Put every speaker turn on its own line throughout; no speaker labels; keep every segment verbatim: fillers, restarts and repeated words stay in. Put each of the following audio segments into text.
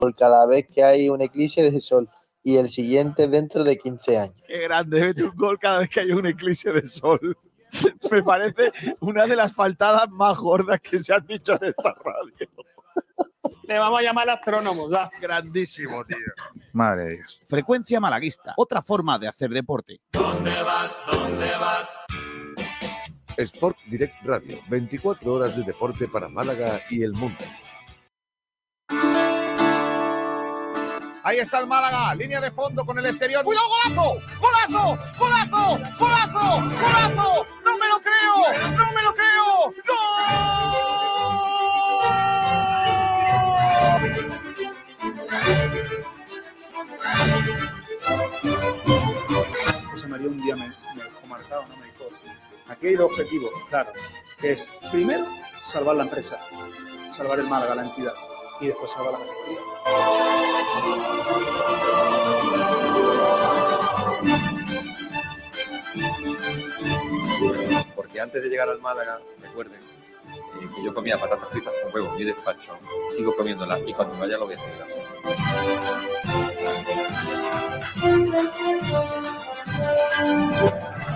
cada vez que hay un eclipse de sol y el siguiente dentro de quince años.
Qué grande, mete un gol cada vez que hay un eclipse de sol. Me parece una de las faltadas más gordas que se han dicho en esta radio.
Le vamos a llamar al astrónomo, ¿verdad?
Grandísimo, tío.
Madre de Dios.
Frecuencia malaguista, otra forma de hacer deporte.
¿Dónde vas? ¿Dónde vas?
Sport Direct Radio, veinticuatro horas de deporte para Málaga y el mundo.
Ahí está el Málaga, línea de fondo con el exterior. ¡Cuidado, golazo! ¡Golazo! ¡Golazo! ¡Golazo! ¡Golazo! ¡No me lo creo! ¡No me lo creo!
¡Gol! José María un día me, me dejó marcado, ¿no? Me dijo, aquí hay dos objetivos, claro, que es, primero, salvar la empresa, salvar el Málaga, la entidad, y después salvar la categoría.
Porque antes de llegar al Málaga, recuerden eh, que yo comía patatas fritas con huevo en mi despacho, sigo comiéndolas y cuando vaya lo voy a seguir haciendo.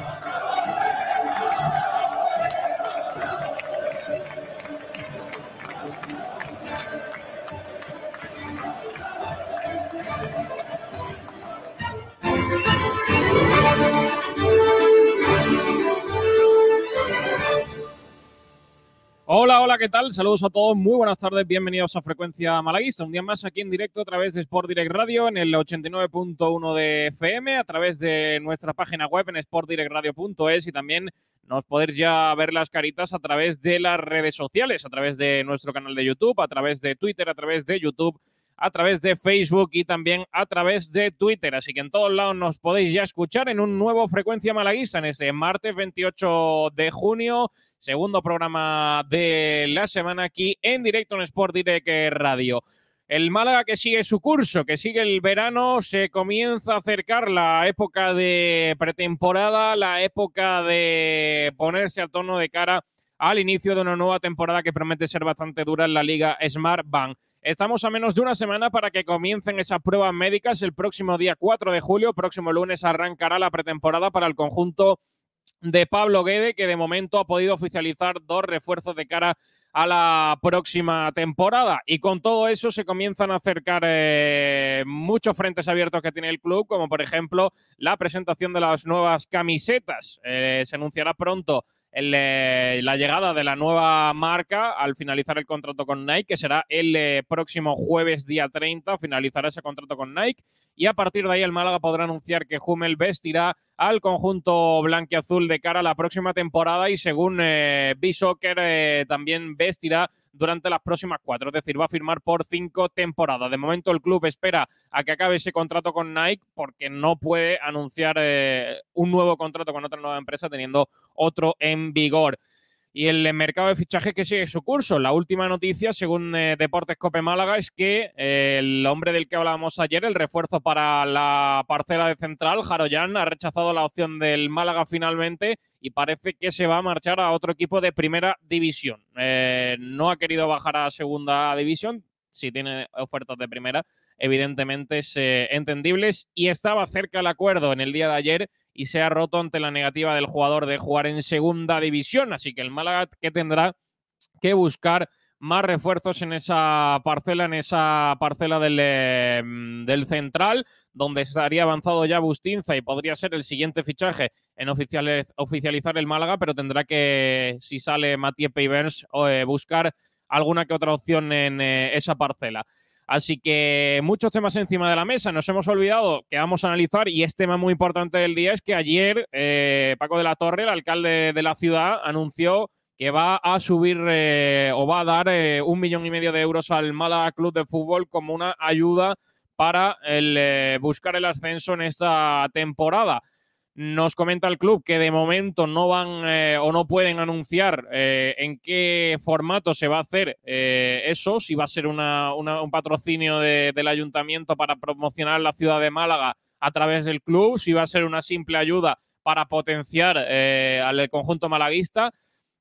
Hola, hola, ¿qué tal? Saludos a todos, muy buenas tardes, bienvenidos a Frecuencia Malaguista. Un día más aquí en directo a través de Sport Direct Radio en el ochenta y nueve punto uno de F M, a través de nuestra página web en sport direct radio punto es y también nos podéis ya ver las caritas a través de las redes sociales, a través de nuestro canal de YouTube, a través de Twitter, a través de YouTube, a través de Facebook y también a través de Twitter. Así que en todos lados nos podéis ya escuchar en un nuevo Frecuencia Malaguista en ese martes veintiocho de junio, segundo programa de la semana aquí en directo en Sport Direct Radio. El Málaga que sigue su curso, que sigue el verano, se comienza a acercar la época de pretemporada, la época de ponerse al tono de cara al inicio de una nueva temporada que promete ser bastante dura en la Liga Smart Bank. Estamos a menos de una semana para que comiencen esas pruebas médicas. El próximo día cuatro de julio, próximo lunes, arrancará la pretemporada para el conjunto de Pablo Guede, que de momento ha podido oficializar dos refuerzos de cara a la próxima temporada. Y con todo eso se comienzan a acercar eh, muchos frentes abiertos que tiene el club, como por ejemplo la presentación de las nuevas camisetas. Eh, se anunciará pronto El, eh, la llegada de la nueva marca al finalizar el contrato con Nike, que será el eh, próximo jueves día treinta, finalizará ese contrato con Nike y a partir de ahí el Málaga podrá anunciar que Hummel vestirá al conjunto blanquiazul de cara a la próxima temporada y según eh, B-Soccer eh, también vestirá durante las próximas cuatro, es decir, va a firmar por cinco temporadas. De momento el club espera a que acabe ese contrato con Nike porque no puede anunciar eh, un nuevo contrato con otra nueva empresa teniendo otro en vigor. Y el mercado de fichajes que sigue su curso. La última noticia, según eh, Deportes Cope Málaga, es que eh, el hombre del que hablábamos ayer, el refuerzo para la parcela de central, Jaroyan, ha rechazado la opción del Málaga finalmente y parece que se va a marchar a otro equipo de primera división. Eh, no ha querido bajar a segunda división, si tiene ofertas de primera, evidentemente es eh, entendibles, y estaba cerca el acuerdo en el día de ayer y se ha roto ante la negativa del jugador de jugar en segunda división, así que el Málaga que tendrá que buscar más refuerzos en esa parcela, en esa parcela del, eh, del central, donde estaría avanzado ya Bustinza y podría ser el siguiente fichaje en oficial, oficializar el Málaga, pero tendrá que, si sale Mathieu Peivens, eh, buscar alguna que otra opción en eh, esa parcela. Así que muchos temas encima de la mesa. Nos hemos olvidado que vamos a analizar, y este tema muy importante del día es que ayer eh, Paco de la Torre, el alcalde de la ciudad, anunció que va a subir eh, o va a dar eh, un millón y medio de euros al Málaga Club de Fútbol como una ayuda para el, eh, buscar el ascenso en esta temporada. Nos comenta el club que de momento no van eh, o no pueden anunciar eh, en qué formato se va a hacer eh, eso, si va a ser una, una, un patrocinio de, del ayuntamiento para promocionar la ciudad de Málaga a través del club, si va a ser una simple ayuda para potenciar eh, al conjunto malaguista.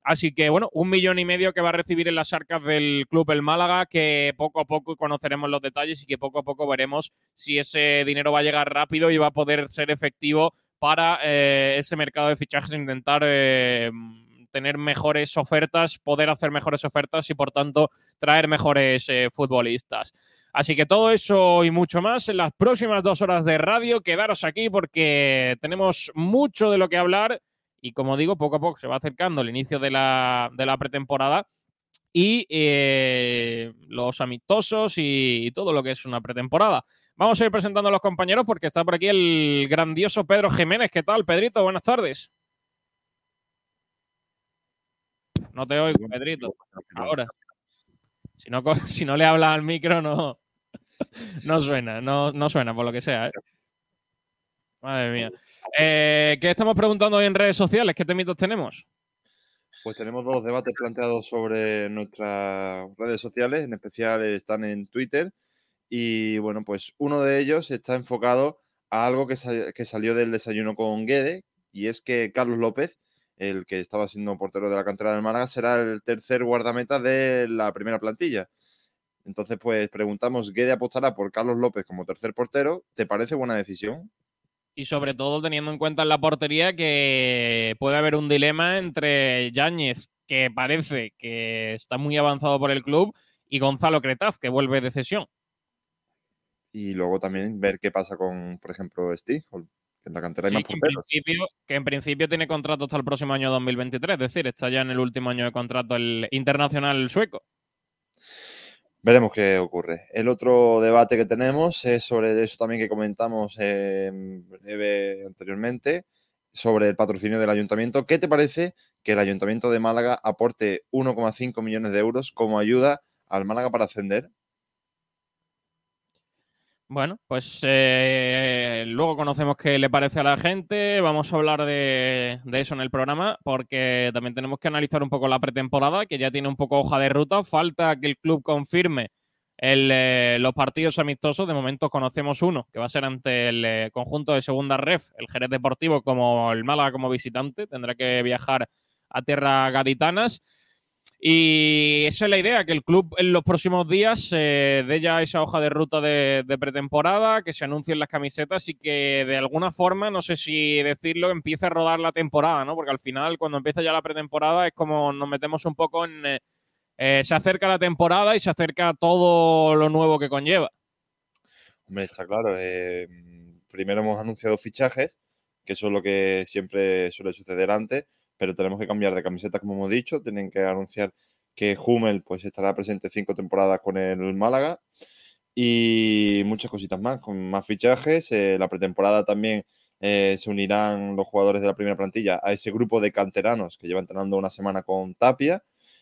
Así que, bueno, un millón y medio que va a recibir en las arcas del Club El Málaga, que poco a poco conoceremos los detalles y que poco a poco veremos si ese dinero va a llegar rápido y va a poder ser efectivo para eh, ese mercado de fichajes e intentar eh, tener mejores ofertas, poder hacer mejores ofertas y, por tanto, traer mejores eh, futbolistas. Así que todo eso y mucho más en las próximas dos horas de radio. Quedaros aquí porque tenemos mucho de lo que hablar. Y como digo, poco a poco se va acercando el inicio de la, de la pretemporada y eh, los amistosos y, y todo lo que es una pretemporada. Vamos a ir presentando a los compañeros porque está por aquí el grandioso Pedro Jiménez. ¿Qué tal, Pedrito? Buenas tardes. No te oigo, Pedrito. Ahora. Si no, si no le hablas al micro, no, no suena. No, no suena, por lo que sea, ¿eh? Madre mía. Eh, ¿Qué estamos preguntando hoy en redes sociales? ¿Qué temitos tenemos?
Pues tenemos dos debates planteados sobre nuestras redes sociales, en especial están en Twitter. Y bueno, pues uno de ellos está enfocado a algo que, sal- que salió del desayuno con Guede, y es que Carlos López, el que estaba siendo portero de la cantera del Málaga, será el tercer guardameta de la primera plantilla. Entonces, pues preguntamos, ¿Guede apostará por Carlos López como tercer portero? ¿Te parece buena decisión?
Y sobre todo teniendo en cuenta en la portería que puede haber un dilema entre Yáñez, que parece que está muy avanzado por el club, y Gonzalo Cretaz, que vuelve de cesión.
Y luego también ver qué pasa con, por ejemplo, Steve, que en la cantera hay
Sí,
más
que en,
porteros.
principio, que en principio tiene contrato hasta el próximo año dos mil veintitrés, es decir, está ya en el último año de contrato el internacional sueco.
Veremos qué ocurre. El otro debate que tenemos es sobre eso también que comentamos eh, breve anteriormente, sobre el patrocinio del ayuntamiento. ¿Qué te parece que el ayuntamiento de Málaga aporte uno coma cinco millones de euros como ayuda al Málaga para ascender?
Bueno, pues eh, luego conocemos qué le parece a la gente. Vamos a hablar de, de eso en el programa porque también tenemos que analizar un poco la pretemporada, que ya tiene un poco hoja de ruta. Falta que el club confirme el, eh, los partidos amistosos. De momento conocemos uno, que va a ser ante el eh, conjunto de segunda ref, el Jerez Deportivo, como el Málaga como visitante. Tendrá que viajar a tierras gaditanas. Y esa es la idea, que el club en los próximos días eh, dé ya esa hoja de ruta de, de pretemporada, que se anuncien las camisetas y que de alguna forma, no sé si decirlo, empiece a rodar la temporada, ¿no? Porque al final, cuando empieza ya la pretemporada, es como nos metemos un poco en... Eh, eh, se acerca la temporada y se acerca todo lo nuevo que conlleva.
Hombre, está claro. Eh, primero hemos anunciado fichajes, que eso es lo que siempre suele suceder antes, pero tenemos que cambiar de camiseta, como hemos dicho. Tienen que anunciar que Hummel pues, estará presente cinco temporadas con el Málaga y muchas cositas más, con más fichajes. Eh, la pretemporada también eh, se unirán los jugadores de la primera plantilla a ese grupo de canteranos que lleva entrenando una semana con Tapia,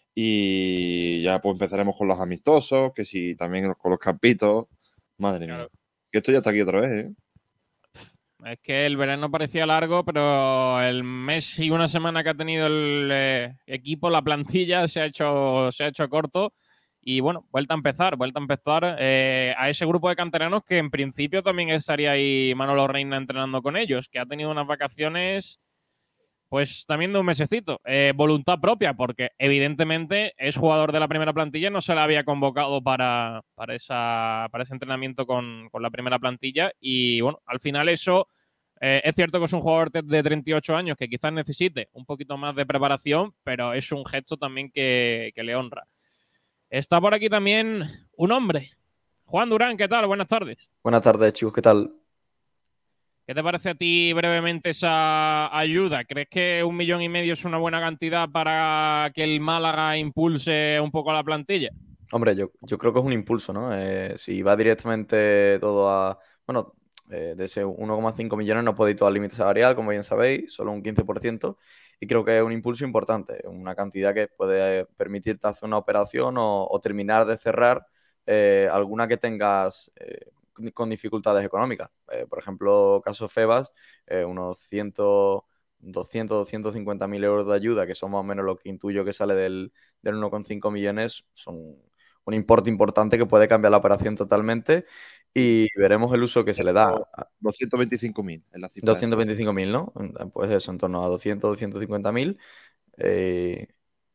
y ya pues empezaremos con los amistosos, que sí, también con los campitos. Madre mía. Que esto ya está aquí otra vez, ¿eh?
Es que el verano parecía largo, pero el mes y una semana que ha tenido el eh, equipo, la plantilla, se ha hecho, se ha hecho corto. Y bueno, vuelta a empezar, vuelta a empezar eh, a ese grupo de canteranos que en principio también estaría ahí Manolo Reina entrenando con ellos, que ha tenido unas vacaciones, pues también de un mesecito. Eh, voluntad propia, porque evidentemente es jugador de la primera plantilla, no se le había convocado para, para, esa, para ese entrenamiento con, con la primera plantilla. Y bueno, al final eso... Eh, es cierto que es un jugador de treinta y ocho años que quizás necesite un poquito más de preparación, pero es un gesto también que, que le honra. Está por aquí también un hombre. Juan Durán, ¿qué tal? Buenas tardes.
Buenas tardes, chicos, ¿qué tal?
¿Qué te parece a ti brevemente esa ayuda? ¿Crees que un millón y medio es una buena cantidad para que el Málaga impulse un poco a la plantilla?
Hombre, yo, yo creo que es un impulso, ¿no? Eh, si va directamente todo a... Bueno, eh, de ese uno coma cinco millones no puede ir todo al límite salarial, como bien sabéis, solo un quince por ciento. Y creo que es un impulso importante, una cantidad que puede permitirte hacer una operación o, o terminar de cerrar eh, alguna que tengas eh, con dificultades económicas. Eh, por ejemplo, caso Febas, eh, unos cien, doscientos, doscientos cincuenta mil euros de ayuda, que son más o menos lo que intuyo que sale del, del uno coma cinco millones, son un importe importante que puede cambiar la operación totalmente y veremos el uso que se le da.
doscientos veinticinco mil en la cifra.
doscientos veinticinco mil, ¿no? Pues eso, en torno a doscientos, doscientos cincuenta mil. Eh,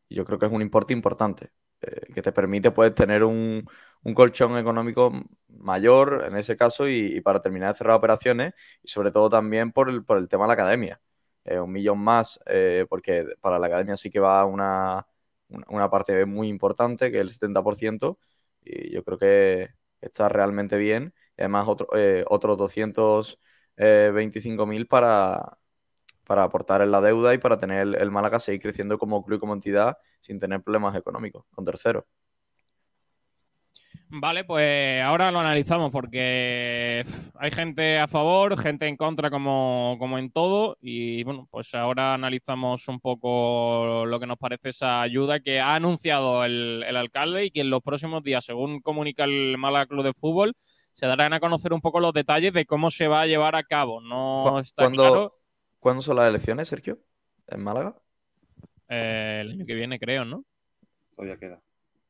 Yo creo que es un importe importante, eh, que te permite pues, tener un, un colchón económico mayor en ese caso y, y para terminar de cerrar operaciones y sobre todo también por el, por el tema de la academia. Eh, un millón más, eh, porque para la academia sí que va una, una, una parte muy importante, que es el setenta por ciento, y yo creo que está realmente bien. Además, otro, eh, otros doscientos veinticinco mil para, para aportar en la deuda y para tener el, el Málaga seguir creciendo como club y como entidad sin tener problemas económicos con terceros.
Vale, pues ahora lo analizamos porque hay gente a favor, gente en contra como, como en todo y bueno, pues ahora analizamos un poco lo que nos parece esa ayuda que ha anunciado el, el alcalde y que en los próximos días, según comunica el Málaga Club de Fútbol, se darán a conocer un poco los detalles de cómo se va a llevar a cabo. No está
¿Cuándo,
claro.
¿Cuándo son las elecciones, Sergio? ¿En Málaga?
Eh, el año que viene, creo, ¿no?
Todavía queda.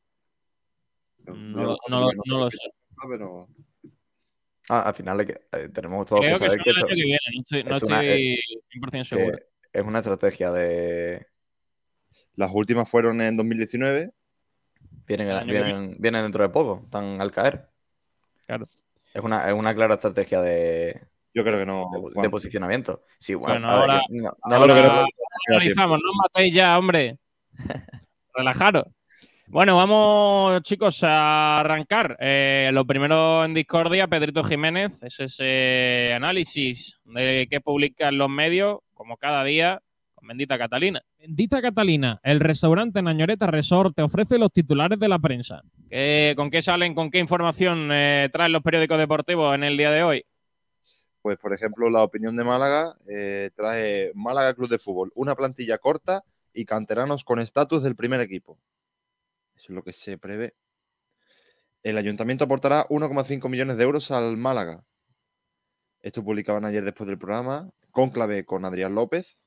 No, lo- no, lo- no lo sé.
Pero...
Ah, al final es que, eh, tenemos todos
Creo
que
que
saber
son
que
el
esto,
año que viene, no estoy, no
esto es una-
estoy
eh,
cien por ciento
que
seguro.
es una estrategia de...
Las últimas fueron en dos mil diecinueve.
Vienen,
El año que
vienen, vienen dentro de poco, están al caer.
Claro.
Es una, es una clara estrategia de,
Yo creo que no,
de, de
Juan.
posicionamiento. Sí, bueno,
Bueno,
a ver,
ahora,
que no, no
ahora
lo-
creo
no lo-
analizamos, no os matéis ya, hombre. Relajaros. Bueno, vamos, chicos, a arrancar. Eh, lo primero en discordia, Pedrito Jiménez, es ese análisis de que publican los medios, como cada día, con Bendita Catalina. Bendita Catalina, el restaurante Nañoreta Resort te ofrece los titulares de la prensa. ¿Qué- ¿Con qué salen, con qué información eh, traen los periódicos deportivos en el día de hoy?
Pues, por ejemplo, la opinión de Málaga eh, trae Málaga Club de Fútbol, una plantilla corta y canteranos con estatus del primer equipo. Eso es lo que se prevé. El ayuntamiento aportará uno coma cinco millones de euros al Málaga. Esto publicaban ayer después del programa. Cónclave con Adrián López.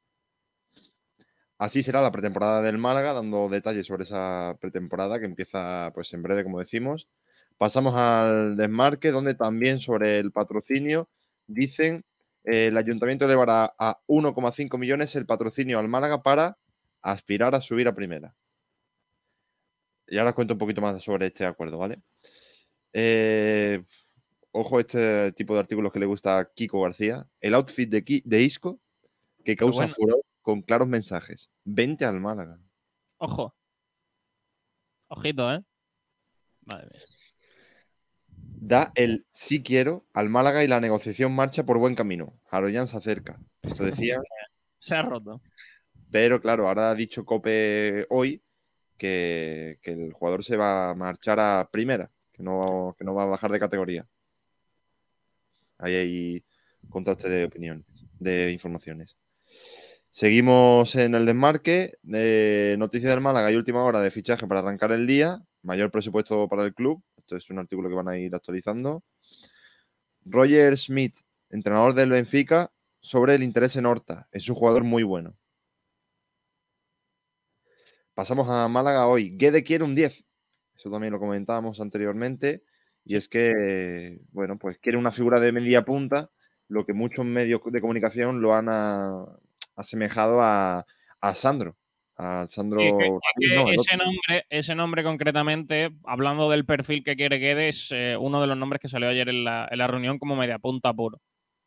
Así será la pretemporada del Málaga, dando detalles sobre esa pretemporada que empieza pues en breve, como decimos. Pasamos al desmarque, donde también sobre el patrocinio dicen eh, el ayuntamiento elevará a uno coma cinco millones el patrocinio al Málaga para aspirar a subir a primera. Y ahora os cuento un poquito más sobre este acuerdo, ¿vale? Eh, ojo este tipo de artículos que le gusta a Kiko García. El outfit de, Ki- de Isco que causa
bueno.
furor con claros mensajes. Vente al Málaga.
Ojo. Ojito, ¿eh? Madre mía.
Da el sí quiero al Málaga y la negociación marcha por buen camino. Haroyan se acerca. Esto decía.
Se ha roto.
Pero claro, ahora ha dicho Cope hoy que, que el jugador se va a marchar a primera, que no, que no va a bajar de categoría. Ahí hay contraste de opiniones, de informaciones. Seguimos en el desmarque. Eh, noticia del Málaga y última hora de fichaje para arrancar el día. Mayor presupuesto para el club. Esto es un artículo que van a ir actualizando. Roger Smith, entrenador del Benfica, sobre el interés en Horta. Es un jugador muy bueno. Pasamos a Málaga hoy. Guede quiere un diez. Eso también lo comentábamos anteriormente. Y es que, bueno, pues quiere una figura de media punta, lo que muchos medios de comunicación lo han a, asemejado a, a Sandro. A Sandro.
Sí, que, que
no, el
ese,
otro.
nombre, ese nombre concretamente, hablando del perfil que quiere Guede, es eh, uno de los nombres que salió ayer en la, en la reunión como media punta puro.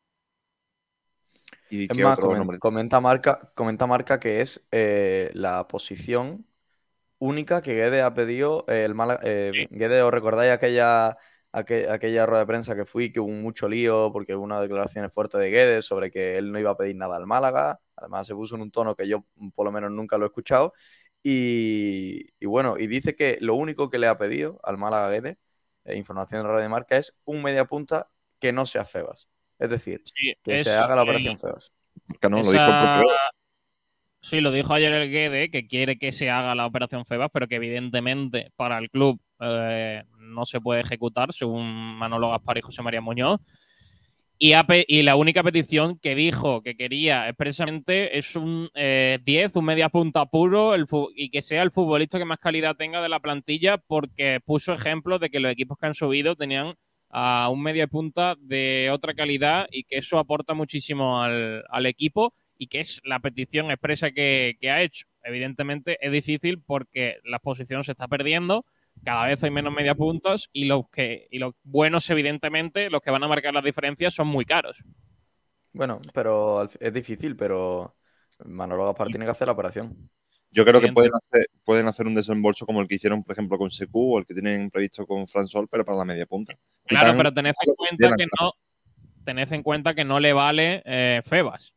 ¿Y
Es
qué
más,
otro
comen-
nombre?
comenta Marca, comenta Marca que es eh, la posición única que Guede ha pedido. eh, el Málaga- eh,
Sí.
Guede, ¿os recordáis aquella, aqu- aquella rueda de prensa que fui, que hubo mucho lío porque hubo una declaración fuerte de Guede sobre que él no iba a pedir nada al Málaga? Además, se puso en un tono que yo por lo menos nunca lo he escuchado. Y, y bueno, y dice que lo único que le ha pedido al Málaga Guede, eh, información de Radio Marca, es un media punta que no sea Febas. Es decir,
Sí,
que
es,
se haga la
eh,
operación Febas.
Que no, lo
esa-
dijo el propio Guede.
Sí, lo dijo ayer el Guede, que quiere que se haga la operación Febas, pero que evidentemente para el club eh, no se puede ejecutar, según Manolo Gaspar y José María Muñoz. Y, ha pe- y la única petición que dijo que quería expresamente es un eh, diez, un media punta puro, el fu- y que sea el futbolista que más calidad tenga de la plantilla, porque puso ejemplos de que los equipos que han subido tenían a un media punta de otra calidad y que eso aporta muchísimo al, al equipo y que es la petición expresa que, que ha hecho. evidentemente es difícil porque la exposición se está perdiendo, cada vez hay menos media puntos y los, que, y los buenos, evidentemente, los que van a marcar las diferencias son muy caros.
Bueno, pero es difícil, pero Manolo Gaspar tiene que hacer la operación.
Yo creo que pueden hacer, pueden hacer un desembolso como el que hicieron, por ejemplo, con Secu o el que tienen previsto con Fran Sol, pero para la media punta.
Claro, pero tened en cuenta que no, tened en cuenta que no le vale eh, Febas.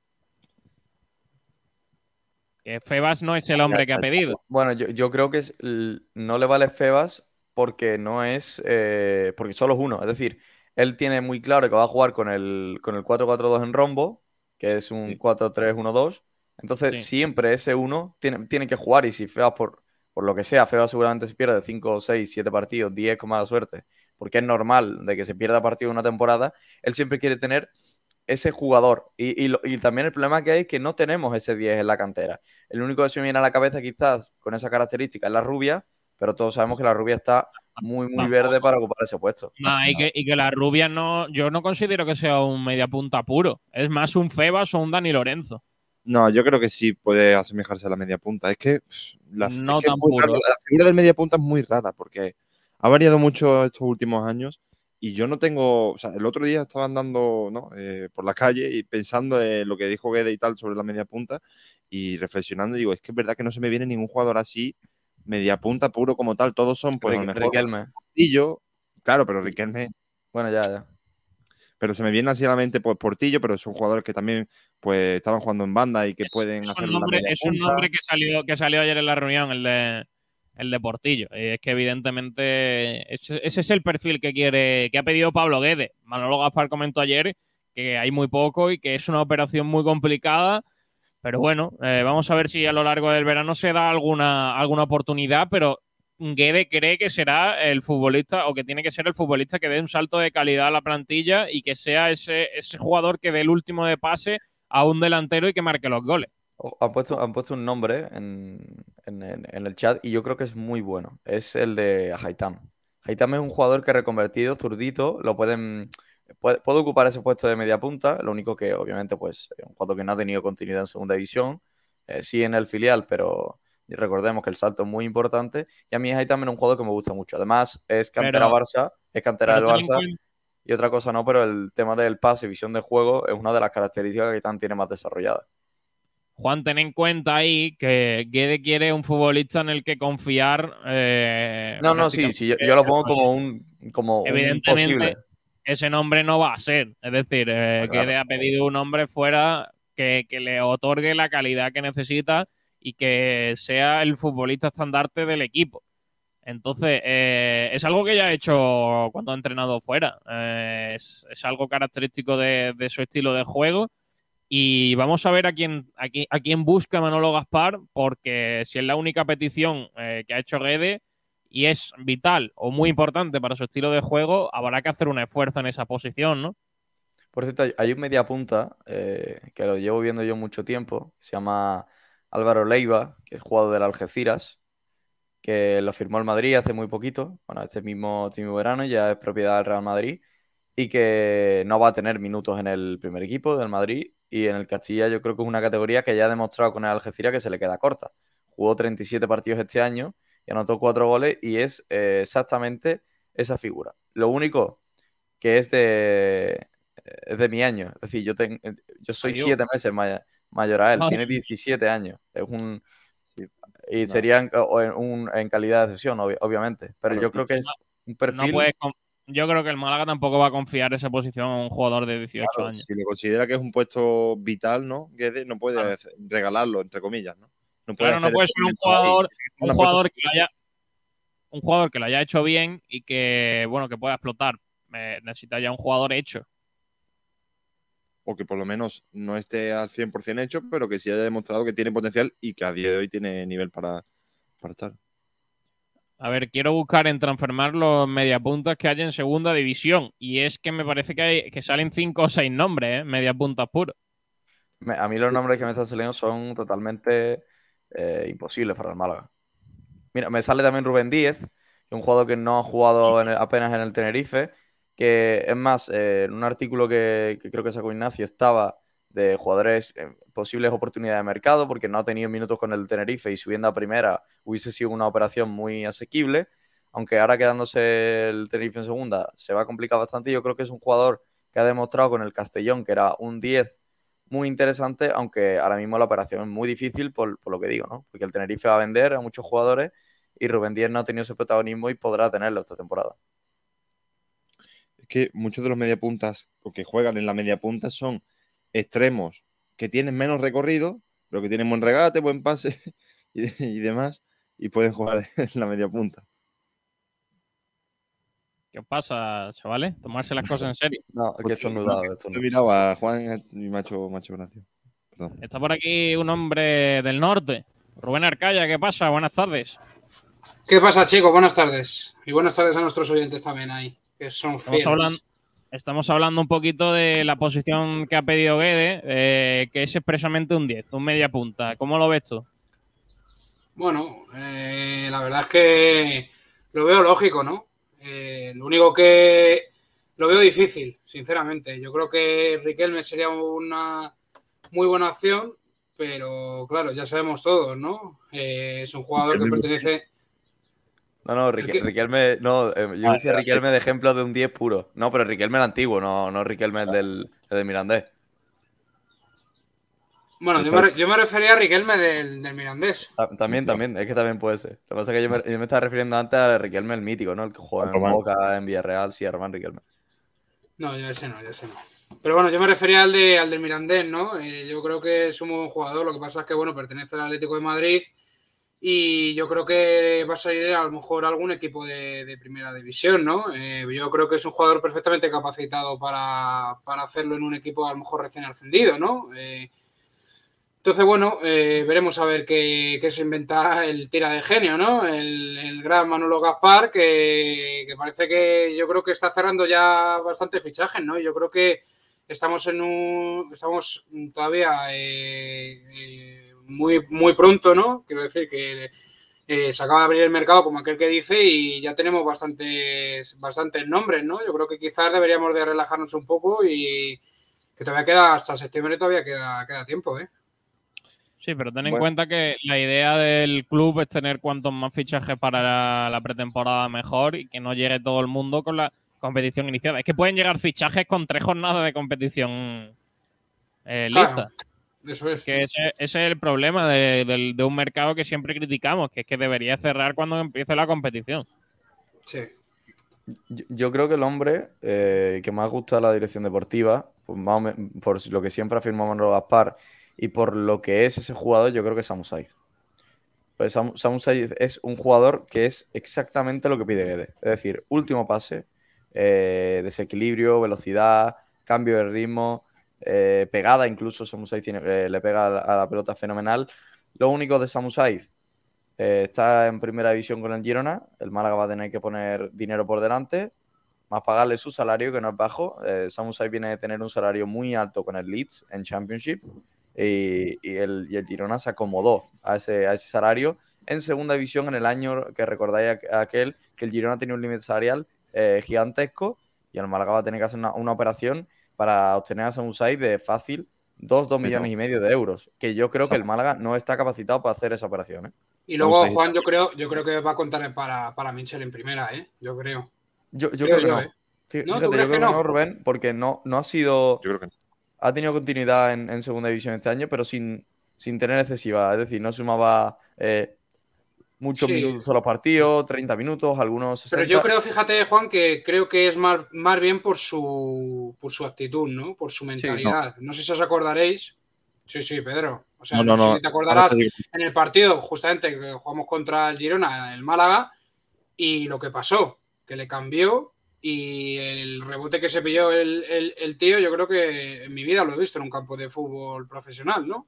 Que Febas no es el hombre que ha pedido.
Bueno, yo, yo creo que es, no le vale Febas porque no es. Eh, porque solo es uno. Es decir, él tiene muy claro que va a jugar con el, con el cuatro cuatro dos en rombo, que es un sí. cuatro tres uno dos. Entonces, sí. siempre ese uno tiene, tiene que jugar. Y si Febas, por, por lo que sea, Febas seguramente se pierde cinco, seis, siete partidos, diez con mala suerte, porque es normal de que se pierda partido en una temporada, él siempre quiere tener ese jugador. Y, y, lo, y también el problema que hay es que no tenemos ese diez en la cantera. El único que se me viene a la cabeza quizás con esa característica es la Rubia, pero todos sabemos que la Rubia está muy, muy verde para ocupar ese puesto.
No, y, que, y que la Rubia no, yo no considero que sea un media punta puro. Es más un Febas o un Dani Lorenzo.
No, yo creo que sí puede asemejarse a la media punta. Es que la,
no
es que
tan puro.
Rara, la figura del media punta es muy rara porque ha variado mucho estos últimos años. Y yo no tengo, o sea, el otro día estaba andando, ¿no? eh, por la calle y pensando en lo que dijo Guede y tal sobre la media punta y reflexionando, digo, es que es verdad que no se me viene ningún jugador así, media punta puro como tal, todos son, pues,
Rick,
a lo mejor
Riquelme.
Portillo, claro, pero Riquelme.
Bueno, ya, ya.
Pero se me viene así a la mente, pues, Portillo, pero son jugadores que también, pues, estaban jugando en banda y que
es,
pueden
es
hacer
un nombre,
la media
es
punta.
un nombre que salió, que salió ayer en la reunión, el de el de Portillo. Y es que evidentemente ese, ese es el perfil que quiere, que ha pedido Pablo Guede. Manolo Gaspar comentó ayer que hay muy poco y que es una operación muy complicada, pero bueno, eh, vamos a ver si a lo largo del verano se da alguna, alguna oportunidad, pero Guede cree que será el futbolista o que tiene que ser el futbolista que dé un salto de calidad a la plantilla y que sea ese, ese jugador que dé el último de pase a un delantero y que marque los goles.
Han puesto, han puesto un nombre en, en, en el chat y yo creo que es muy bueno. Es el de Haitham. Haitham es un jugador que reconvertido, zurdito, lo pueden, puede, puede ocupar ese puesto de media punta. Lo único que, obviamente, pues es un jugador que no ha tenido continuidad en segunda división. Eh, sí en el filial, pero recordemos que el salto es muy importante. Y a mí Haitham es un jugador que me gusta mucho. Además, es cantera pero, Barça, es cantera del Barça. Y otra cosa no, pero el tema del pase y visión de juego es una de las características que Haitham tiene más desarrolladas.
Juan, ten en cuenta ahí que Guede quiere un futbolista en el que confiar. Eh,
no, no, sí, sí yo, yo lo pongo como un, como
evidentemente,
un posible.
Ese nombre no va a ser. Es decir, eh, ah, claro. Guede ha pedido un hombre fuera que, que le otorgue la calidad que necesita y que sea el futbolista estandarte del equipo. Entonces, eh, es algo que ya ha hecho cuando ha entrenado fuera. Eh, es, es algo característico de, de su estilo de juego. Y vamos a ver a quién, a quién, a quién busca Manolo Gaspar, porque si es la única petición eh, que ha hecho Guede y es vital o muy importante para su estilo de juego, habrá que hacer un esfuerzo en esa posición, ¿no?
Por cierto, hay un media punta eh, que lo llevo viendo yo mucho tiempo, que se llama Álvaro Leiva, que es jugador del Algeciras, que lo firmó el Madrid hace muy poquito, bueno, este mismo, este mismo verano, ya es propiedad del Real Madrid, y que no va a tener minutos en el primer equipo del Madrid. Y en el Castilla yo creo que es una categoría que ya ha demostrado con el Algeciras que se le queda corta. Jugó treinta y siete partidos este año y anotó cuatro goles y es eh, exactamente esa figura. Lo único que es de, es de mi año. Es decir, yo, ten, yo soy Adiós. siete meses may, mayor a él. Ay. Tiene diecisiete años. Es un Y no. sería en, un, en calidad de cesión, ob obviamente. Pero, Pero yo sí. creo que es un perfil...
No puedes Yo creo que el Málaga tampoco va a confiar esa posición a un jugador de dieciocho
claro,
años.
Si le considera que es un puesto vital, ¿no? Guede no puede claro. regalarlo, entre comillas, ¿no?
No puede claro, no puede ser un jugador, un jugador que lo haya, un jugador que lo haya hecho bien y que, bueno, que pueda explotar. Eh, necesita ya un jugador hecho.
O que por lo menos no esté al cien por cien hecho, pero que sí haya demostrado que tiene potencial y que a día de hoy tiene nivel para, para estar.
A ver, quiero buscar en Transfermarkt los mediapuntas que hay en segunda división. Y es que me parece que, hay, que salen cinco o seis nombres, ¿eh? Mediapuntas puros.
A mí los nombres que me están saliendo son totalmente eh, imposibles para el Málaga. Mira, me sale también Rubén Díez, que es un jugador que no ha jugado en el, apenas en el Tenerife, que es más, eh, en un artículo que, que creo que sacó Ignacio estaba de jugadores, eh, posibles oportunidades de mercado, porque no ha tenido minutos con el Tenerife y subiendo a primera hubiese sido una operación muy asequible, aunque ahora quedándose el Tenerife en segunda se va a complicar bastante. Yo creo que es un jugador que ha demostrado con el Castellón que era un diez muy interesante, aunque ahora mismo la operación es muy difícil por, por lo que digo, ¿no? Porque el Tenerife va a vender a muchos jugadores y Rubén Díaz no ha tenido ese protagonismo y podrá tenerlo esta temporada.
Es que muchos de los mediapuntas o que juegan en la mediapunta son extremos que tienen menos recorrido, pero que tienen buen regate, buen pase y, y demás, y pueden jugar en la mediapunta.
¿Qué os pasa, chavales? Tomarse las cosas en serio.
No, que esto es nudado. Esto
He
no.
mirado a Juan y macho, macho gracia. Perdón.
Está por aquí un hombre del norte. Rubén Arcaya, ¿qué pasa? Buenas tardes.
¿Qué pasa, chicos? Buenas tardes. Y buenas tardes a nuestros oyentes también ahí, que son
Estamos
fieles.
hablando, estamos hablando un poquito de la posición que ha pedido Guede, eh, que es expresamente un diez, un media punta. ¿Cómo lo ves tú?
Bueno, eh, la verdad es que lo veo lógico, ¿no? Eh, lo único que lo veo difícil, sinceramente. Yo creo que Riquelme sería una muy buena opción, pero claro, ya sabemos todos, ¿no? Eh, es un jugador que pertenece...
No, no, Rique, Riquelme, no, eh, yo decía Riquelme de ejemplo de un diez puro. No, pero Riquelme el antiguo, no, no Riquelme el del, el del Mirandés.
Bueno, yo me, yo me refería a Riquelme del, del Mirandés.
También, también, es que también puede ser. Lo que pasa es que yo me, yo me estaba refiriendo antes a Riquelme el mítico, ¿no? El que juega en Boca, en Villarreal, sí, a Román Riquelme.
No, yo ese no, yo ese no. Pero bueno, yo me refería al, de, al del Mirandés, ¿no? Eh, yo creo que es un buen jugador, lo que pasa es que, bueno, pertenece al Atlético de Madrid y yo creo que va a salir a lo mejor algún equipo de, de primera división, ¿no? Eh, yo creo que es un jugador perfectamente capacitado para, para hacerlo en un equipo a lo mejor recién ascendido, ¿no? Eh, Entonces, bueno, eh, veremos a ver qué, qué se inventa el tira de genio, ¿no? El, el gran Manolo Gaspar, que, que parece que yo creo que está cerrando ya bastantes fichajes, ¿no? Yo creo que estamos en un... Estamos todavía eh, eh, muy, muy pronto, ¿no? Quiero decir que eh, se acaba de abrir el mercado, como aquel que dice, y ya tenemos bastantes, bastantes nombres, ¿no? Yo creo que quizás deberíamos de relajarnos un poco y que todavía queda, hasta septiembre todavía queda, queda tiempo, ¿eh?
Sí, pero ten en
Bueno.
cuenta que la idea del club es tener cuantos más fichajes para la, la pretemporada mejor y que no llegue todo el mundo con la competición iniciada. Es que pueden llegar fichajes con tres jornadas de competición eh,
Claro,
lista.
eso es.
Que ese, ese es el problema de, de- de un mercado que siempre criticamos, que es que debería cerrar cuando empiece la competición.
Sí.
Yo, yo creo que el hombre eh, que más gusta la dirección deportiva, pues más o men- por lo que siempre afirma Manolo Gaspar y por lo que es ese jugador, yo creo que es Samu Saiz. Pues Samu, Samu Saiz es un jugador que es exactamente lo que pide Guede. Es decir, último pase, eh, desequilibrio, velocidad, cambio de ritmo, eh, pegada incluso. Samu Saiz tiene- eh, le pega a la, a la pelota fenomenal. Lo único de Samu Saiz, eh, está en primera división con el Girona. El Málaga va a tener que poner dinero por delante, más pagarle su salario, que no es bajo. Eh, Samu Saiz viene de tener un salario muy alto con el Leeds en Championship y, y el, y el Girona se acomodó a ese, a ese salario en segunda división en el año que recordáis aqu- aquel que el Girona tenía un límite salarial eh, gigantesco y el Málaga va a tener que hacer una, una operación para obtener a Samu Saiz de fácil dos, dos millones y medio de euros, que yo creo que el Málaga no está capacitado para hacer esa operación, ¿eh?
Y luego, Juan, yo creo, yo creo que va a contar para, para Mitchell en primera, ¿eh? Yo creo.
Yo, yo creo, que no.
¿eh?
Fí-
¿No?
Fíjate,
¿Tú
yo
crees
creo
que
que no,
no?
Rubén, porque no, no ha sido.
Yo creo que no.
Ha tenido continuidad en, en segunda división este año, pero sin, sin tener excesiva. Es decir, no sumaba eh, muchos
Sí.
minutos a los partidos, treinta minutos, algunos sesenta.
Pero yo creo, fíjate, Juan, que creo que es más, más bien por su, por su actitud, ¿no? Por su mentalidad. no. sé si os acordaréis. Sí, sí, Pedro. O sea,
No,
no,
no,
sé
no.
si te
Ahora
acordarás
te digo.
en el partido, justamente, que jugamos contra el Girona, el Málaga, y lo que pasó, que le cambió y el rebote que se pilló el, el, el tío, yo creo que en mi vida lo he visto en un campo de fútbol profesional, ¿no?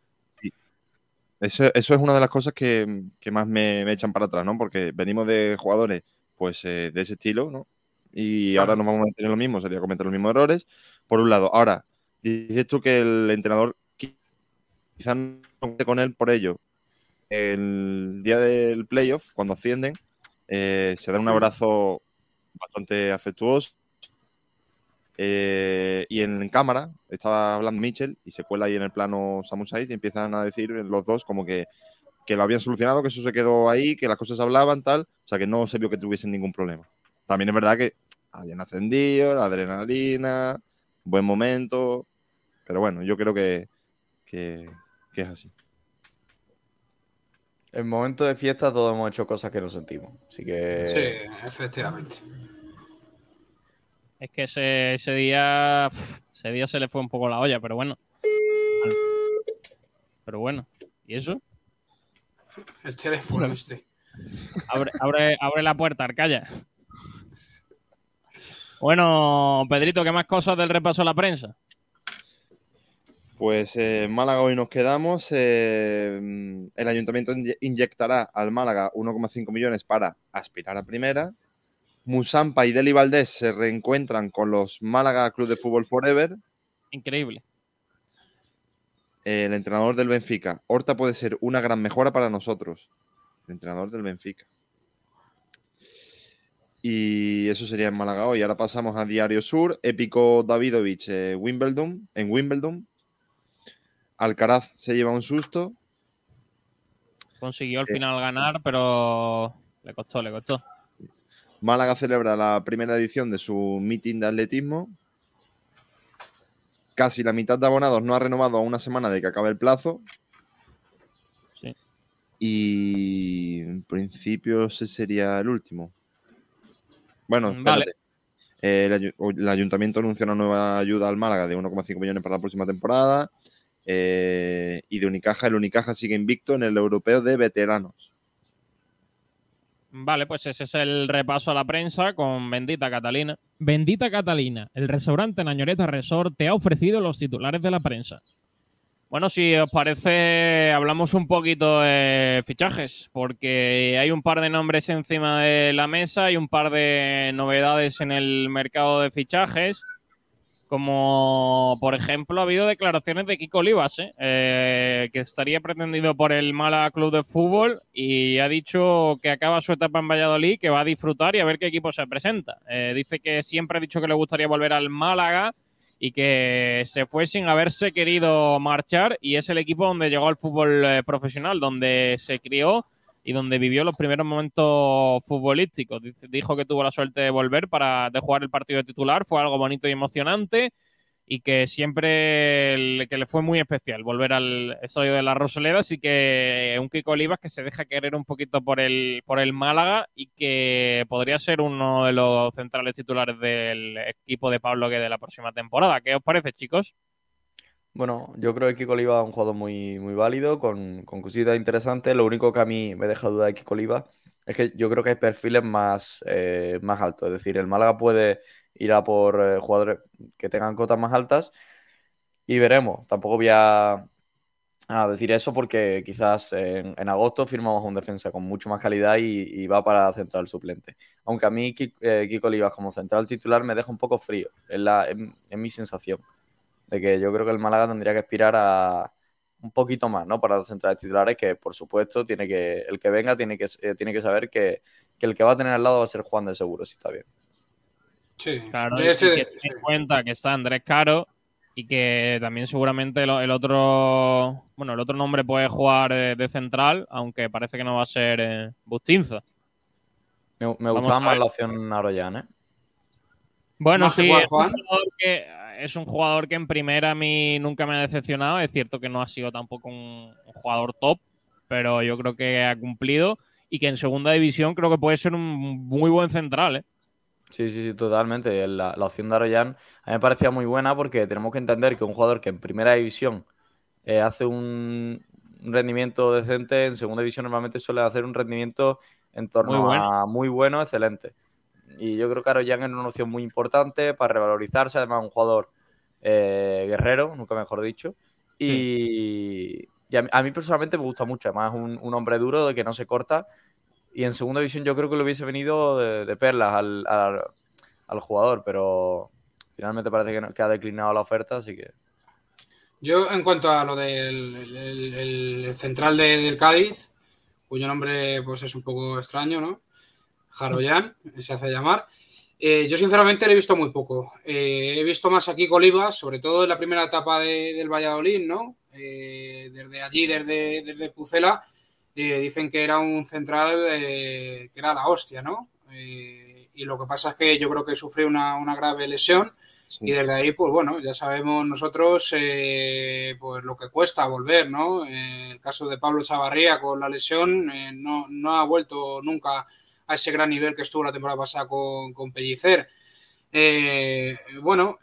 Eso, eso es una de las cosas que, que más me, me echan para atrás, ¿no? Porque venimos de jugadores, pues, eh, de ese estilo, ¿no? Y
Claro.
ahora nos vamos a meter en lo mismo, sería cometer los mismos errores. Por un lado, ahora, dices tú que el entrenador quizás no cuente con él por ello. El día del playoff, cuando ascienden, eh, se da un abrazo bastante afectuoso. Eh, y en cámara estaba hablando Mitchell y se cuela ahí en el plano Samu Said y empiezan a decir los dos como que, que lo habían solucionado, que eso se quedó ahí, que las cosas se hablaban, tal. O sea, que no se vio que tuviesen ningún problema. También es verdad que habían ascendido, la adrenalina, buen momento. Pero bueno, yo creo que, que, que es así.
En momento de fiesta todos hemos hecho cosas que no sentimos. Así que...
Sí, efectivamente.
Es que ese, ese día ese día se le fue un poco la olla, pero bueno. Pero bueno, ¿y eso?
El teléfono este.
Abre, abre, abre la puerta, Arcaya. Bueno, Pedrito, ¿qué más cosas del repaso a la prensa?
Pues eh, en Málaga hoy nos quedamos. Eh, el ayuntamiento inyectará al Málaga uno coma cinco millones para aspirar a primera. Musampa y Deli Valdés se reencuentran con los Málaga Club de Fútbol Forever.
Increíble.
Eh, el entrenador del Benfica. Horta puede ser una gran mejora para nosotros. El entrenador del Benfica. Y eso sería en Málaga hoy. Ahora pasamos a Diario Sur. Épico Davidovich eh, Wimbledon, en Wimbledon. Alcaraz se lleva un susto.
Consiguió al final ganar, pero le costó, le costó.
Málaga celebra la primera edición de su meeting de atletismo. Casi la mitad de abonados no ha renovado a una semana de que acabe el plazo.
Sí.
Y en principio ese sería el último. Bueno, espérate.
Vale.
Eh, el, ayu el ayuntamiento anuncia una nueva ayuda al Málaga de uno coma cinco millones para la próxima temporada. Eh, y de Unicaja, el Unicaja sigue invicto en el europeo de veteranos.
Vale, pues ese es el repaso a la prensa con Bendita Catalina.
Bendita Catalina, el restaurante Nañoreta Resort te ha ofrecido los titulares de la prensa.
Bueno, si os parece, hablamos un poquito de fichajes, porque hay un par de nombres encima de la mesa y un par de novedades en el mercado de fichajes. Como, por ejemplo, ha habido declaraciones de Kiko Olivas, ¿eh? Eh, que estaría pretendido por el Málaga Club de Fútbol y ha dicho que acaba su etapa en Valladolid, que va a disfrutar y a ver qué equipo se presenta. Eh, dice que siempre ha dicho que le gustaría volver al Málaga y que se fue sin haberse querido marchar y es el equipo donde llegó al fútbol eh, profesional, donde se crió y donde vivió los primeros momentos futbolísticos. Dijo que tuvo la suerte de volver para de jugar el partido de titular, fue algo bonito y emocionante y que siempre le, que le fue muy especial volver al estadio de la Rosaleda, así que un Kiko Olivas que se deja querer un poquito por el, por el Málaga y que podría ser uno de los centrales titulares del equipo de Pablo Guede de la próxima temporada. ¿Qué os parece, chicos?
Bueno, yo creo que Kiko Olivas es un jugador muy, muy válido, con, con cositas interesantes. Lo único que a mí me deja duda de Kiko Olivas es que yo creo que hay perfiles más, eh, más altos. Es decir, el Málaga puede ir a por eh, jugadores que tengan cotas más altas y veremos. Tampoco voy a, a decir eso porque quizás en, en agosto firmamos un defensa con mucho más calidad y, y va para central suplente. Aunque a mí Kiko, eh, Kiko Olivas como central titular me deja un poco frío, es, la, es, es mi sensación. De que yo creo que el Málaga tendría que aspirar a un poquito más, ¿no? Para los centrales titulares, que por supuesto tiene que el que venga tiene que, eh, tiene que saber que, que el que va a tener al lado va a ser Juan de seguro, si está bien.
Sí,
claro, y
este,
que ten en cuenta que está Andrés Caro y que también seguramente el, el otro bueno, el otro nombre puede jugar de, de central, aunque parece que no va a ser eh, Bustinza.
Me, me gustaba más la opción Arroyán, ¿eh?
Bueno, sí, es un, que, es un jugador que en primera a mí nunca me ha decepcionado. Es cierto que no ha sido tampoco un, un jugador top, pero yo creo que ha cumplido y que en segunda división creo que puede ser un muy buen central, ¿eh?
Sí, sí, sí, totalmente. La, la opción de Arroyán a mí me parecía muy buena porque tenemos que entender que un jugador que en primera división eh, hace un, un rendimiento decente, en segunda división normalmente suele hacer un rendimiento en torno
muy bueno.
a muy bueno, excelente. Y yo creo que Arroyán es una opción muy importante para revalorizarse, además un jugador eh, guerrero, nunca mejor dicho. Y, sí. y a, mí, a mí personalmente me gusta mucho, además un, un hombre duro de que no se corta. Y en segunda división yo creo que le hubiese venido de, de perlas al, al, al jugador, pero finalmente parece que, no, que ha declinado la oferta, así que...
Yo, en cuanto a lo del el, el, el central de, del Cádiz, cuyo nombre pues es un poco extraño, ¿no? Jaroyan, se hace llamar. Eh, yo sinceramente le he visto muy poco. Eh, he visto más aquí Olivas, sobre todo en la primera etapa de, del Valladolid, ¿no? Eh, desde allí, desde, desde Pucela, eh, dicen que era un central eh, que era la hostia, ¿no? Eh, y lo que pasa es que yo creo que sufrió una, una grave lesión sí. Y desde ahí, pues bueno, ya sabemos nosotros eh, pues lo que cuesta volver, ¿no? Eh, el caso de Pablo Chavarría con la lesión eh, no, no ha vuelto nunca a ese gran nivel que estuvo la temporada pasada con, con Pellicer. Eh, bueno,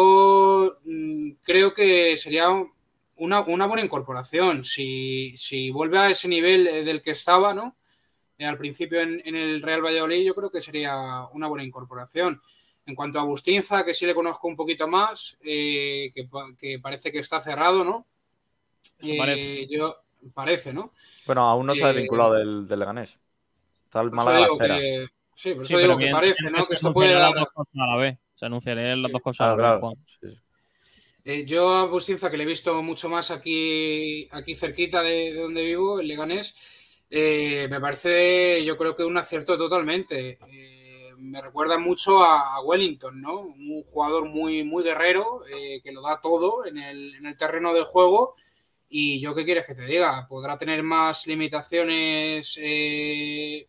yo mmm, creo que sería una, una buena incorporación. Si, si vuelve a ese nivel del que estaba, ¿no? Eh, al principio en, en el Real Valladolid, yo creo que sería una buena incorporación. En cuanto a Bustinza, que sí le conozco un poquito más, eh, que, que parece que está cerrado, ¿no? Eh, parece. Yo, parece, ¿no?
Bueno, aún no se ha
eh,
desvinculado del, del Leganés. Está el
Por eso
Málaga
digo
a la espera.
que, sí, por eso
Sí,
digo
pero
que
bien,
parece,
bien
¿no?
que
Que
se
esto puede
anunciarán
dar.
las dos cosas a la vez. Se anunciarían las
Sí.
dos cosas
Claro,
a la vez,
claro.
Juan.
Sí.
Eh, yo a Bustinza, que le he visto mucho más aquí, aquí cerquita de, de donde vivo, en Leganés, eh, me parece, yo creo que un acierto totalmente. Eh, me recuerda mucho a, a Wellington, ¿no? Un jugador muy, muy guerrero, eh, que lo da todo en el, en el terreno del juego. Y yo, ¿qué quieres que te diga? Podrá tener más limitaciones eh,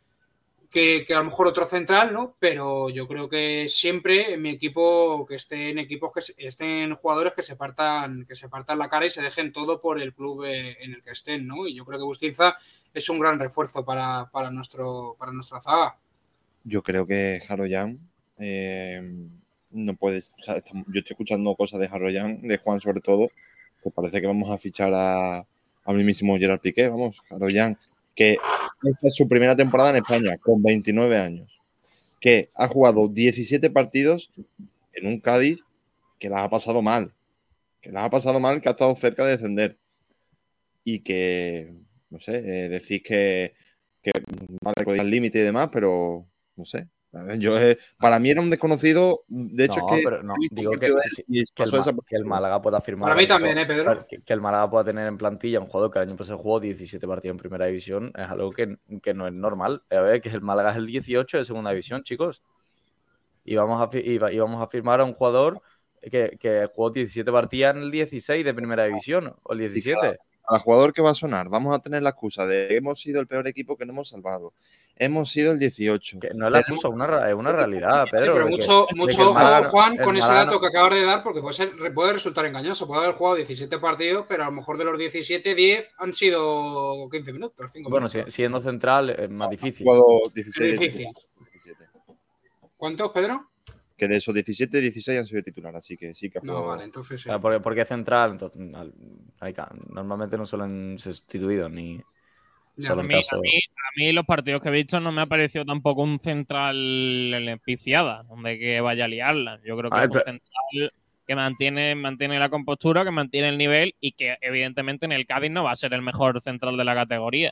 que, que a lo mejor otro central, ¿no? Pero yo creo que siempre en mi equipo, que estén equipos, que estén jugadores que se partan, que se partan la cara y se dejen todo por el club eh, en el que estén, ¿no? Y yo creo que Bustinza es un gran refuerzo para, para, nuestro, para nuestra zaga.
Yo creo que Haroyan eh, no puedes. O sea, yo estoy escuchando cosas de Haroyan, de Juan sobre todo, que parece que vamos a fichar a, a mí mismo Gerard Piqué, vamos, Haroyan, que esta es su primera temporada en España, con veintinueve años, que ha jugado diecisiete partidos en un Cádiz que las ha pasado mal, que las ha pasado mal, que ha estado cerca de descender y que, no sé, eh, decís que, que vale, al límite y demás, pero no sé. Yo, eh, para mí era un desconocido. De hecho,
no,
es que.
Pero no, digo que, que, que, el, que, el Málaga pueda firmar.
Para mí también, ¿eh, Pedro?
Que, que el Málaga pueda tener en plantilla un jugador que el año pasado jugó diecisiete partidos en primera división es algo que, que no es normal. A ver, que el Málaga es el dieciocho de segunda división, chicos. Y vamos a, y, y vamos a firmar a un jugador que, que jugó diecisiete partidas en el dieciséis de primera división o el diecisiete.
Al jugador que va a sonar, vamos a tener la excusa de que hemos sido el peor equipo que no hemos salvado. Hemos sido el dieciocho.
Que no es la excusa, una, es una realidad, Pedro.
Sí, pero mucho,
que,
mucho ojo,
Málaga,
Juan, con ese dato
no...
que acabas de dar, porque puede, ser, puede resultar engañoso. Puede haber jugado diecisiete partidos, pero a lo mejor de los diecisiete, diez han sido quince minutos, cinco
bueno,
minutos.
Si, siendo central es más difícil.
dieciséis,
es difícil. diecisiete. ¿Cuántos, Pedro?
Que de esos diecisiete, dieciséis han sido titular, así que sí que ha
jugado. No, vale, entonces sí.
O sea, porque, porque es central, entonces, hay, normalmente no suelen ser sustituidos ni.
Solo a, mí, caso... a, mí, a mí los partidos que he visto no me ha parecido tampoco un central piciada, donde que vaya a liarla. Yo creo que ah, es un pero... central que mantiene, mantiene la compostura, que mantiene el nivel y que evidentemente en el Cádiz no va a ser el mejor central de la categoría.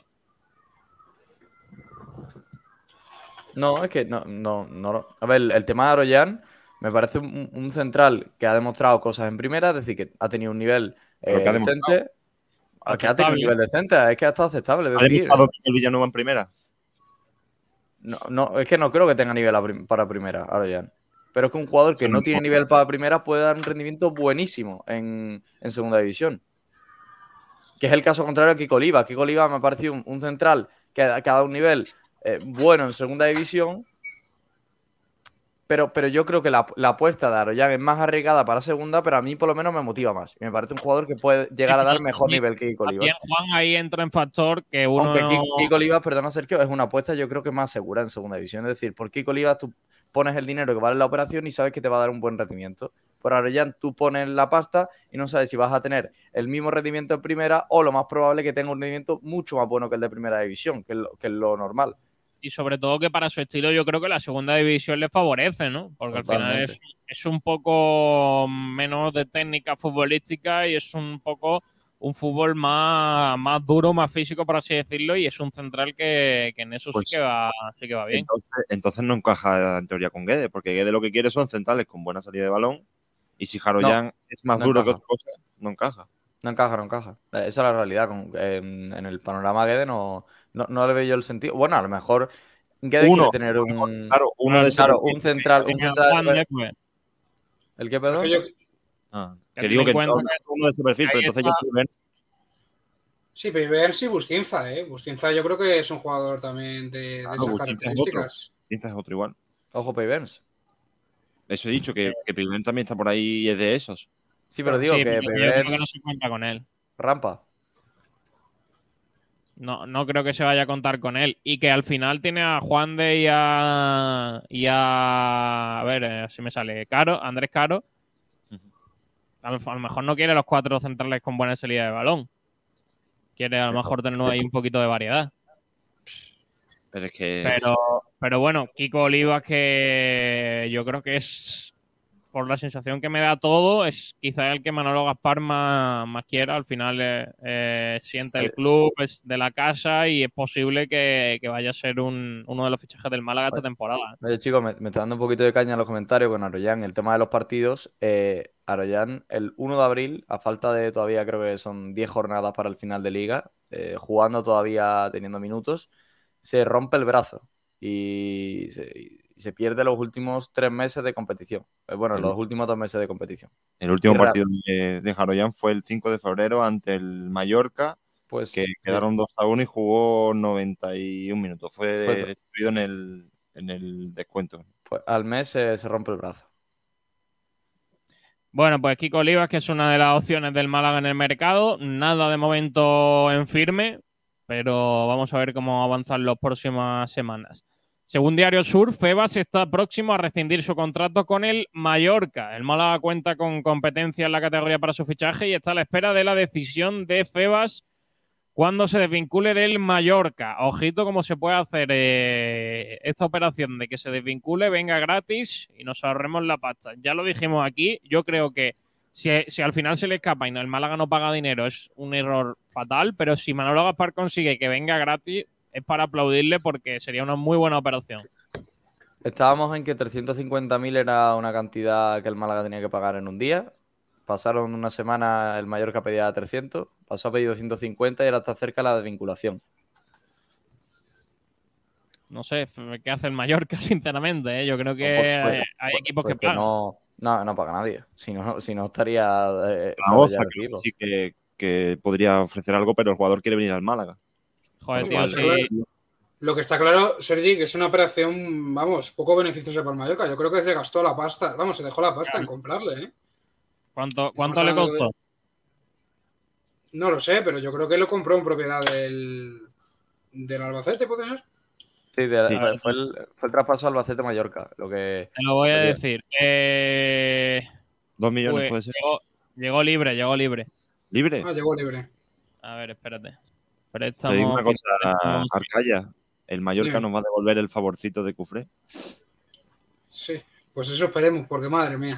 No, es que no, no, no. A ver, el, el tema de Haroyan me parece un, un central que ha demostrado cosas en primera, es decir, que ha tenido un nivel eh,
que ha
decente. Es que ha tenido un nivel decente, es que ha estado aceptable. Es
¿Ha
decir,
demostrado el Villanueva en primera?
No, no, es que no creo que tenga nivel prim para primera, Haroyan. Pero es que un jugador que no tiene nivel para primera puede dar un rendimiento buenísimo en, en segunda división. Que es el caso contrario a Kiko Oliva. Kiko Oliva me ha parecido un, un central que, que ha dado un nivel eh, bueno en segunda división. Pero, pero yo creo que la, la apuesta de Haroyan es más arriesgada para segunda, pero a mí por lo menos me motiva más. Me parece un jugador que puede llegar sí, a dar mejor sí, nivel que Kiko Olivas.
También, Juan, ahí entra en factor que uno...
Aunque Kiko, Kiko Olivas, perdona Sergio, es una apuesta yo creo que más segura en segunda división. Es decir, por Kiko Olivas tú pones el dinero que vale la operación y sabes que te va a dar un buen rendimiento. Por Haroyan tú pones la pasta y no sabes si vas a tener el mismo rendimiento en primera o lo más probable que tenga un rendimiento mucho más bueno que el de primera división, que es lo, que es lo normal.
Y sobre todo que para su estilo yo creo que la segunda división le favorece, ¿no? Porque Totalmente. Al final es, es un poco menos de técnica futbolística y es un poco un fútbol más, más duro, más físico, por así decirlo, y es un central que, que en eso pues, sí, que va, sí que va bien.
Entonces, entonces no encaja en teoría con Guede, porque Guede lo que quiere son centrales con buena salida de balón y si Haroyan no, es más no duro encaja. que otra cosa, no encaja.
No encaja, no encaja. Esa es la realidad. Con, eh, en el panorama Guede no, no, no le veo yo el sentido. Bueno, a lo mejor Guedes
Uno,
quiere tener un.
claro, uno de ese
claro,
perfil.
un central. Un central
Juan de, pues,
¿El qué, perdón?
Es que yo-
Ah,
Que
que digo
ten
que
en cuenta
entonces uno de ese perfil,
ahí
pero entonces
está.
ya Pibens,
Sí, Pibers y Bustinza, ¿eh? Bustinza yo creo que es un jugador también de, de
claro,
esas
Bustinza es otro.
características.
Bustinza es otro igual.
Ojo, Pibens.
Eso he dicho, que, que Pibens también está por ahí y es de esos.
Sí, pero digo
Sí,
que
pero yo creo que no
Pibens.
se cuenta con él.
Rampa.
No, no creo que se vaya a contar con él. Y que al final tiene a Juan de y a. Y a. A ver, eh, si me sale. Caro, Andrés Caro. A lo, a lo mejor no quiere los cuatro centrales con buena salida de balón. Quiere a lo mejor tener ahí un poquito de variedad.
Pero es que.
Pero, pero bueno, Kiko Olivas, que yo creo que es, por la sensación que me da todo, es quizá el que Manolo Gaspar más, más quiera. Al final eh, eh, siente el club, es de la casa y es posible que, que vaya a ser un, uno de los fichajes del Málaga esta temporada.
Oye, chicos, me, me está dando un poquito de caña en los comentarios con Aroyán. El tema de los partidos. Eh, Aroyán, el uno de abril, a falta de todavía creo que son diez jornadas para el final de liga, eh, jugando todavía, teniendo minutos, se rompe el brazo y se, y se pierde los últimos tres meses de competición. Eh, bueno,
El-
los últimos dos meses de competición.
El último
Y ra-
partido de, de Jaroyán fue el cinco de febrero ante el Mallorca,
Pues
que quedaron dos a uno y jugó noventa y un minutos. Fue de-
Pues-
destruido en el, en el descuento.
pues al mes eh, se rompe el brazo.
Bueno, pues Kiko Olivas, que es una de las opciones del Málaga en el mercado. Nada de momento en firme, pero vamos a ver cómo avanzan las próximas semanas. Según Diario Sur, Febas está próximo a rescindir su contrato con el Mallorca. El Málaga cuenta con competencia en la categoría para su fichaje y está a la espera de la decisión de Febas cuando se desvincule del Mallorca. Ojito cómo se puede hacer eh, esta operación de que se desvincule, venga gratis y nos ahorremos la pasta. Ya lo dijimos aquí, yo creo que si, si al final se le escapa y no, el Málaga no paga dinero es un error fatal, pero si Manolo Gaspar consigue que venga gratis es para aplaudirle porque sería una muy buena operación.
Estábamos en que trescientos cincuenta mil era una cantidad que el Málaga tenía que pagar en un día. Pasaron una semana, el Mallorca pedía trescientos, pasó a pedir doscientos cincuenta y ahora está cerca la desvinculación.
No sé qué hace el Mallorca, sinceramente. ¿eh? Yo creo que
Pues- pues-
hay, hay
pues-
equipos
pues
que pagan.
no, no, no paga nadie. Si no, si no estaría eh,
Zaragoza,
fuera ya el
creo
equipo.
que sí que, que podría ofrecer algo, pero el jugador quiere venir al Málaga.
Joder,
Lo
tío,
que
sí.
está claro- Lo que está claro, Sergi, que es una operación, vamos, poco beneficiosa para el Mallorca. Yo creo que se gastó la pasta, vamos, se dejó la pasta en comprarle, ¿eh?
¿Cuánto, cuánto
Estamos
le
hablando
costó?
de- No lo sé, pero yo creo que lo compró en propiedad del, del Albacete, ¿puede ser?
Sí, de-
Sí.
Fue, fue el, fue el traspaso Albacete-Mallorca. Lo que,
Te lo voy a
lo que-
decir. Eh,
Dos millones
pues,
puede ser.
llegó, llegó libre, llegó libre.
¿Libre?
Ah, llegó libre.
A ver, espérate.
Te digo
Préstamo.
una cosa,
préstamo-
Arcaya. El Mallorca
Dime.
nos va a devolver el favorcito de Cufré.
Sí, pues eso esperemos, porque madre mía.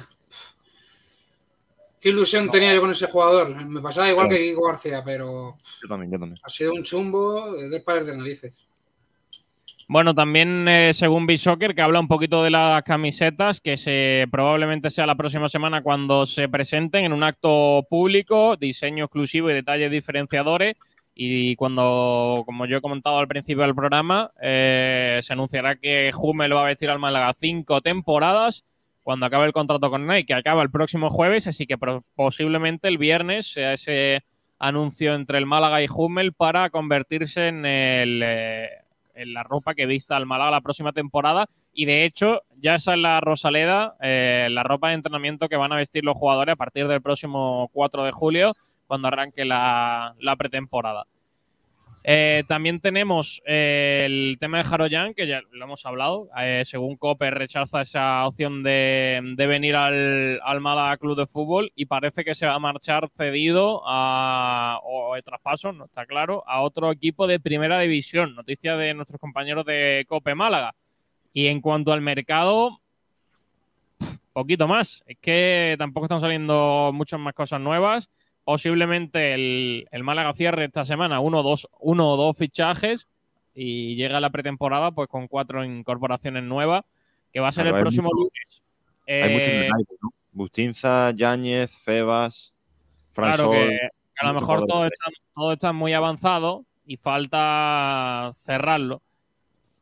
Qué ilusión tenía yo con ese jugador. Me pasaba igual que Kiko García, pero
Yo también, yo también.
ha sido un chumbo de tres pares de narices.
Bueno, también eh, según B-Soccer, que habla un poquito de las camisetas, que se probablemente sea la próxima semana cuando se presenten en un acto público, diseño exclusivo y detalles diferenciadores. Y cuando, como yo he comentado al principio del programa, eh, se anunciará que Hummel va a vestir al Málaga cinco temporadas cuando acabe el contrato con Nike, que acaba el próximo jueves, así que pro- posiblemente el viernes sea ese anuncio entre el Málaga y Hummel para convertirse en, el, eh, en la ropa que vista al Málaga la próxima temporada. Y de hecho, ya esa es la Rosaleda, eh, la ropa de entrenamiento que van a vestir los jugadores a partir del próximo cuatro de julio, cuando arranque la, la pretemporada. Eh, también tenemos eh, el tema de Jaroyán, que ya lo hemos hablado. Eh, según COPE, rechaza esa opción de, de venir al, al Málaga Club de Fútbol y parece que se va a marchar cedido a, o de traspaso, no está claro, a otro equipo de primera división. Noticia de nuestros compañeros de COPE Málaga. Y en cuanto al mercado, poquito más. Es que tampoco están saliendo muchas más cosas nuevas. Posiblemente el, el Málaga cierre esta semana uno o dos, uno o dos fichajes y llega a la pretemporada pues con cuatro incorporaciones nuevas, que va a ser
Claro,
el
hay
próximo
mucho-
lunes.
Hay muchos en
Eh,
el aire, ¿no? Bustinza, Yáñez, Febas,
claro
Fransol.
que, que a lo
muchos
mejor todo
jugadores.
está, todo está muy avanzado y falta cerrarlo.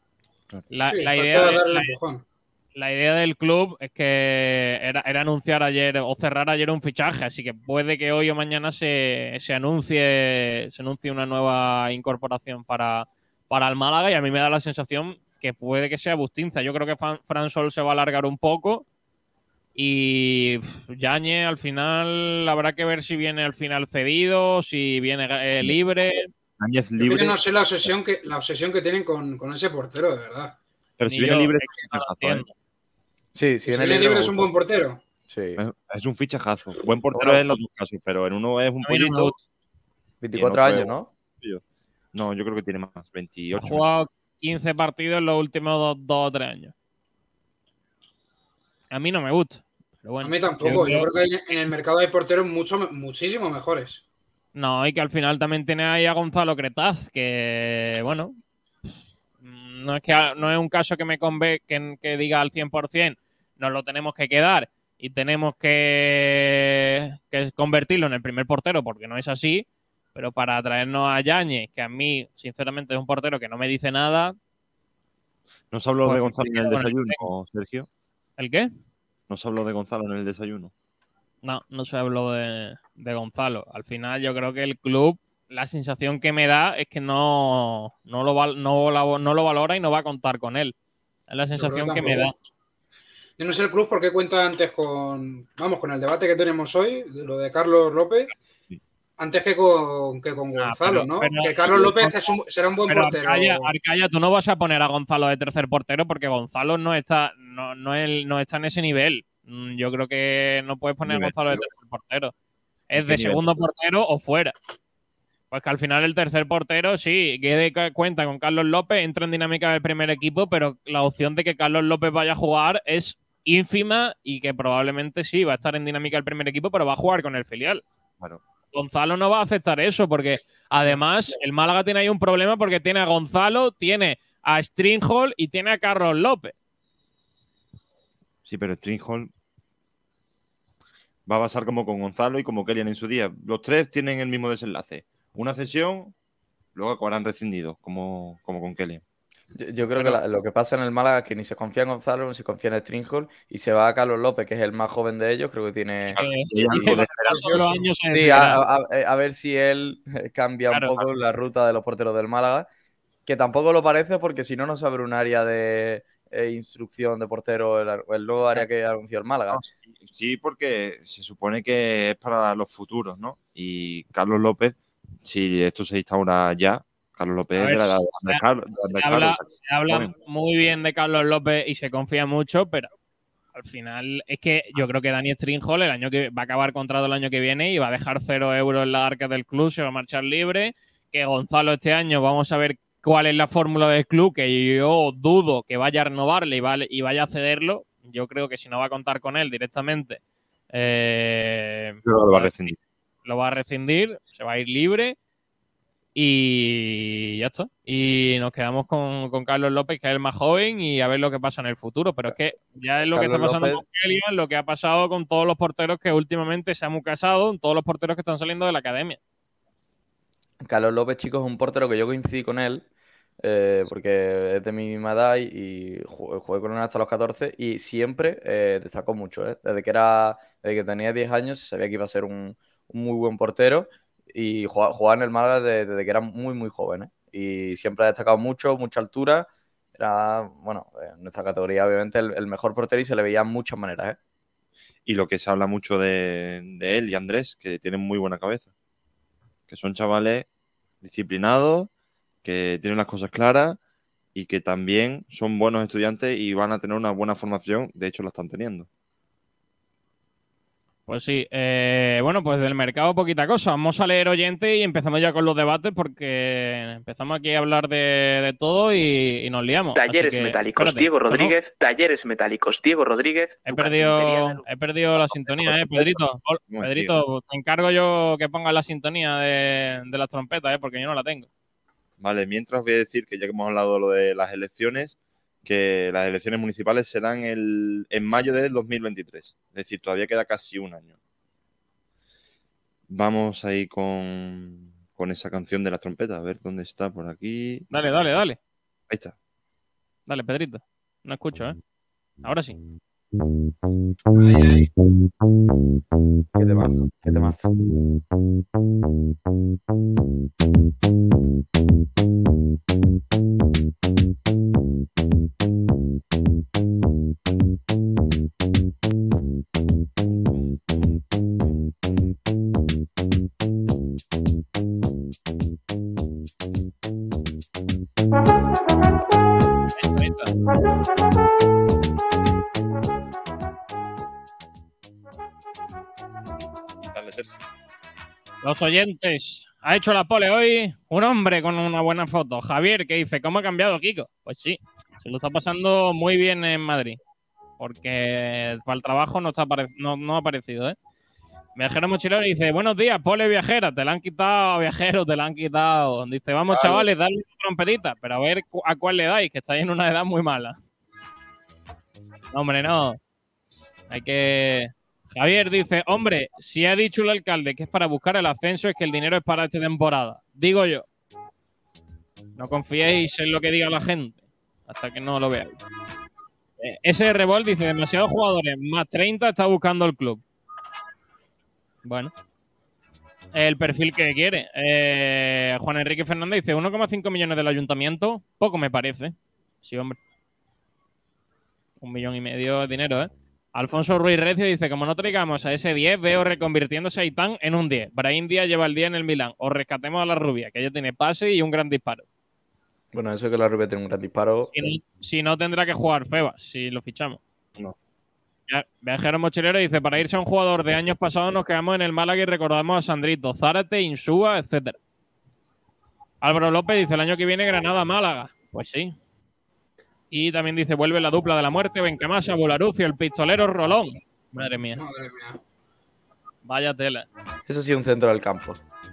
La,
Sí,
la
falta
idea de-
darle el
la-
empujón.
La idea del club es que era, era anunciar ayer o cerrar ayer un fichaje, así que puede que hoy o mañana se, se anuncie se anuncie una nueva incorporación para, para el Málaga y a mí me da la sensación que puede que sea Bustinza. Yo creo que Fran, Fran Sol se va a alargar un poco y pff, Yañez al final habrá que ver si viene al final cedido, si viene eh, libre.
Áñez
Yo, que
libre.
yo no sé la obsesión que, la obsesión que tienen con, con ese portero, de verdad.
Pero si viene libre es un fichajazo, ¿eh?
Sí,
Si viene libre es un buen portero.
Sí.
Es, es un fichajazo. Buen portero es en los dos casos, pero en uno es un
A mí no me
pollito.
gusta.
veinticuatro años, ¿no?
No, yo creo que tiene más,
Ha
veintiocho.
jugado quince partidos en los últimos dos, dos o tres años. A mí no me gusta. Pero bueno,
A mí tampoco.
yo
Yo
creo-
creo que hay- en el mercado hay porteros mucho, muchísimo mejores.
No, y que al final también tiene ahí a Gonzalo Cretaz, que bueno, no es que no es un caso que me conve que, que diga al cien por ciento, nos lo tenemos que quedar y tenemos que, que convertirlo en el primer portero, porque no es así, pero para traernos a Yañez, que a mí, sinceramente, es un portero que no me dice nada.
¿No se habló
Pues,
de Gonzalo en el
con el
desayuno, Sergio?
¿El qué?
¿No se habló de Gonzalo en el desayuno?
No, no se habló de, de Gonzalo. Al final yo creo que el club, la sensación que me da es que no, no, lo, val- no, la- no lo valora y no va a contar con él. Es la sensación que me da.
Yo no sé el club por qué cuenta antes con, vamos, con el debate que tenemos hoy, de lo de Carlos López, antes que con, que con
Ah,
Gonzalo,
pero-
¿no?
pero-
que Carlos López es un- será un buen
Pero
portero.
Arcaya, Arcaya, tú no vas a poner a Gonzalo de tercer portero porque Gonzalo no está, no, no, es- no está en ese nivel. Mm, Yo creo que no puedes poner a
nivel,
Gonzalo de
tío?
tercer portero.
¿En
Es
qué
de
nivel?
segundo portero o fuera. Pues que al final el tercer portero sí, que de ca- cuenta con Carlos López, entra en dinámica del primer equipo, pero la opción de que Carlos López vaya a jugar es ínfima y que probablemente sí va a estar en dinámica del primer equipo, pero va a jugar con el filial.
Claro.
Gonzalo no va a aceptar eso porque además el Málaga tiene ahí un problema porque tiene a Gonzalo, tiene a Stringhall y tiene a Carlos López.
Sí, pero Stringhall va a pasar como con Gonzalo y como Kellyan en su día. Los tres tienen el mismo desenlace. Una cesión, luego acabarán rescindidos, como, como con Kellyan.
Yo, yo creo que la- lo que pasa en el Málaga es que ni se confía en Gonzalo, ni se confía en Stringhall, y se va a Carlos López, que es el más joven de ellos, creo que tiene...
Eh,
Sí, algo de esperanza.
los años se
Sí, a,
decidirán.
a- a ver si él cambia
Claro.
un poco la ruta de los porteros del Málaga, que tampoco lo parece porque si no, no se abre un área de eh, instrucción de portero, el, el nuevo área que anunció el Málaga.
No, sí, sí, porque se supone que es para los futuros, ¿no? Y Carlos López, si esto se instaura ya, Carlos López
A
es
ver,
de la edad de
se-
Andrés Carlos. de Andrés
Se habla,
Carlos,
se habla
joven.
muy bien de Carlos López y se confía mucho, pero al final es que yo creo que Dani Stringhall el año que va a acabar contrato el año que viene y va a dejar cero euros en la arca del club, se va a marchar libre. Que Gonzalo este año vamos a ver cuál es la fórmula del club, que yo dudo que vaya a renovarle y, vale, y vaya a cederlo. Yo creo que si no va a contar con él directamente, eh,
Pero lo va a rescindir.
lo va a rescindir, se va a ir libre y ya está. Y nos quedamos con, con Carlos López, que es el más joven, y a ver lo que pasa en el futuro. Pero es que ya es lo que
Carlos
está pasando
López-
con Kellyan, lo que ha pasado con todos los porteros que últimamente se han casado, todos los porteros que están saliendo de la academia.
Carlos López, chicos, es un portero que yo coincidí con él, eh, porque es de mi misma edad y, y ju- jugué con él hasta los catorce y siempre eh, destacó mucho, ¿eh? Desde que era, desde que tenía diez años se sabía que iba a ser un, un muy buen portero y jugaba, jugaba en el Málaga desde, desde que era muy, muy joven, ¿eh? Y siempre ha destacado mucho, mucha altura. Era, bueno, en nuestra categoría obviamente el, el mejor portero y se le veía en muchas maneras, ¿eh?
Y lo que se habla mucho de, de él y Andrés, que tienen muy buena cabeza. Que son chavales disciplinados, que tienen las cosas claras y que también son buenos estudiantes y van a tener una buena formación. De hecho, la están teniendo.
Pues sí, eh, bueno, pues del mercado poquita cosa. Vamos a leer oyentes y empezamos ya con los debates porque empezamos aquí a hablar de, de todo y, y nos liamos.
Talleres
Así que,
Metálicos
espérate,
Diego
¿sonó?
Rodríguez, Talleres Metálicos Diego Rodríguez.
He
tu
perdido,
carpintería
he perdido la sintonía, eh, Pedrito. Ol-
No,
Pedrito, te encargo yo que pongas la sintonía de, de las trompetas, eh, porque yo no la tengo.
Vale, mientras voy a decir que ya que hemos hablado de lo de las elecciones, que las elecciones municipales serán el, en mayo del dos mil veintitrés. Es decir, todavía queda casi un año. Vamos ahí con, con esa canción de las trompetas. A ver dónde está por aquí.
Dale, dale, dale.
Ahí está.
Dale, Pedrito. No escucho, ¿eh? Ahora sí.
Ay, ay.
Qué temazo, qué temazo.
Dale, Sergio.
Los oyentes. Ha hecho la pole hoy un hombre con una buena foto. Javier, que dice, ¿cómo ha cambiado Kiko? Pues sí, se lo está pasando muy bien en Madrid. Porque para el trabajo no, está apare- no, no ha aparecido, ¿eh? Viajero Mochilero dice, buenos días, pole viajera. Te la han quitado, viajero, te la han quitado. Dice, vamos,
Vale.
chavales, dale una trompetita. Pero a ver cu- a cuál le dais, que estáis en una edad muy mala. No, hombre, no. Hay que... Javier dice, hombre, si ha dicho el alcalde que es para buscar el ascenso, es que el dinero es para esta temporada. Digo yo. No confiéis en lo que diga la gente hasta que no lo veáis. Eh, ese Revolt dice, demasiados jugadores, más treinta está buscando el club. Bueno. El perfil que quiere. Eh, Juan Enrique Fernández dice, uno coma cinco millones del ayuntamiento, poco me parece. Sí, hombre. Un millón y medio de dinero, ¿eh? Alfonso Ruiz Recio dice, como no traigamos a ese diez, veo reconvirtiéndose a Aitán en un diez. Brahim Díaz lleva el diez en el Milán. O rescatemos a la rubia, que ella tiene pase y un gran disparo.
Bueno, eso que la Rubia tiene un gran disparo.
Si no, si no tendrá que jugar Febas, si lo fichamos.
No.
Ya, Viajero Mochilero dice, para irse a un jugador de años pasados nos quedamos en el Málaga y recordamos a Sandrito, Zárate, Insúa, etcétera. Álvaro López dice, el año que viene Granada-Málaga. Pues sí. Y también dice, vuelve la dupla de la muerte, Bencamasa, Bolarucio, el pistolero Rolón. Madre mía.
Madre mía.
Vaya tela.
Eso sí, un centro del campo.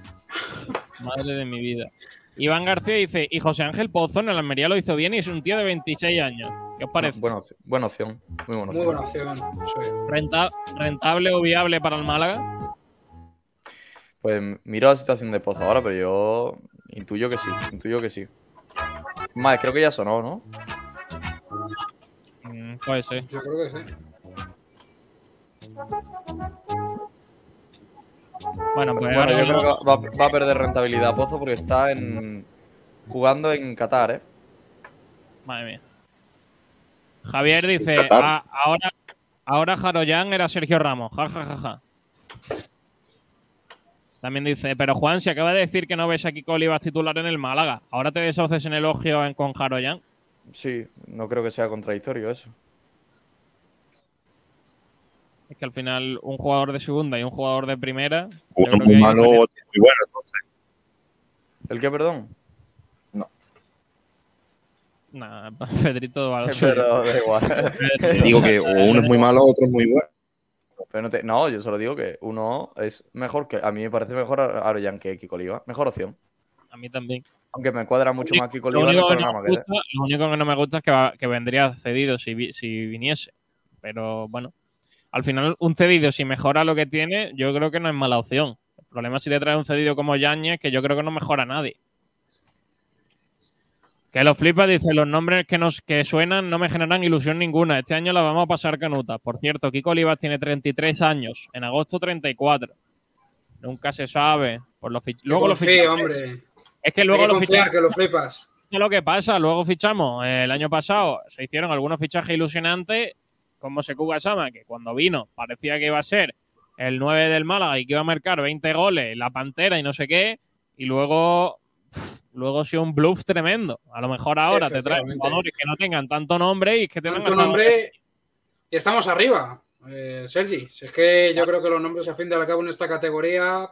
Madre de mi vida. Iván García dice, y José Ángel Pozo en el Almería lo hizo bien y es un tío de veintiséis años. ¿Qué os parece?
Buena opción. Buena opción. Muy buena
Muy
opción.
buena opción. Sí.
Renta- ¿Rentable o viable para el Málaga?
Pues miro la situación de Pozo ahora, pero yo intuyo que sí. Intuyo que sí. Más, creo que ya sonó, ¿no?
Mm, puede ser.
Yo creo que sí.
Bueno, pues
Bueno,
ahora
yo creo
mismo-
que va, va a perder rentabilidad Pozo porque está en jugando en Qatar, ¿eh?
Madre mía. Javier dice,
Qatar.
"Ah, ahora, ahora Jaroyan era Sergio Ramos. Ja, ja, ja, ja. También dice, pero Juan, si acaba de decir que no ves a Kiko Olivas titular en el Málaga, ¿ahora te deshaces en elogio en, con Jaroyan?
Sí, no creo que sea contradictorio eso.
Es que al final un jugador de segunda y un jugador de primera... yo
Uno
creo que
muy
hay
malo,
diferencia.
otro muy bueno, entonces.
¿El qué, perdón?
Nah, Pedrito va a lo
Pero
suyo.
da igual.
Te digo que o uno es muy malo, otro es muy bueno.
Pero no, te- no, yo solo digo que uno es mejor que. A mí me parece mejor Aroyan que Kiko Oliva. Mejor opción.
A mí también.
Aunque me cuadra mucho más Kiko
Lo
Oliva en el
único, que no
programa
me
que
gusta, lo único que no me gusta es que, va- que vendría cedido si, vi- si viniese. Pero bueno, al final un cedido, si mejora lo que tiene, yo creo que no es mala opción. El problema es si te trae un cedido como Yáñez, que yo creo que no mejora a nadie. Que lo flipa, dice, los nombres que nos que suenan no me generan ilusión ninguna. Este año la vamos a pasar canuta. Por cierto, Kiko Olivas tiene treinta y tres años. En agosto treinta y cuatro. Nunca se sabe. Por los fich- luego los
confíe,
fichajes-
hombre.
Es que luego
Hay que
los
confiar,
fichajes...
que lo flipas.
Eso es lo que pasa. Luego fichamos. eh, el año pasado se hicieron algunos fichajes ilusionantes, como Sekou Gassama, que cuando vino parecía que iba a ser el nueve del Málaga y que iba a marcar veinte goles, la Pantera y no sé qué. Y luego, pff, luego ha sido un bluff tremendo. A lo mejor ahora te traen
Efectivamente.
jugadores que no tengan tanto nombre y que tengan
Tanto
hasta-
nombre y estamos arriba, eh, Sergi. Si es que yo creo que los nombres a fin de al cabo en esta categoría,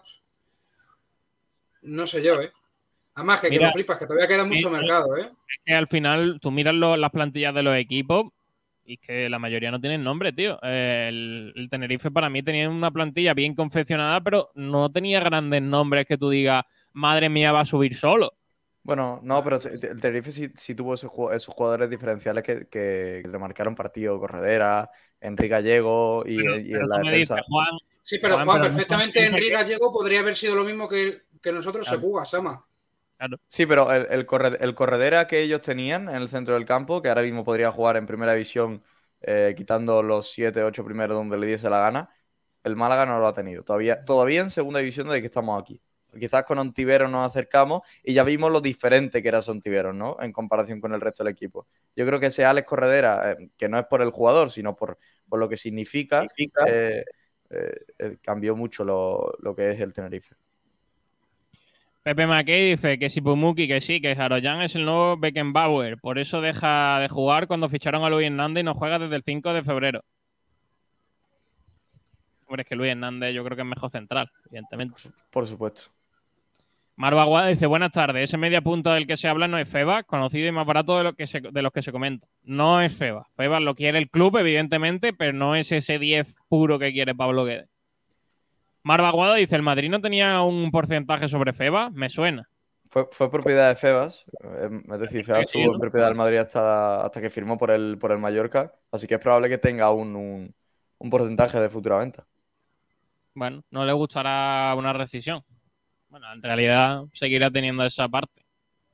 no sé yo, ¿eh? Además que, que
Mira,
lo flipas, que todavía queda mucho
mira,
mercado, ¿eh?
Es que al final tú miras lo- las plantillas de los equipos y es que la mayoría no tienen nombre, tío. Eh, El, el Tenerife para mí tenía una plantilla bien confeccionada, pero no tenía grandes nombres que tú digas, madre mía, va a subir solo.
Bueno, no, pero el Tenerife sí, sí tuvo esos, ju- esos jugadores diferenciales que, que, que le marcaron partido. Corredera, Enrique Gallego y,
Pero,
y
pero
en la
tú me
defensa.
dices, Juan,
Sí, pero
Juan,
Juan,
pero no
perfectamente
consciente
Enrique
que-
Gallego podría haber sido lo mismo que, que nosotros
Claro.
Sekou Gassama.
Claro.
Sí, pero el, el, corred el corredera que ellos tenían en el centro del campo, que ahora mismo podría jugar en primera división, eh, quitando los siete, ocho primeros donde le diese la gana, el Málaga no lo ha tenido. Todavía, todavía en segunda división desde que estamos aquí. Quizás con Ontiveros nos acercamos y ya vimos lo diferente que era Ontiveros, ¿no? En comparación con el resto del equipo. Yo creo que ese Alex Corredera, eh, que no es por el jugador, sino por, por lo que significa, significa. Eh, eh, cambió mucho lo, lo que es el Tenerife.
Pepe Mackey dice que si Pumuki, que sí, que Jaroyan es el nuevo Beckenbauer. Por eso deja de jugar cuando ficharon a Luis Hernández y no juega desde el cinco de febrero. Hombre, es que Luis Hernández yo creo que es mejor central, evidentemente.
Por supuesto.
Marva Aguada dice, buenas tardes. Ese media punta del que se habla no es Febas, conocido y más barato de, lo que se, de los que se comenta. No es Febas. Febas lo quiere el club, evidentemente, pero no es ese diez puro que quiere Pablo Guedes. Marva Aguada dice, ¿el Madrid no tenía un porcentaje sobre Febas? Me suena.
Fue, fue propiedad de Febas, es decir, Febas estuvo en propiedad del Madrid hasta, hasta que firmó por el, por el Mallorca, así que es probable que tenga un, un, un porcentaje de futura venta.
Bueno, no le gustará una rescisión. Bueno, en realidad seguirá teniendo esa parte.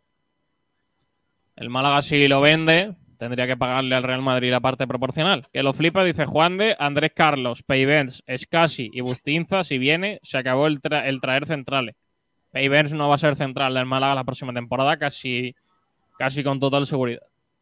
El Málaga, si lo vende, tendría que pagarle al Real Madrid la parte proporcional. Que lo flipa, dice Juan de Andrés Carlos, Peivens, Escasi y Bustinza. Si viene, se acabó el, tra el traer centrales. Peivens no va a ser central del Málaga la próxima temporada, casi, casi con total seguridad.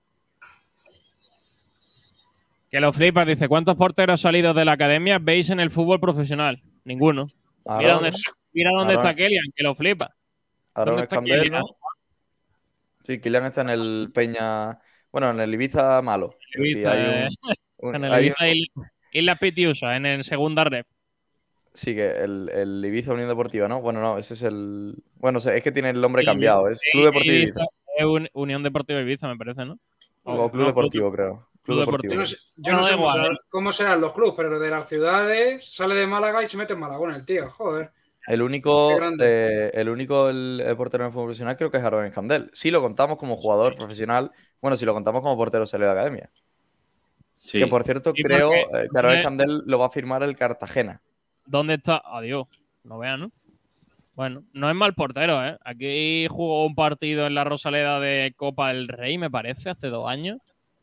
Que lo flipa, dice, ¿cuántos porteros salidos de la academia veis en el fútbol profesional? Ninguno. Aaron, mira dónde, mira dónde Aaron, está Kylian, que lo flipa.
Aaron Escandel, ¿no? Sí, Kylian está en el Peña... Bueno, en el Ibiza malo.
El Ibiza, sí, hay un, un, en el Ibiza un... Isla Pitiusa, en el segunda red.
Sí, que el, el Ibiza Unión Deportiva, ¿no? Bueno, no, ese es el... Bueno, es que tiene el nombre sí, cambiado, es sí, Club Deportivo Ibiza.
Ibiza. Es un, Unión Deportiva Ibiza, me parece, ¿no?
O, o Club no, Deportivo, Club, creo. Club Deportivo.
Yo no sé, yo no no sé cómo, serán, cómo serán los clubes, pero de las ciudades sale de Málaga y se mete en Malagón el tío, joder.
El único, eh, el único el, el portero en el fútbol profesional creo que es Aaron Escandel. Si lo contamos como jugador profesional, bueno, si lo contamos como portero salió de academia. Sí. Que por cierto, sí, creo porque, que Aaron Escandel lo va a firmar el Cartagena.
¿Dónde está? Adiós. No vean, ¿no? Bueno, no es mal portero, ¿eh? Aquí jugó un partido en la Rosaleda de Copa del Rey, me parece, hace dos años.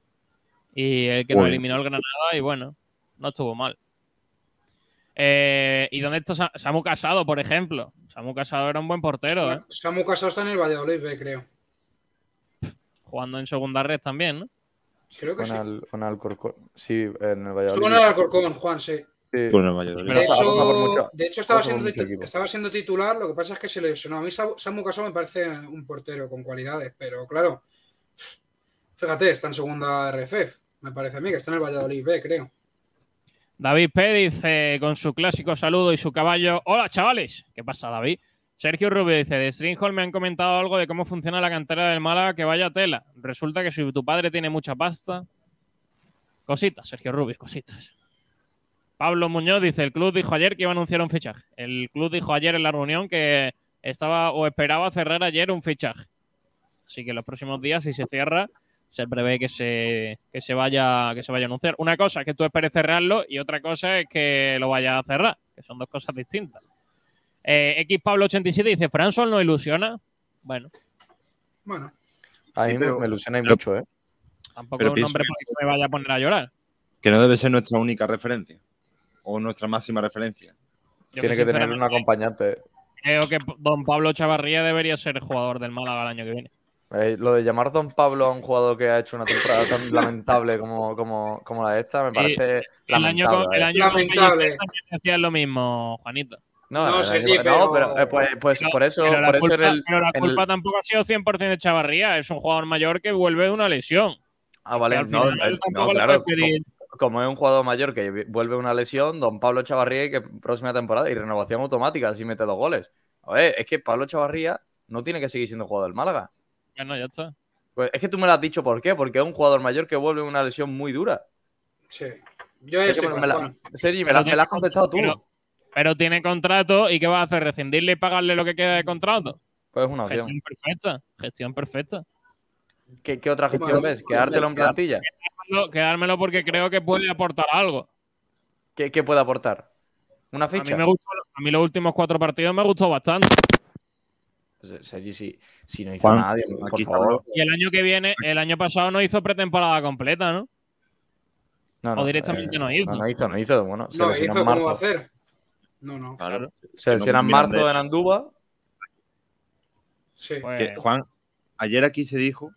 Y el que nos eliminó el Granada, y bueno, no estuvo mal. Eh, ¿Y dónde está Samu Casado, por ejemplo? Samu Casado era un buen portero, ¿eh?
Samu Casado está en el Valladolid, creo.
Jugando en segunda red también, ¿no?
Creo que
con
sí.
Al, con Alcorcón. Sí, en el Valladolid.
Estuvo en el Alcorcón, Juan, sí.
Sí.
Con el Valladolid.
De hecho, de hecho estaba, siendo estaba siendo titular, lo que pasa es que se lesionó. A mí Samu Casado me parece un portero con cualidades, pero claro, fíjate, está en segunda R F F. Me parece a mí que está en el Valladolid B, creo.
David P. dice, con su clásico saludo y su caballo, hola chavales. ¿Qué pasa, David? Sergio Rubio dice, de Stringhold me han comentado algo de cómo funciona la cantera del Málaga, que vaya tela. Resulta que si tu padre tiene mucha pasta... Cositas, Sergio Rubio, cositas. Pablo Muñoz dice, el club dijo ayer que iba a anunciar un fichaje. El club dijo ayer en la reunión que estaba o esperaba cerrar ayer un fichaje. Así que en los próximos días, si se cierra... se prevé que se, que, se vaya, que se vaya a anunciar. Una cosa es que tú esperes cerrarlo y otra cosa es que lo vaya a cerrar, que son dos cosas distintas. Eh, X Pablo ochenta y siete dice, ¿Fransol no ilusiona? Bueno.
Bueno.
A mí sí, pero, me ilusiona pero, mucho, ¿eh?
Tampoco es un nombre para que me vaya a poner a llorar.
Que no debe ser nuestra única referencia o nuestra máxima referencia.
Yo Tiene que, que tener un acompañante.
Creo que don Pablo Chavarría debería ser el jugador del Málaga el año que viene.
Eh, lo de llamar Don Pablo a un jugador que ha hecho una temporada tan lamentable como, como, como la de esta me parece
el
lamentable.
Año, el año
lamentable.
Hacía lo mismo, Juanito.
No, no, sí, año, pero, no pero, eh, pues, pues pero, por eso,
pero
por
culpa,
eso en el,
pero la culpa
el...
tampoco ha sido cien por ciento de Chavarría. Es un jugador mayor que vuelve de una lesión.
Ah, vale. No, no, no, claro. Como, como es un jugador mayor que vuelve de una lesión, Don Pablo Chavarría y que próxima temporada y renovación automática, así mete dos goles. A ver, es que Pablo Chavarría no tiene que seguir siendo jugador del Málaga.
Ya no, ya está.
Pues es que tú me lo has dicho por qué, porque es un jugador mayor que vuelve una lesión muy dura.
Sí. Yo es
que me, me la, Sergi, me la, me la has contestado tú.
Pero, pero tiene contrato y ¿qué vas a hacer? ¿Rescindirle y pagarle lo que queda de contrato?
Pues es una opción.
Gestión perfecta. Gestión perfecta.
¿Qué, qué otra gestión bueno, ves? ¿Quedártelo en plantilla?
Quedármelo, quedármelo porque creo que puede aportar algo.
¿Qué, qué puede aportar? ¿Una ficha?
A mí, me gustó, a mí los últimos cuatro partidos me gustó bastante.
Sergi, si, si no hizo
Juan,
nadie, por
aquí
favor.
Y el año que viene, el año pasado no hizo pretemporada completa, ¿no?
No, no,
o directamente
eh,
no hizo.
No, no hizo, no hizo. Bueno, se
No,
lesionó
hizo,
en marzo.
¿cómo va a hacer? No, no.
Claro.
Se lesionó en marzo en Andúba.
Sí.
Pues,
Que, Juan, ayer aquí se dijo,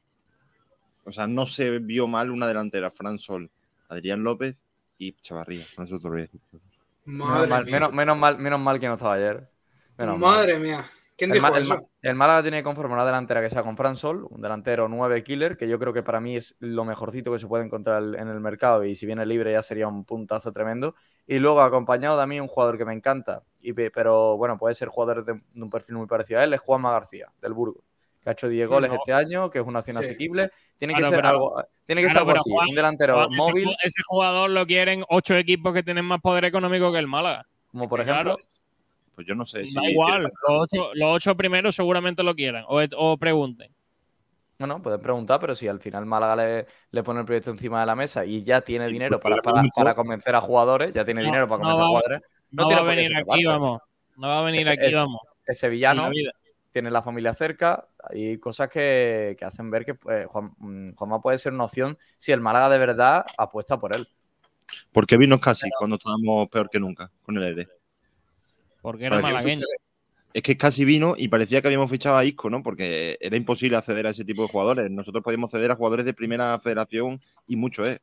o sea, no se vio mal una delantera, Fran Sol, Adrián López y Chavarría. Con eso te lo voy a decir.
Menos
Madre
mal,
mía.
menos, menos mal, menos mal que no estaba ayer. Menos
Madre
mal.
mía. ¿Quién
El,
dijo
Ma- el,
eso?
Ma- el Málaga tiene que conformar una delantera que sea con Fran Sol, un delantero nueve killer, que yo creo que para mí es lo mejorcito que se puede encontrar en el mercado, y si viene libre ya sería un puntazo tremendo. Y luego acompañado de a mí un jugador que me encanta, y, pe- pero bueno, puede ser jugador de, de un perfil muy parecido a él, es Juanma García, del Burgos, que ha hecho diez goles
No.
este año, que es una opción
Sí.
asequible. Tiene que
Claro,
ser
pero-
algo, tiene que ser
claro,
algo
pero
así,
Juan-
un delantero
Juan, ese
móvil,
ju- Ese jugador lo quieren ocho equipos que tienen más poder económico que el Málaga.
como por
Que claro,
ejemplo.
Pues yo no sé si.
da igual, los ocho, los ocho primeros seguramente lo quieran. O, o pregunten.
No, no, pueden preguntar, pero si al final Málaga le, le pone el proyecto encima de la mesa y ya tiene dinero
pues
para,
le
para,
pregunto.
para convencer a jugadores, ya tiene
No,
dinero para
no
convencer a
va-
jugadores, no,
No,
tiene
va a
por qué
venir aquí,
escaparse.
vamos. No va a venir
Ese-
aquí,
ese-
vamos.
Es sevillano,
En la vida.
tiene la familia cerca, hay cosas que, que hacen ver que pues, Juan, mm, Juanma puede ser una opción si el Málaga de verdad apuesta por él.
¿Por qué vino casi cuando estábamos peor que nunca con el E R E?
Porque era
Parecía un
malagueño.
fichaje. Es que casi vino y parecía que habíamos fichado a Isco, ¿no? Porque era imposible acceder a ese tipo de jugadores. Nosotros podíamos acceder a jugadores de primera federación y mucho es.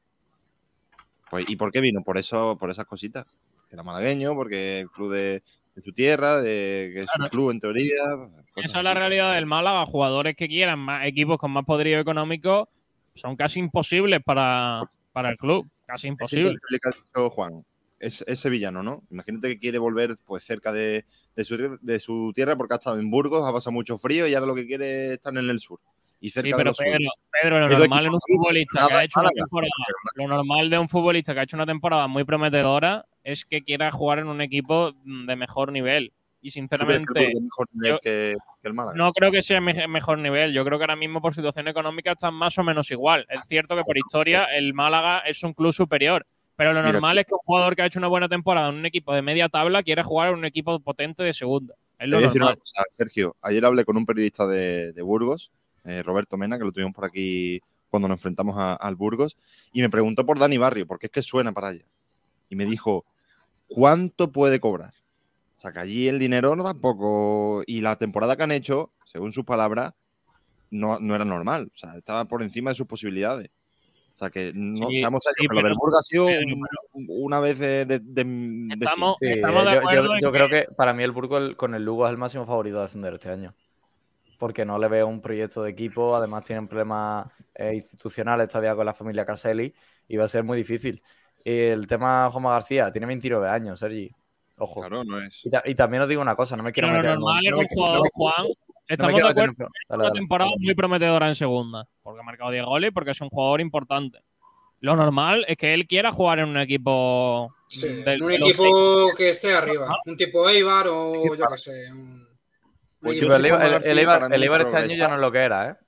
Pues, ¿y por qué vino? Por eso, por esas cositas. Era malagueño, porque el club de, de su tierra, de que es
Claro.
su club en teoría. cosas
Esa es la
así.
realidad del Málaga. Jugadores que quieran más equipos con más poderío económico son casi imposibles para, para el club. Casi
Ese
imposible.
perfil que ha dicho Juan es, es sevillano, ¿no? Imagínate que quiere volver pues cerca de, de, su, de su tierra porque ha estado en Burgos, ha pasado mucho frío y ahora lo que quiere es estar en el sur. Y cerca
Sí,
de
pero
los suyos.
Pedro, Pedro, lo
Hay dos
normal en un
equipos andaluzos,
futbolista que
Granada
ha
y
hecho una
Málaga.
temporada, lo normal de un futbolista que ha hecho una temporada muy prometedora es que quiera jugar en un equipo de mejor nivel. Y
¿Tú crees que el
sinceramente,
Burgos es mejor nivel
yo-
que, que el Málaga?
no creo que sea me- mejor nivel. Yo creo que ahora mismo por situación económica están más o menos igual. Es cierto que por historia el Málaga es un club superior. Pero lo
Mira,
normal es que un jugador que ha hecho una buena temporada en un equipo de media tabla quiera jugar en un equipo potente de segunda. Es
Te
lo
voy a decir
normal.
una cosa, Sergio. Ayer hablé con un periodista de, de Burgos, eh, Roberto Mena, que lo tuvimos por aquí cuando nos enfrentamos a- al Burgos, y me preguntó por Dani Barrio, porque es que suena para allá. Y me dijo, ¿cuánto puede cobrar? O sea, que allí el dinero no tampoco. Y la temporada que han hecho, según sus palabras, no, no era normal. O sea, estaba por encima de sus posibilidades. O sea, que no
Sí,
seamos
sí,
serios, que lo
pero-
del Burgos ha sido
Pedro,
un- una vez de, de, de- de
Estamos-
Sí,
Estamos de
yo, yo-
acuerdo en
yo
que-
creo que para mí el Burgos el- con el Lugo es el máximo favorito de ascender este año. Porque no le veo un proyecto de equipo, además tienen problemas eh, institucionales todavía con la familia Caselli y va a ser muy difícil. Y el tema Juanma García, tiene veintinueve años, Sergi. Ojo.
Claro, no es.
Y, ta- y también os digo una cosa, no me quiero
Pero lo
meter en
normal
un-
es
no
que
me
un
quiero-
jugador,
no me-
Juan,
no me
estamos
quiero
de
meter en
acuerdo
un-
que es
dale,
una
dale.
temporada muy prometedora en segunda, porque ha marcado diez goles y porque es un jugador importante. Lo normal es que él quiera jugar en un equipo
Sí,
de,
en un
de los
equipo que esté arriba. Un tipo Eibar o yo qué sé. Un,
Pues
un
Sí,
equipo
pero el
así.
Eibar,
Juanma
el-
García
el Eibar-
para mí
el Eibar este año
progresa.
ya no es lo que era, ¿eh?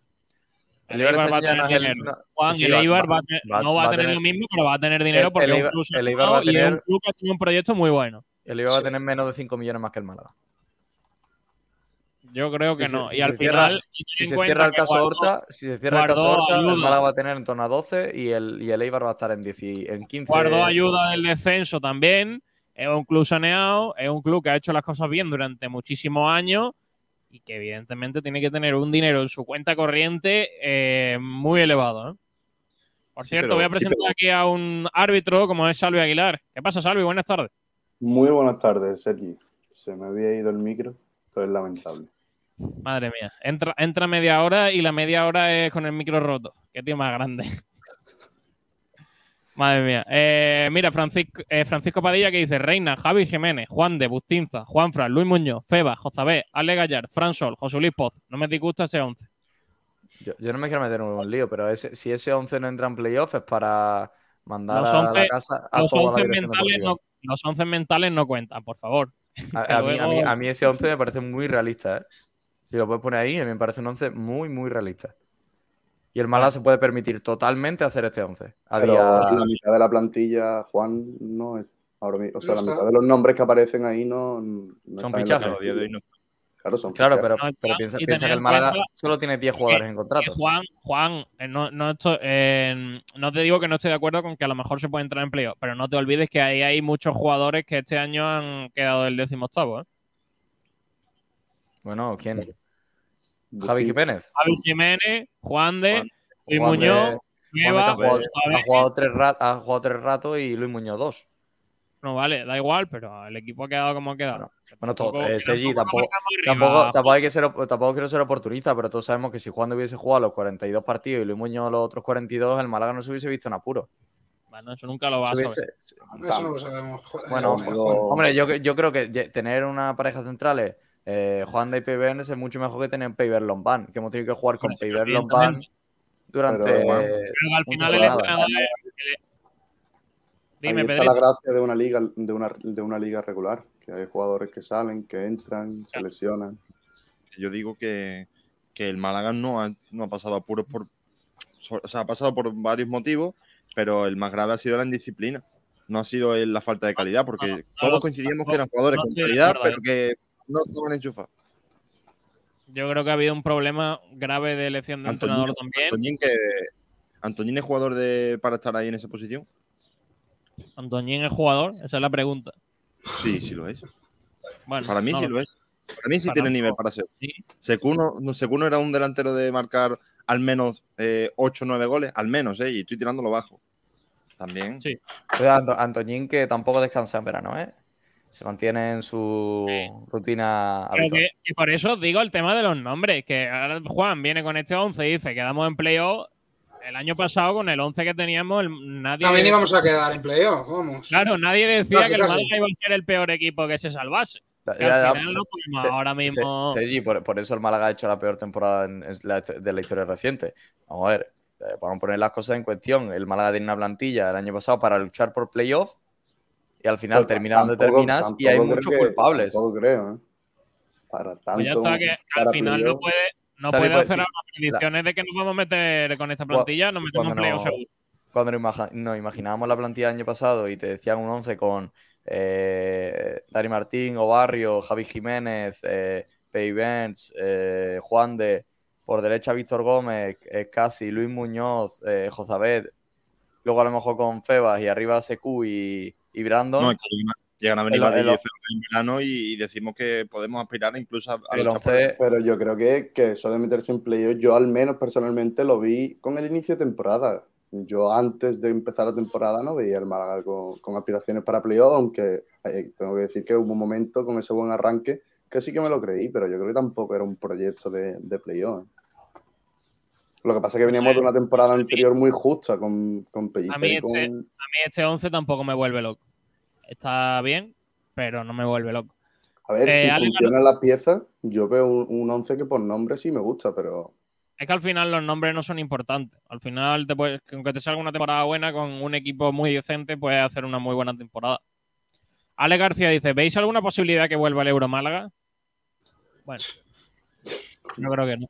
El
Eibar
Eibar
este
va a
año ya no
tener
es el-
dinero.
no-
Juan,
sí,
el
va-
Eibar
va-
va, a tener-
va-
no va a tener,
tener-
lo mismo, pero va a tener dinero
el-
porque
el
es un
Eibar-
club
el Eibar va a
sancionado y es un
tener-
club que tiene un proyecto muy bueno.
El Eibar va a
Sí.
tener menos de cinco millones más que el Málaga.
Yo creo que
Si se-
no.
si
y
se
al
cierra-
final,
Si
ten en
se
cuenta
cierra el
que
caso
Guardó-
Horta, si se cierra el caso
Guardó
Horta, el
ayuda.
Málaga va a tener en torno a doce y el, y el Eibar va a estar en, diez, en quince.
Guardó ayuda del descenso también. Es un club saneado, es un club que ha hecho las cosas bien durante muchísimos años y que evidentemente tiene que tener un dinero en su cuenta corriente eh, muy elevado. ¿eh? Por
Sí,
cierto,
pero-
voy a
sí,
presentar
pero-
aquí a un árbitro como es Salvi Aguilar. ¿Qué pasa, Salvi? Buenas tardes.
Muy buenas tardes, Sergi. Se me había ido el micro, esto es lamentable.
Madre mía. Entra, entra media hora y la media hora es con el micro roto. Qué tío más grande. Madre mía. Eh, mira, Francisco, eh, Francisco Padilla que dice Reina, Javi Jiménez, Juan de Bustinza, Juanfran, Luis Muñoz, Feba, Jozabé, Ale Gallar, Fran Sol, José Luis Poz. No me disgusta ese once.
Yo, yo no me quiero meter en un lío, pero ese- si ese once no entra en playoff es para mandar
Los
a la
once,
casa a
los
toda la
once
dirección
mentales
deportiva.
no, los once mentales no cuentan, por favor.
A, a mí, a, mí,
luego-
a mí ese once me parece muy realista, ¿eh? Si lo puedes poner ahí, a mí me parece un once muy, muy realista. Y el Málaga se puede permitir totalmente hacer este once. A
Pero
día-
la mitad de la plantilla, Juan, no es. Ahora mismo, o sea,
No
la
está.
mitad de los nombres que aparecen ahí no, no
Son
están en la
fichajes.
A día de hoy no.
Claro, son
Claro,
fichajes.
pero,
No,
pero
y
piensa,
tener
piensa que
en
el Málaga
cuenta
solo tiene diez jugadores en
que
contrato.
Juan, Juan, eh, no, no, estoy, eh, no te digo que no estoy de acuerdo con que a lo mejor se puede entrar en playoff, pero no te olvides que ahí hay muchos jugadores que este año han quedado del décimo octavo. ¿eh?
Bueno, ¿quién? Javi
Busti-
Jiménez.
Javi Jiménez, Juan de,
Juan-
Luis
Juan de-
Muñoz,
Juan de que
Eva,
ha jugado,
José
ha jugado tres ra- ha jugado tres ratos y Luis Muñoz dos.
No, vale, da igual, pero el equipo ha quedado como ha quedado.
Bueno,
Que
bueno, todo,
tampoco-
eh,
que
Sergi,
tampoco
tampoco,
nos
tampoco,
vengamos arriba.
tampoco, hay que ser, op- tampoco quiero ser oportunista, pero todos sabemos que si Juan de hubiese jugado los cuarenta y dos partidos y Luis Muñoz los otros cuarenta y dos, el Málaga no se hubiese visto en apuro.
Bueno, eso nunca lo vas
Se
a
hubiese-
saber.
Eso no lo sabemos. Joder,
Bueno,
joder,
pero-
Juan.
hombre, yo, yo creo que ye- tener una pareja centrales, eh, Juan de y Peiber es mucho mejor que tener Peiber Lombán, que hemos tenido que jugar con
Pues,
Peiber Lombán
evidentemente.
durante.
Pero-
Pero al
muchas
final el
jornadas.
entrenador. el- Dime,
Ahí está
Pedrito.
la gracia de una liga, de una, de una liga regular, que hay jugadores que salen, que entran, se lesionan.
Yo digo que, que el Málaga no ha, no ha pasado apuros por. O sea, ha pasado por varios motivos, pero el más grave ha sido la indisciplina. No ha sido el- la falta de calidad, porque
No, no,
todos
no,
coincidíamos
no,
que eran jugadores
no
con
estoy de
calidad,
acuerdo,
pero que no estaban enchufados.
Yo creo que ha habido un problema grave de elección de
Antoñín,
entrenador también.
Antoñín, que, Antoñín es jugador de, para estar ahí en esa posición.
Antoñín es jugador, esa es la pregunta.
Sí, sí lo es.
Bueno,
Para mí
no
sí
lo
lo es. Para mí sí
Para
tiene
mí
nivel
no.
para ser.
Sí.
Secuno, no, Secuno era un delantero de marcar al menos eh, ocho o nueve goles, al menos, ¿eh? Y estoy tirándolo bajo. También.
Sí.
Pero Anto- Antoñín, que tampoco descansa en verano, ¿eh? Se mantiene en su rutina
Creo
habitual.
que, y por eso os digo el tema de los nombres, que ahora Juan viene con este once y dice quedamos en playoff. El año pasado con el once que teníamos, el- nadie...
También íbamos a quedar en playoff, vamos.
Claro, nadie decía
Casi,
que el
casi.
Málaga iba a ser el peor equipo que se salvase.
Ya,
Que
ya,
al
ya,
final
se-
no podemos
se-
ahora mismo...
se- Sergi, por, por eso el Málaga ha hecho la peor temporada en- en la- de la historia reciente. Vamos a ver, eh, vamos a poner las cosas en cuestión. El Málaga tiene una plantilla el año pasado para luchar por playoff y al final
Pues
termina donde
tampoco-
terminas y hay
tampoco
muchos
creo que-
culpables.
Tampoco creo, ¿eh? Para tanto.
Pues ya está, que
para
al final no
playoff.
puede, no
Sale,
puede
pues,
hacer
sí.
ahora predicciones de que nos vamos a meter con esta plantilla, nos metemos en
Cuando
playoff
no-
seguro.
Cuando nos, imagi- nos imaginábamos la plantilla del año pasado y te decían un once con eh, Dani Martín, Obarrio, Javi Jiménez, eh, Pei Benz, eh, Juan de, por derecha Víctor Gómez, eh, Casi, Luis Muñoz, eh, Jozabed, luego a lo mejor con Febas y arriba Secu y, y Brandon.
No, es que llegan- llegan a venir
El-
las
el-
de en verano y, y decimos que podemos aspirar incluso a, a
El
luchar por
once-
Pero yo creo que, que eso de meterse en playoff, yo al menos personalmente lo vi con el inicio de temporada. Yo antes de empezar la temporada no veía el Málaga con, con aspiraciones para playoff, aunque eh, tengo que decir que hubo un momento con ese buen arranque que sí que me lo creí, pero yo creo que tampoco era un proyecto de, de playoff. Lo que pasa es que veníamos de una temporada anterior muy justa con, con Pellicer
A mí,
y con...
este, a mí este once tampoco me vuelve loco. Está bien, pero no me vuelve loco.
A ver,
Eh,
si
Ale,
funcionan las piezas, yo veo un, un once que por nombre sí me gusta, pero...
Es que al final los nombres no son importantes. Al final, te puedes, aunque te salga una temporada buena con un equipo muy decente, puedes hacer una muy buena temporada. Ale García dice, ¿veis alguna posibilidad que vuelva el Euro Málaga? Bueno, yo creo que no.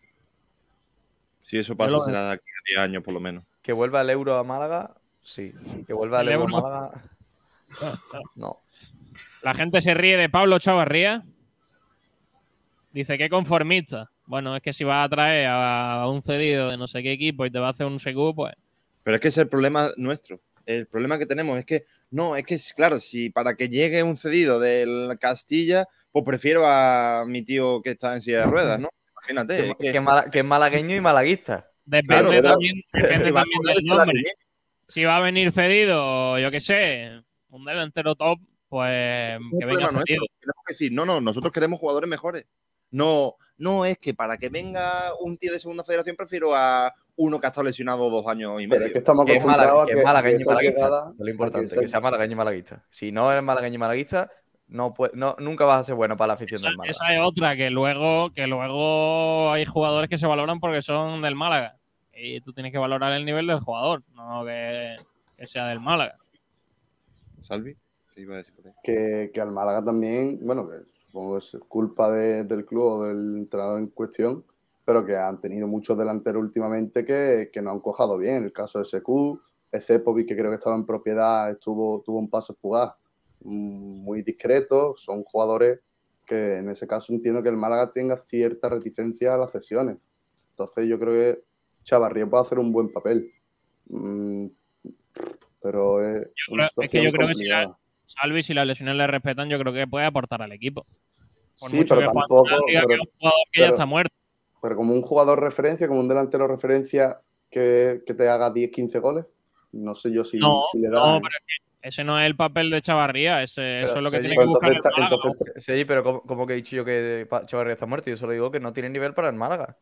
Si eso
Yo
pasa,
lo-
será de aquí a diez años por lo menos.
Que vuelva el euro a Málaga, sí. Que vuelva el,
El
euro a
euro-
Málaga, no.
La gente se ríe de Pablo Chavarría. Dice, qué conformista. Bueno, es que si vas a traer a un cedido de no sé qué equipo y te va a hacer un seguro, pues...
Pero es que ese es el problema nuestro. El problema que tenemos es que, no, es que, claro, si para que llegue un cedido del Castilla, pues prefiero a mi tío que está en silla de ruedas, ¿no? Imagínate.
Que,
es que-
que mala- que es malagueño y malaguista.
Depende
Claro,
también, depende
que va a
también
ponerse
del
la
nombre.
línea.
Si va a venir cedido, yo qué sé, un delantero top, pues
Ese es
que
el
venga
problema nuestro.
cedido.
Tenemos que decir, no, no, nosotros queremos jugadores mejores. No, no es que para que venga un tío de segunda federación prefiero a uno que ha estado lesionado dos años y
Pero
medio.
es que estamos
Que es, mala-
acostumbrados a
que
que,
es
a que
malagueño y
esa
malaguista.
llegada-
Es lo
a
importante,
esa-
que sea malagueño y malaguista. Si no eres malagueño y malaguista, no, puede- no nunca vas a ser bueno para la afición
Esa,
del Málaga.
esa es otra, que luego, que luego hay jugadores que se valoran porque son del Málaga. Y tú tienes que valorar el nivel del jugador, no que, que sea del Málaga.
Salvi, ¿qué iba a decir por ahí?
que, que al Málaga también, bueno, que supongo que es culpa de- del club o del entrenador en cuestión, pero que han tenido muchos delanteros últimamente que, que no han cojado bien. El caso de S Q, Cepovic, que creo que estaba en propiedad, estuvo, tuvo un paso fugaz mm, muy discreto. Son jugadores que en ese caso entiendo que el Málaga tenga cierta reticencia a las cesiones. Entonces yo creo que Chavarría puede hacer un buen papel. Mm, pero es
Yo
una
creo- es que yo
situación
creo que si
complicada.
la, Salvi, si las lesiones le respetan, yo creo que puede aportar al equipo. Por
Sí,
mucho
pero
que Juan
tampoco.
Durán diga que
Pero,
es un jugador que ya
pero-
está muerto.
pero como un jugador referencia, como un delantero referencia que, que te haga diez, quince goles, no sé yo si,
No,
si le da.
no,
¿eh?
pero es que ese no es el papel de Chavarría. Ese,
Pero,
eso es lo que
Sergi,
tiene que buscar el
entonces,
Málaga.
entonces,
Sí, pero como, como que he dicho yo que Pa- Chavarría está muerto, yo solo digo que no tiene nivel para el Málaga.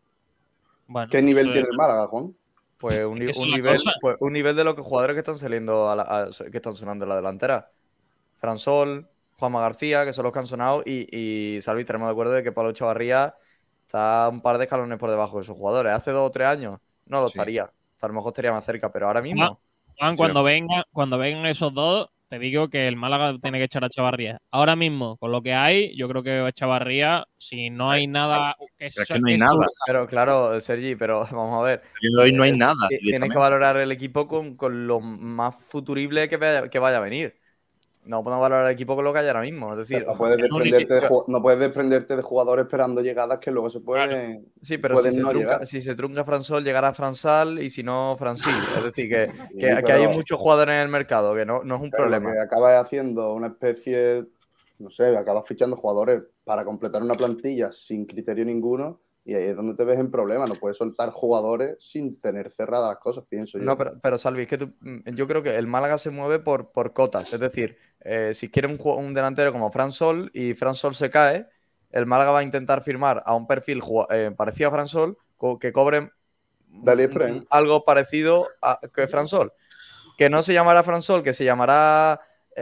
Bueno,
¿qué nivel
eso
tiene
es-
el Málaga, Juan?
Pues un,
Es
ni-
que esa
un
es la
nivel,
cosa.
pues un nivel de los que- jugadores que están saliendo a la- a- que están sonando en la delantera. Fran Sol, Juanma García, que son los que han sonado, y, y Salvi, estaremos de acuerdo de que Pablo Chavarría está un par de escalones por debajo de esos jugadores. Hace dos o tres años no lo
Sí.
estaría. A lo mejor estaría más cerca, pero ahora
Juan,
mismo.
Juan, cuando venga, cuando vengan esos dos, te digo que el Málaga tiene que echar a Chavarría. Ahora mismo, con lo que hay, yo creo que Chavarría, si no hay nada que
Pero es que no hay nada.
sobresalga-
Pero claro, Sergi, pero vamos a ver.
A día de hoy no hay
Eh,
nada,
ti- Tienes que
directamente.
valorar el equipo con, con lo más futurible que vaya, que vaya a venir. No podemos valorar el equipo con lo que hay ahora mismo. Es decir,
No puedes,
que no-
desprenderte
si-
de, ju- no puedes desprenderte de jugadores esperando llegadas que luego se pueden,
Sí, pero si
pueden
se,
no
trunca,
llegar.
si se trunca Fransol, llegará Fransal y si no, Fransil. Es decir, que,
Sí,
que, que
pero-
hay muchos jugadores en el mercado, que no, no es un
Pero
problema.
lo que acabas haciendo una especie, no sé, acabas fichando jugadores para completar una plantilla sin criterio ninguno y ahí es donde te ves en problema. No puedes soltar jugadores sin tener cerradas las cosas, pienso yo.
No, pero, pero Salvi, es que tú- mm, yo creo que el Málaga se mueve por, por cotas. Es decir, eh, si quiere un, ju- un delantero como Fran Sol y Fran Sol se cae, el Málaga va a intentar firmar a un perfil ju- eh, parecido a Fran Sol co- que cobre
Dale,
mm,
Efraín.
algo parecido a que Fran Sol. Que no se llamará Fran Sol, que se llamará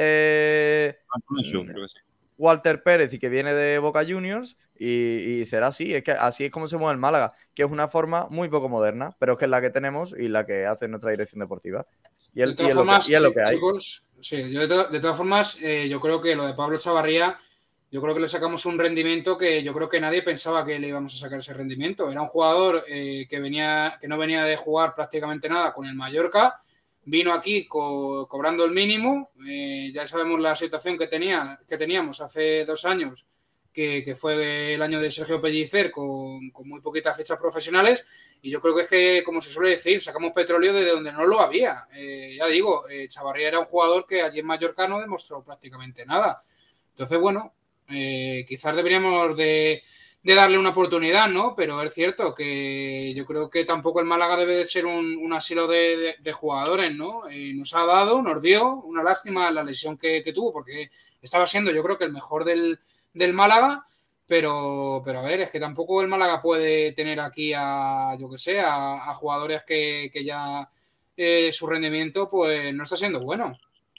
eh,
Antonio, creo que sí.
Walter Pérez y que viene de Boca Juniors y, y será así, es que así es como se mueve el Málaga, que es una forma muy poco moderna, pero es que es la que tenemos y la que hace nuestra dirección deportiva. Y, el,
De
y
todas
es, lo que,
formas,
y es lo
sí,
que hay.
chicos, sí, yo de, to- de todas formas, eh, yo creo que lo de Pablo Chavarría, yo creo que le sacamos un rendimiento que yo creo que nadie pensaba que le íbamos a sacar ese rendimiento. Era un jugador eh, que, venía, que no venía de jugar prácticamente nada con el Mallorca, vino aquí co- cobrando el mínimo, eh, ya sabemos la situación que, tenía, que teníamos hace dos años, que, que fue el año de Sergio Pellicer con, con muy poquitas fechas profesionales. Y yo creo que es que, como se suele decir, sacamos petróleo de donde no lo había. Eh, ya digo, eh, Chavarría era un jugador que allí en Mallorca no demostró prácticamente nada. Entonces, bueno, eh, quizás deberíamos de, de darle una oportunidad, ¿no? Pero es cierto que yo creo que tampoco el Málaga debe de ser un, un asilo de, de, de jugadores, ¿no? Eh, nos ha dado, nos dio una lástima la lesión que, que tuvo, porque estaba siendo yo creo que el mejor del, del Málaga. Pero, pero a ver, es que tampoco el Málaga puede tener aquí a, yo que sé, a, a jugadores que, que ya eh, su rendimiento pues no está siendo bueno.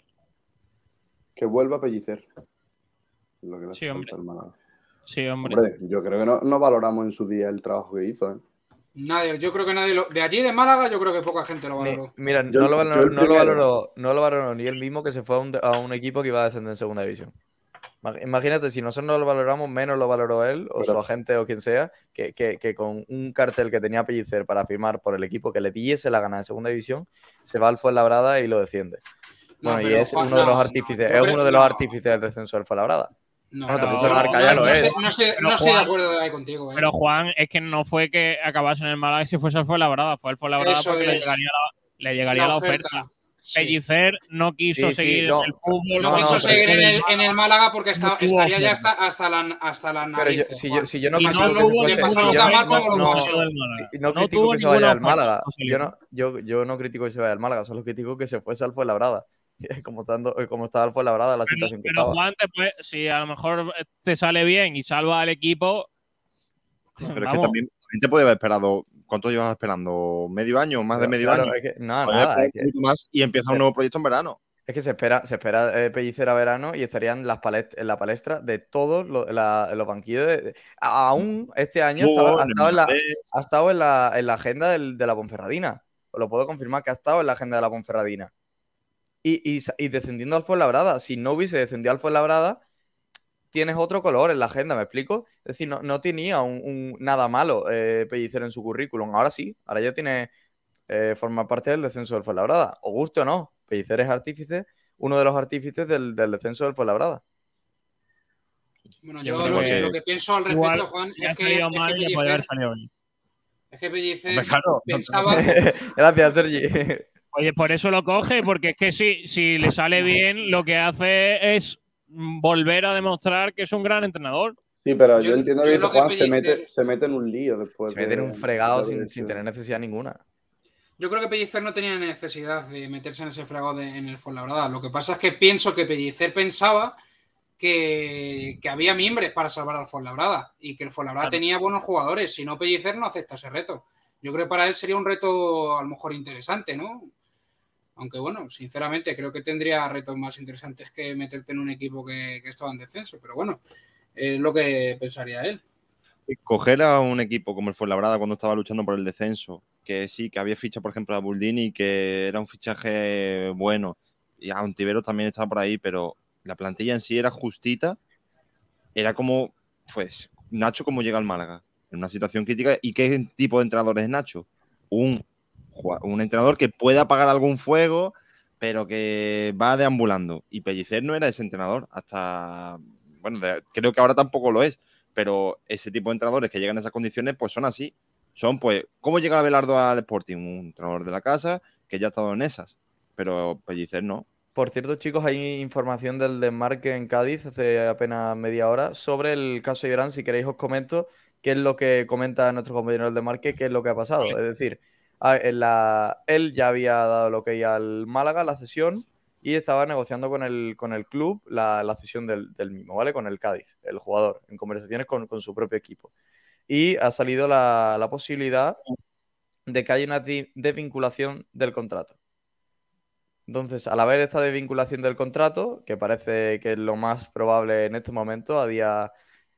Que vuelva a Pellicer. Lo que le
Sí,
hace
hombre.
falta al Málaga.
Sí, hombre.
Hombre, yo creo que no, no valoramos en su día el trabajo que hizo. ¿eh?
Nadie, yo creo que nadie lo, de allí de Málaga yo creo que poca gente lo
Ni-
valoró.
mira,
Yo-
no, lo
yo
valoró,
el
no, lo
primero.
valoró, no lo valoró ni él mismo que se fue a un, a un equipo que iba a descender en segunda división. Imag- Imagínate, si nosotros no lo valoramos, menos lo valoró él o
Pero-
su agente o quien sea, que, que- que con un cartel que tenía Pellicer para firmar por el equipo que le diese la gana de segunda división, se va al Fuenlabrada y lo desciende.
No,
Bueno, y
pero,
es
Juan,
uno de
no,
los
no,
artífices,
yo
es
creo-
uno de los
no.
artífices del descenso del Fuenlabrada.
No,
Bueno, te
pero-
he dicho la marca,
no,
ya
no
lo
sé-
es.
no estoy,
Pero,
no estoy de
Juan-
acuerdo ahí contigo. ¿eh?
Pero Juan, es que no fue que acabase en el Málaga y si fuese el Fuenlabrada, fue el Fuenlabrada
Eso
porque le
es.
llegaría la, le llegaría
La
la
oferta.
oferta.
Sí.
Pellicer no quiso
Sí, sí,
seguir
no.
en el fútbol.
No,
No,
quiso
no,
seguir
pero-
en el, en el Málaga porque está-
No tuvo
estaría ya
oferta.
hasta, hasta, la, hasta las
Pero yo,
narices.
si, yo,
Juan.
si yo no
Y no
critico que
tuvo
se
le
fuese-
pasaron
si yo
tan
no-
mal como
no-
lo
no-
pasó.
del Málaga.
Y no
No
critico
tuvo
que se
ninguna
vaya al
oferta,
Málaga.
José
Yo
Luis.
no, yo, yo no critico que se vaya al Málaga, solo critico que se fuese al Fuenlabrada. Como, estando, como estaba el Fuenlabrada, la
Pero,
situación que
pero
estaba.
Juan, te puede- si a lo mejor te sale bien y salva al equipo.
Pero es que
vamos,
también, también te puede haber esperado. ¿Cuánto llevas esperando? ¿Medio año? ¿Más de
Pero,
medio
claro,
año?
es que- no,
Puede
nada.
esperar
Es que,
un poquito más y empieza un nuevo proyecto en verano.
es que se espera, se espera eh, Pellicer a verano y estarían las palest- en la palestra de todos los, la- los banquillos. De, de- a- aún este año
Luego,
estaba- ha,
en el
estado en la,
Mirandés.
ha estado en la, en la agenda del- de la Ponferradina. Os lo puedo confirmar que ha estado en la agenda de la Ponferradina. Y, y, sa- y descendiendo al Fuenlabrada. Si no hubiese descendido al Fuenlabrada, tienes otro color en la agenda, ¿me explico? Es decir, no, no tenía un, un- nada malo eh, Pellicer en su currículum. Ahora sí, ahora ya tiene eh, forma parte del descenso del Fuenlabrada. O guste o no, Pellicer es artífice, uno de los artífices del, del descenso del Fuenlabrada.
Bueno,
Yo
yo,
creo
lo, que,
que
lo que pienso al
igual
respecto, Juan,
le ha
es que,
salido
es que
mal y le podría haber
Pellicer,
salido bien.
es que Pellicer
Hombre, claro.
pensaba...
Gracias, Sergi.
Oye, por eso lo coge, porque es que si, si le sale bien, lo que hace es volver a demostrar que es un gran entrenador.
Sí, pero yo,
Yo-
entiendo
yo
que dice
lo que
Juan, se
Pellicer-
mete, se mete en un lío después
Se mete en
de-
un fregado
de la
sin, sin
lesión.
tener necesidad ninguna.
Yo creo que Pellicer no tenía necesidad de meterse en ese fregado de- en el Fuenlabrada. Lo que pasa es que pienso que Pellicer pensaba que, que había mimbres para salvar al Fuenlabrada y que el Fuenlabrada
Claro.
tenía buenos jugadores. Si no, Pellicer no acepta ese reto. Yo creo que para él sería un reto a lo mejor interesante, ¿no? Aunque bueno, sinceramente creo que tendría retos más interesantes que meterte en un equipo que, que estaba en descenso. Pero bueno, es lo que pensaría él.
Coger a un equipo como el Fuenlabrada cuando estaba luchando por el descenso, que sí, que había ficha, por ejemplo, a Buldini, que era un fichaje bueno, y a Ontiveros también estaba por ahí, pero la plantilla en sí era justita. Era como, pues, Nacho cómo llega al Málaga, en una situación crítica. ¿Y qué tipo de entrenador es Nacho? Un, un entrenador que pueda apagar algún fuego, pero que va deambulando. Y Pellicer no era ese entrenador, hasta, bueno, de, creo que ahora tampoco lo es. Pero ese tipo de entrenadores que llegan a esas condiciones, pues son así. Son, pues, ¿cómo llega Abelardo al Sporting? Un entrenador de la casa que ya ha estado en esas. Pero Pellicer no.
Por cierto, chicos, hay información del desmarque en Cádiz hace apenas media hora sobre el caso Llorán. Si queréis os comento qué es lo que comenta nuestro compañero del desmarque, qué es lo que ha pasado. Es decir, a- en la, él ya había dado lo que hay al Málaga, la cesión, y estaba negociando con el, con el club la, la cesión del, del mismo, ¿vale? Con el Cádiz, el jugador, en conversaciones con, con su propio equipo. Y ha salido la, la posibilidad de que haya una di- desvinculación del contrato. Entonces, al haber esta desvinculación del contrato, que parece que es lo más probable en estos momentos, a día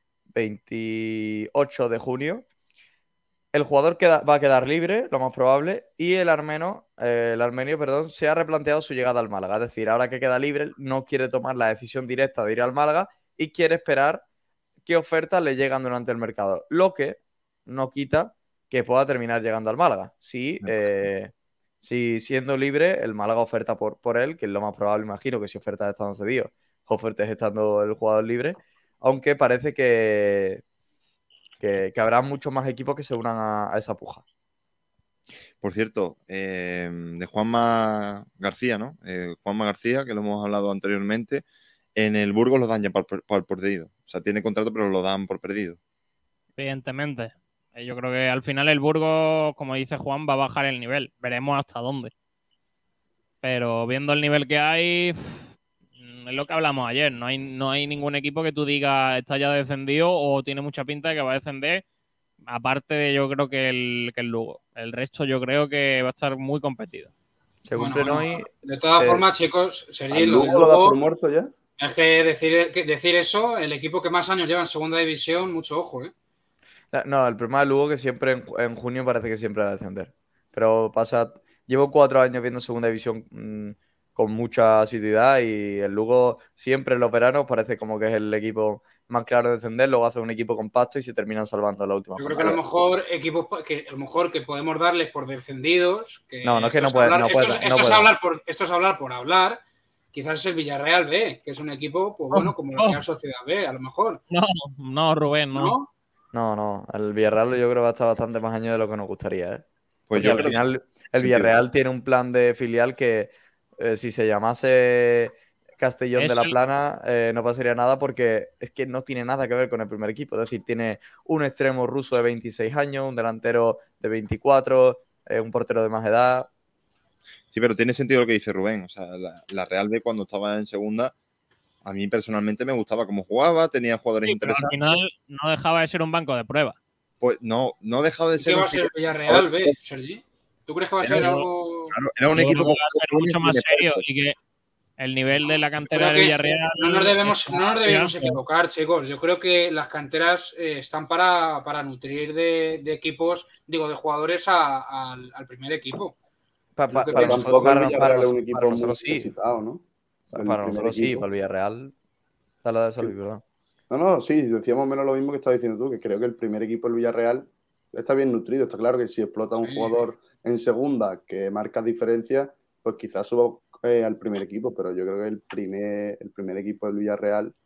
veintiocho de junio, el jugador queda, va a quedar libre, lo más probable, y el armenio, eh, el armenio, perdón, se ha replanteado su llegada al Málaga. Es decir, ahora que queda libre, no quiere tomar la decisión directa de ir al Málaga y quiere esperar qué ofertas le llegan durante el mercado. Lo que no quita que pueda terminar llegando al Málaga. Si, eh, si siendo libre, el Málaga oferta por, por él, que es lo más probable, imagino, que si ofertas estando cedidos, ofertas estando el jugador libre, aunque parece que, que, que habrá muchos más equipos que se unan a, a esa puja.
Por cierto, eh, de Juanma García, ¿no? Eh, Juanma García, que lo hemos hablado anteriormente, en el Burgos lo dan ya por, por perdido. O sea, tiene contrato, pero lo dan por perdido.
Evidentemente. Eh, Yo creo que al final el Burgos, como dice Juan, va a bajar el nivel. Veremos hasta dónde. Pero viendo el nivel que hay, pff, es lo que hablamos ayer. No hay, no hay ningún equipo que tú digas está ya descendido o tiene mucha pinta de que va a descender. Aparte de yo creo que el, que el Lugo. El resto yo creo que va a estar muy competido.
Se
Bueno,
cumplen
bueno,
hoy.
de todas
eh,
formas, chicos, Sergi,
¿Al
lo del
Lugo lo das
Lugo,
por muerto ya?
es que decir, que decir eso, el equipo que más años lleva en segunda división, mucho ojo, ¿eh?
No, el problema de Lugo es que siempre en, en junio parece que siempre va a descender. Pero pasa. Llevo cuatro años viendo segunda división mmm, con mucha asiduidad y el Lugo siempre en los veranos parece como que es el equipo más claro de descender. Luego hace un equipo compacto y se terminan salvando en la última
Yo creo que a
jornada.
lo mejor equipos que a lo mejor que podemos darles por descendidos. Que
No, no es que
esto
no puede-
hablar,
no
esto,
pueda,
es,
no
esto es
pueda.
hablar por, esto es hablar por hablar. Quizás es el Villarreal B, que es un equipo, pues bueno, como la
oh.
Real Sociedad B, a lo mejor.
No, no, Rubén, no.
¿No?
No, no. El Villarreal yo creo que va a estar bastante más años de lo que nos gustaría, ¿eh?
Pues
Porque
yo
al
creo
final
que-
el
sí,
Villarreal tiene un plan de filial que eh, si se llamase Castellón
Es
de la
el-
Plana eh, no pasaría nada porque es que no tiene nada que ver con el primer equipo. Es decir, tiene un extremo ruso de veintiséis años, un delantero de veinticuatro, eh, un portero de más edad.
Sí, pero tiene sentido lo que dice Rubén. O sea, la, la Real B cuando estaba en segunda, a mí personalmente me gustaba cómo jugaba, tenía jugadores
Sí, pero al
interesantes.
final no dejaba de ser un banco de pruebas.
Pues no, no ha dejado de
¿Y
ser
qué va
un
a ser el
filial.
Villarreal B, Sergi? ¿Tú crees que va a
Era
ser
un-
algo...?
Claro, era un
Yo
equipo
creo que
con
va a ser
jugadores
mucho más
inexpertos.
serio y que el nivel de la cantera
Creo
del
que
Villarreal.
no nos debemos,
está
no nos debemos
gigante.
equivocar, chicos. Yo creo que las canteras eh, están para, para nutrir de, de equipos, digo, de jugadores a- al, al primer equipo.
Pa-
Es
pa-
lo que
para,
pienso.
nosotros,
Tampoco el
para,
Villarreal
para
es
nos-
un equipo
para
muy
nosotros sí.
necesitado, ¿no?
Para
El
para
primer
nosotros sí,
equipo.
para el Villarreal. Dale, dale, Salvi, perdón.
No, no, sí, decíamos menos lo mismo que estabas diciendo tú, que creo que el primer equipo del Villarreal está bien nutrido. Está claro que si explota un
Sí.
jugador en segunda que marca diferencia, pues quizás suba eh, al primer equipo, pero yo creo que el primer, el primer equipo del Villarreal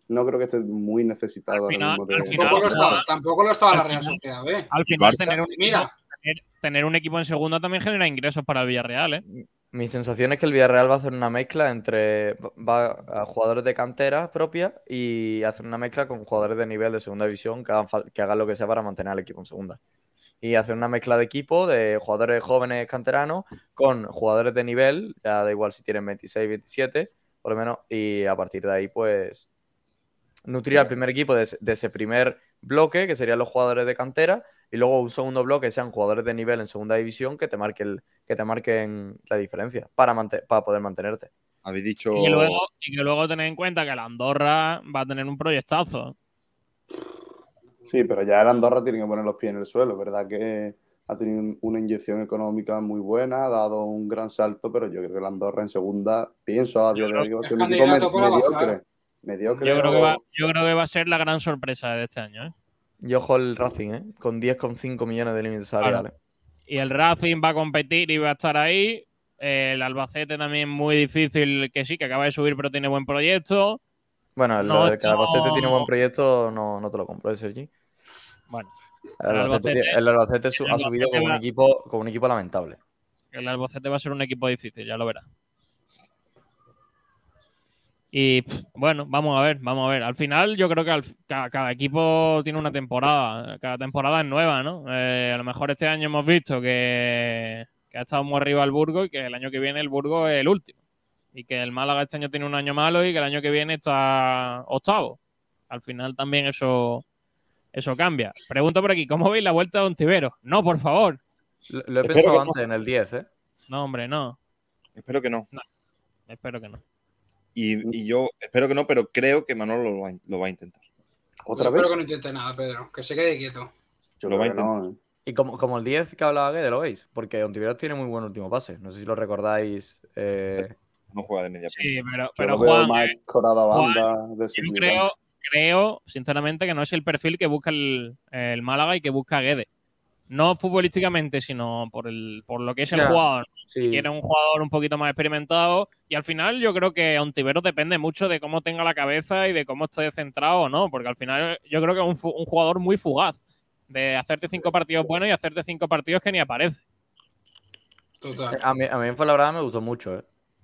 no creo que esté muy necesitado
Al final-
ahora mismo de...
al final-
Tampoco lo estaba, tampoco lo estaba
Al
la Real
final-
Sociedad B.
Al final,
Barça-
tener un,
Mira.
equipo, tener, tener un equipo en segunda también genera ingresos para el Villarreal, ¿eh?
Mi sensación es que el Villarreal va a hacer una mezcla entre va a jugadores de cantera propia y hacer una mezcla con jugadores de nivel de segunda división que hagan, fal- que hagan lo que sea para mantener al equipo en segunda. Y hacer una mezcla de equipo de jugadores jóvenes canteranos con jugadores de nivel, ya da igual si tienen veintiséis, veintisiete, por lo menos, y a partir de ahí, pues, nutrir al primer equipo de, ese- de ese primer bloque, que serían los jugadores de cantera, y luego un segundo bloque sean jugadores de nivel en segunda división que te marque el, que te marquen la diferencia para, mante- para poder mantenerte.
Habéis dicho.
Y que, luego, y que luego tener en cuenta que la Andorra va a tener un proyectazo.
Sí, pero ya el Andorra tiene que poner los pies en el suelo, ¿verdad? Que ha tenido un- una inyección económica muy buena, ha dado un gran salto, pero yo creo que el Andorra en segunda, pienso a día de hoy, que va a ser un equipo
candidato
med-
para bajar.
mediocre. Mediocre
Yo creo, que
o-
va, yo creo que va a ser la gran sorpresa de este año, ¿eh?
Y ojo el Racing, ¿eh? Con diez coma cinco millones de límites salariales.
Y el Racing va a competir y va a estar ahí. El Albacete también muy difícil, que sí, que acaba de subir, pero tiene buen proyecto.
Bueno, el,
No,
el que el Albacete
no-
tiene buen proyecto, no, no te lo compro, ¿eh, Sergi?
Bueno,
El
el
Albacete,
Albacete-
el Albacete su-
el
ha subido
Albacete
con un,
va-
equipo, con un equipo lamentable.
El Albacete va a ser un equipo difícil, ya lo verás. Y pff, bueno, vamos a ver, vamos a ver. Al final, yo creo que al- ca- cada, equipo tiene una temporada. Cada temporada es nueva, ¿no? Eh, a lo mejor este año hemos visto que, que ha estado muy arriba el Burgos y que el año que viene el Burgos es el último. Y que el Málaga este año tiene un año malo y que el año que viene está octavo. Al final también eso, eso cambia. Pregunto por aquí, ¿cómo veis la vuelta de Ontiveros? No, por favor.
Lo, lo he
Espero
pensado
que no.
antes en el diez, ¿eh?
No, hombre, no.
Espero que no.
Espero que no.
Y, y yo espero que no, pero creo que Manolo lo va, a- lo va a intentar.
¿Otra
Yo
vez?
espero que no intente nada, Pedro. Que se quede quieto.
Yo
Lo
creo
va a
que no, ¿eh?
Y como, como el diez que hablaba Guede, ¿lo veis? Porque Ontiveros tiene muy buen último pase. No sé si lo recordáis. eh,
No juega de media punta.
Sí, pero,
Yo
pero
lo veo
Juan,
más
eh,
corado a
Juan,
banda,
yo
desequilibrante.
creo, creo, sinceramente, que no es el perfil que busca el, el Málaga y que busca Guede. No futbolísticamente, sino por el por lo que es el
Ya,
jugador.
sí.
Quiere un jugador un poquito más experimentado y al final yo creo que Ontiveros depende mucho de cómo tenga la cabeza y de cómo esté centrado o no, porque al final yo creo que es un, fu- un jugador muy fugaz, de hacerte cinco partidos buenos y hacerte cinco partidos que ni aparece.
Total.
A mí, a mí en Fuenlabrada me gustó mucho, ¿eh?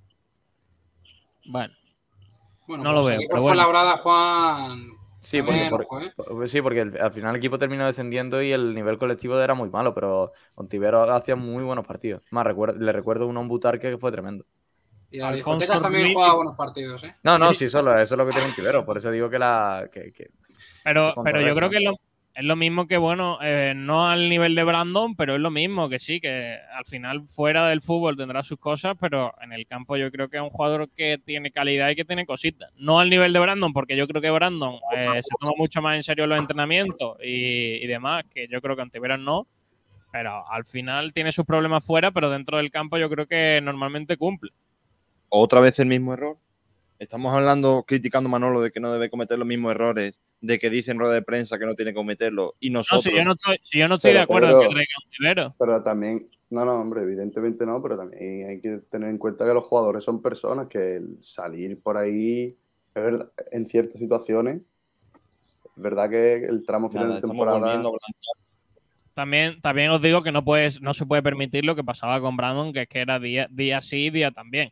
Bueno,
Bueno,
no
pues
lo veo,
aquí
pero
por
bueno.
Fuenlabrada, Juan.
Sí, porque,
también,
por-
ojo, ¿eh?
por- sí, porque el- al final el equipo terminó descendiendo y el nivel colectivo era muy malo, pero Ontiveros hacía muy buenos partidos. Más, recuerdo, le recuerdo uno a un Butarque que fue tremendo.
Y las
Alfonso
discotecas también
Ruiz-
juega buenos partidos, ¿eh?
No, no, sí, solo, eso es lo que tiene Ontiveros. Por eso digo que la. Que, que-
Pero,
que
pero yo
contrarresta.
creo que es lo, es lo mismo que, bueno, eh, no al nivel de Brandon, pero es lo mismo, que sí, que al final fuera del fútbol tendrá sus cosas, pero en el campo yo creo que es un jugador que tiene calidad y que tiene cositas. No al nivel de Brandon, porque yo creo que Brandon eh, se toma mucho más en serio los entrenamientos y, y demás, que yo creo que Ontiveros no, pero al final tiene sus problemas fuera, pero dentro del campo yo creo que normalmente cumple.
Otra vez el mismo error. Estamos hablando, criticando a Manolo de que no debe cometer los mismos errores, de que dice en rueda de prensa que no tiene que cometerlo, y
No,
nosotros.
si yo no estoy, si yo no estoy
Pero,
de acuerdo
Pedro,
en que traiga Ontiveros.
Pero también, no, no, hombre, evidentemente no, pero también hay que tener en cuenta que los jugadores son personas, que el salir por ahí, es verdad, en ciertas situaciones, es verdad que el tramo final
Nada,
de
estamos
temporada...
volviendo a blanquear.
También, también os digo que no puedes, no se puede permitir lo que pasaba con Brandon, que es que era día, día sí, día también.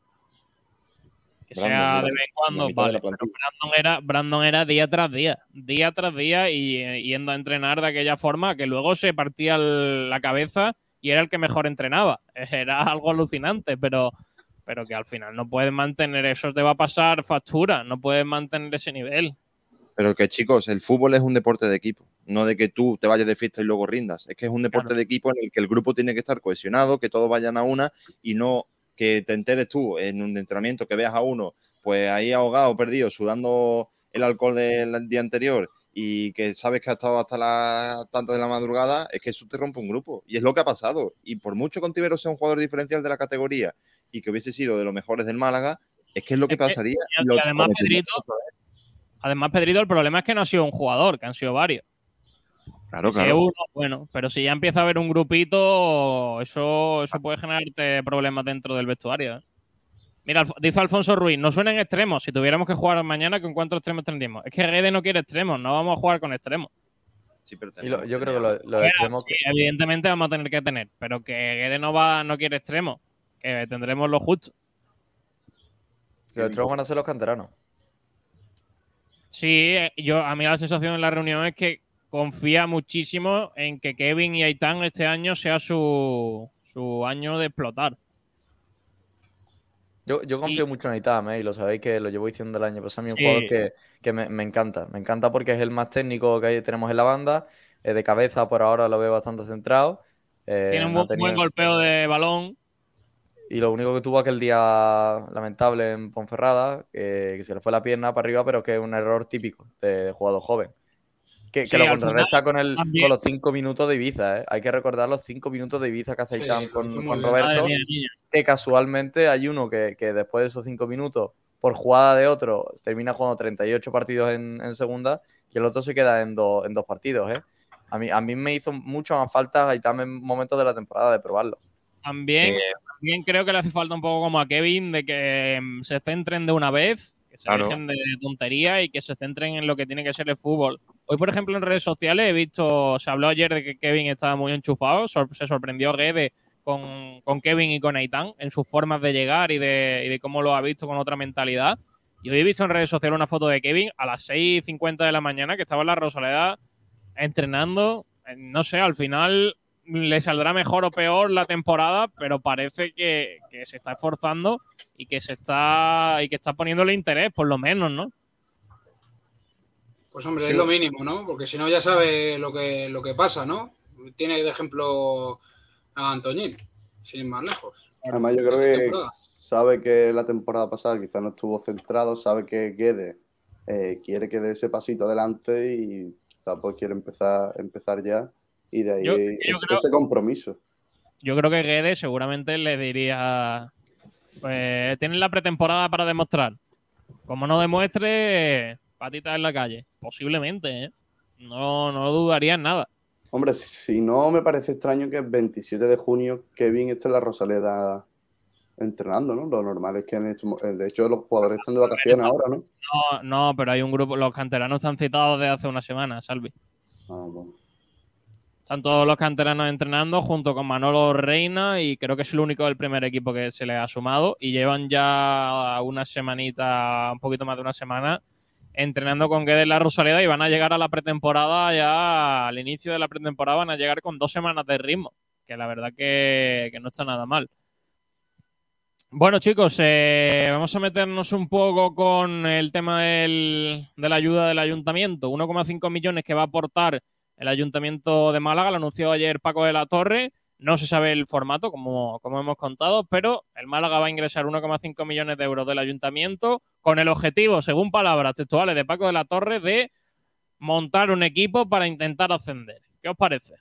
Que
Brandon,
sea
mira,
de vez en
la
cuando,
mitad de
vale.
la
Pero
plantilla.
Brandon era, Brandon era día tras día, día tras día y eh, yendo a entrenar de aquella forma que luego se partía el- la cabeza y era el que mejor entrenaba. Era algo alucinante, pero, pero que al final no puedes mantener eso, te va a pasar factura, no puedes mantener ese nivel.
Pero que, chicos, el fútbol es un deporte de equipo, no de que tú te vayas de fiesta y luego rindas. Es que es un deporte
Claro.
de equipo en el que el grupo tiene que estar cohesionado, que todos vayan a una y no que te enteres tú en un entrenamiento que veas a uno pues ahí ahogado, perdido, sudando el alcohol del día anterior y que sabes que ha estado hasta las tantas de la madrugada, es que eso te rompe un grupo. Y es lo que ha pasado. Y por mucho que Ontiveros sea un jugador diferencial de la categoría y que hubiese sido de los mejores del Málaga, es que es lo que
Es que-
pasaría.
y
Y lo-
además, Pedrito, además, Pedrito, el problema es que no ha sido un jugador, que han sido varios.
Claro,
Si es
claro.
uno, bueno, pero si ya empieza a haber un grupito, eso, eso puede generarte problemas dentro del vestuario. ¿eh? Mira, Alf- dice Alfonso Ruiz, no suenan extremos. Si tuviéramos que jugar mañana, ¿con cuántos extremos tendríamos? Es que Guede no quiere extremos, no vamos a jugar con extremos.
Sí, pero
Y lo-
tenemos-
yo creo que lo-
teníamos-
los
A ver,
extremos
sí,
que-
evidentemente vamos a tener que tener, pero que Guede no va, no quiere extremos, que tendremos lo justo.
los extremos van a ser los canteranos.
Sí, eh, yo a mí la sensación en la reunión es que confía muchísimo en que Kevin y Aitán este año sea su, su año de explotar.
Yo, yo confío
Y-
mucho en Aitam, ¿eh? Y lo sabéis que lo llevo diciendo el año pasado. A mí es un
Sí.
jugador que, que me, me encanta. Me encanta porque es el más técnico que hay- tenemos en la banda. Eh, de cabeza por ahora lo veo bastante centrado. Eh,
Tiene un
no ha
buen, buen
tenido-
golpeo de balón.
Y lo único que tuvo aquel día lamentable en Ponferrada, que, que se le fue la pierna para arriba, pero que es un error típico de, de jugador joven. Que, que
Sí,
lo
al
contrarresta
final
con, el,
también-
con los cinco minutos de Ibiza, ¿eh? Hay que recordar los cinco minutos de Ibiza que hace
Sí,
Aitam
lo
con,
hizo muy
con
bien.
Roberto.
Madre mía, niña.
Que casualmente hay uno que, que después de esos cinco minutos, por jugada de otro, termina jugando treinta y ocho partidos en, en segunda y el otro se queda en, dos en dos partidos, ¿eh? A mí, a mí me hizo mucho más falta Aitam en momentos de la temporada de probarlo.
También,
Eh,
también creo que le hace falta un poco como a Kevin de que mm, se centren de una vez, que se
Claro.
dejen de tontería y que se centren en lo que tiene que ser el fútbol. Hoy, por ejemplo, en redes sociales he visto, se habló ayer de que Kevin estaba muy enchufado, sor- se sorprendió Guede con, con Kevin y con Aitán en sus formas de llegar y de, y de cómo lo ha visto con otra mentalidad. Y hoy he visto en redes sociales una foto de Kevin a las seis y cincuenta de la mañana que estaba en la Rosaleda entrenando. Eh, No sé, al final le saldrá mejor o peor la temporada, pero parece que, que se está esforzando y que se está y que está poniéndole interés, por lo menos, ¿no?
Pues hombre,
Sí.
es lo mínimo, ¿no? Porque si no ya sabe lo que, lo que pasa, ¿no? Tiene de ejemplo a Antoñín, sin ir más lejos.
Además, yo creo
Esta
que
temporada.
sabe que la temporada pasada quizás no estuvo centrado, sabe que Guede eh, quiere que dé ese pasito adelante y quizás pues quiere empezar, empezar ya y de ahí
Yo- yo
ese,
creo-
ese compromiso.
Yo creo que Guede seguramente le diría, pues tienes la pretemporada para demostrar. Como no demuestre, patita en la calle. Posiblemente, ¿eh? No, no lo dudaría en nada.
Hombre, si, si no me parece extraño que el veintisiete de junio Kevin esté en la Rosaleda entrenando, ¿no? Lo normal es que en este mo- de hecho los jugadores están de vacaciones ahora, ¿no?
No, no, pero hay un grupo, los canteranos están citados desde hace una semana, Salvi.
Ah, bueno.
Están todos los canteranos entrenando junto con Manolo Reina y creo que es el único del primer equipo que se le ha sumado y llevan ya una semanita, un poquito más de una semana entrenando con Guede en la Rosaleda y van a llegar a la pretemporada ya al inicio de la pretemporada van a llegar con dos semanas de ritmo, que la verdad que, que no está nada mal. Bueno, chicos, eh, vamos a meternos un poco con el tema del- de la ayuda del ayuntamiento. uno coma cinco millones que va a aportar el Ayuntamiento de Málaga, lo anunció ayer Paco de la Torre. No se sabe el formato, como, como hemos contado, pero el Málaga va a ingresar uno coma cinco millones de euros del Ayuntamiento con el objetivo, según palabras textuales de Paco de la Torre, de montar un equipo para intentar ascender. ¿Qué os parece?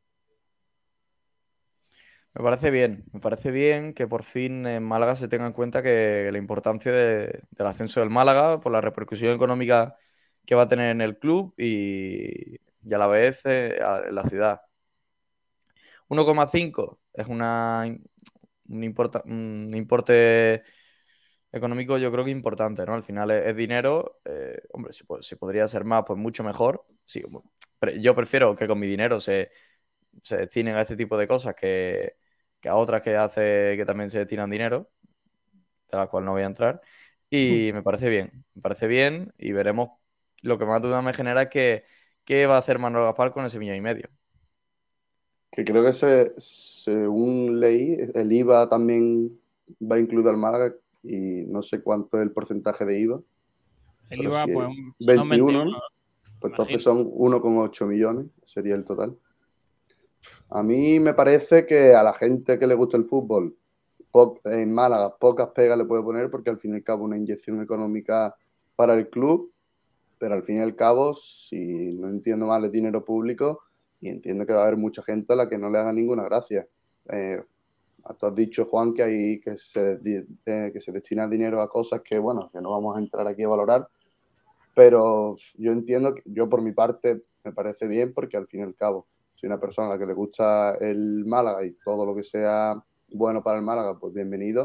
Me parece bien, me parece bien que por fin en Málaga se tenga en cuenta que la importancia de- del ascenso del Málaga por la repercusión económica que va a tener en el club y, y a la vez eh, a- en la ciudad. uno coma cinco es una, un, importa- un importe económico yo creo que importante, ¿no? Al final es, es dinero, eh, hombre, si, po- si podría ser más, pues mucho mejor. Sí, bueno, pre- yo prefiero que con mi dinero se, se destinen a este tipo de cosas que, que a otras que hace que también se destinan dinero, de la cual no voy a entrar. Y me parece bien, me parece bien y veremos. Lo que más duda me genera es que qué va a hacer Manuel Gaspar con ese millón y medio.
Que creo que se, según leí, el I V A también va incluido al Málaga y no sé cuánto es el porcentaje de I V A.
El
pero
I V A,
sí,
pues, un- son
veintiuno,
veintiuno,
¿no? Pues entonces son uno coma ocho millones, sería el total. A mí me parece que a la gente que le gusta el fútbol, po- en Málaga, pocas pegas le puede poner porque al fin y al cabo una inyección económica para el club, pero al fin y al cabo, si no entiendo mal, es dinero público y entiendo que va a haber mucha gente a la que no le haga ninguna gracia. Eh, tú has dicho, Juan, que, hay, que, se, eh, que se destina dinero a cosas que, bueno, que no vamos a entrar aquí a valorar, pero yo entiendo, que, yo por mi parte me parece bien porque al fin y al cabo soy una persona a la que le gusta el Málaga y todo lo que sea bueno para el Málaga, pues bienvenido,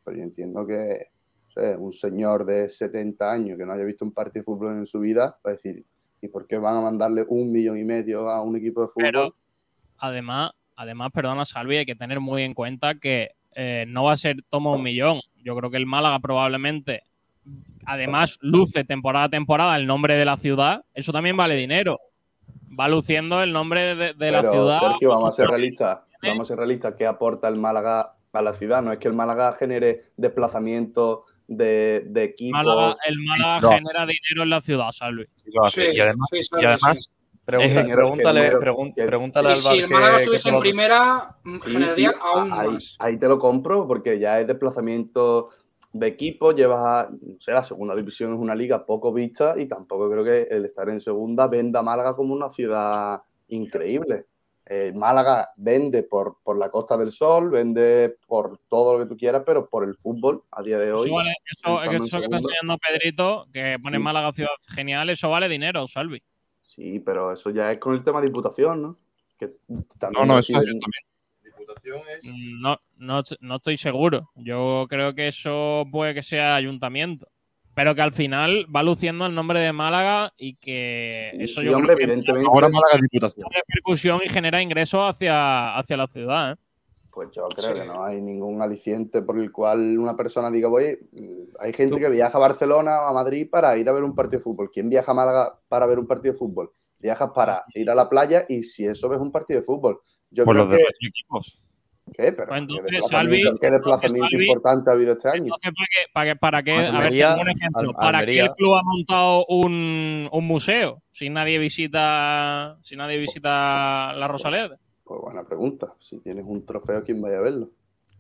Pero yo entiendo que no sé, un señor de setenta años que no haya visto un partido de fútbol en su vida va a decir, ¿y por qué van a mandarle un millón y medio a un equipo de fútbol?
Pero, además, además, perdona, Salvi, hay que tener muy en cuenta que eh, no va a ser toma un millón. Yo creo que el Málaga probablemente, además, luce temporada a temporada el nombre de la ciudad. Eso también vale dinero. Va luciendo el nombre de, de la
Pero,
ciudad.
Sergio, vamos a ser realistas. Vamos a ser realistas. ¿Qué aporta el Málaga a la ciudad? No es que el Málaga genere desplazamiento de, de equipos.
Málaga, el Málaga
no.
genera dinero en la ciudad, Salvi.
Sí, y además,
sí,
y además
sí.
Pregunta,
Es-
pregúntale,
que-
pregun-
que-
pregúntale
Y
al
si
Bar
el Málaga
que-
estuviese
que
en
todo-
primera,
Sí,
generaría
sí,
aún
ahí,
más.
ahí te lo compro porque ya es desplazamiento de equipo, llevas a, no sé, la segunda división es una liga poco vista y tampoco creo que el estar en segunda venda a Málaga como una ciudad increíble. Eh, Málaga vende por, por la Costa del Sol, vende por todo lo que tú quieras, pero por el fútbol a día de hoy.
Eso, vale, eso,
estando en
eso que está
segunda.
enseñando Pedrito, que pone
Sí.
Málaga ciudad genial, eso vale dinero, Salvi.
Sí, pero eso ya es con el tema de diputación, ¿no? Que también
No, no, eso es
deciden-
ayuntamiento. Diputación es...
No, no, no estoy seguro. Yo creo que eso puede que sea ayuntamiento. Pero que al final va luciendo el nombre de Málaga y que
Sí,
eso
sí,
yo
hombre,
creo que
evidentemente.
Ahora Málaga es Diputación.
tiene repercusión y genera ingresos hacia, hacia la ciudad. ¿eh?
Pues yo creo
Sí.
que no hay ningún aliciente por el cual una persona diga, voy, hay gente
Tú-
que viaja a Barcelona o a Madrid para ir a ver un partido de fútbol. ¿Quién viaja a Málaga para ver un partido de fútbol? Viajas para ir a la playa y si eso ves un partido de fútbol. Yo
Pues
creo
los de
que...
los equipos.
¿Qué? Pero
Pues
¿qué
entonces,
desplazamiento,
Salvi,
qué desplazamiento
entonces, Salvi,
importante ha habido este año?
Entonces, ¿para qué? ¿Para qué? ¿Para qué? A ver,
Almería,
tengo un ejemplo.
Al-
¿Para qué
Almería.
el club ha montado un, un museo si nadie visita si nadie visita la Rosaleda?
Pues buena pregunta. Si tienes un trofeo, ¿quién vaya a verlo?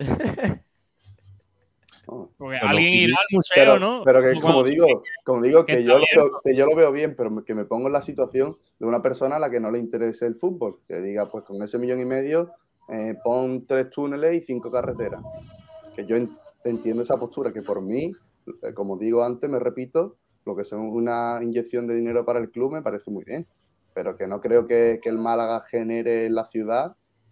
No.
Porque
Pero
alguien
aquí-
irá al museo,
Pero,
¿no?
pero que
Cuando-
como digo, como digo
que
que,
está
yo lo veo,
abierto.
que yo lo veo bien, pero que me pongo en la situación de una persona a la que no le interese el fútbol. Que diga, pues con ese millón y medio, eh, pon tres túneles y cinco carreteras. Que yo en- entiendo esa postura, que por mí, eh, como digo antes, me repito, lo que son una inyección de dinero para el club me parece muy bien. Pero que no creo que, que el Málaga genere en la ciudad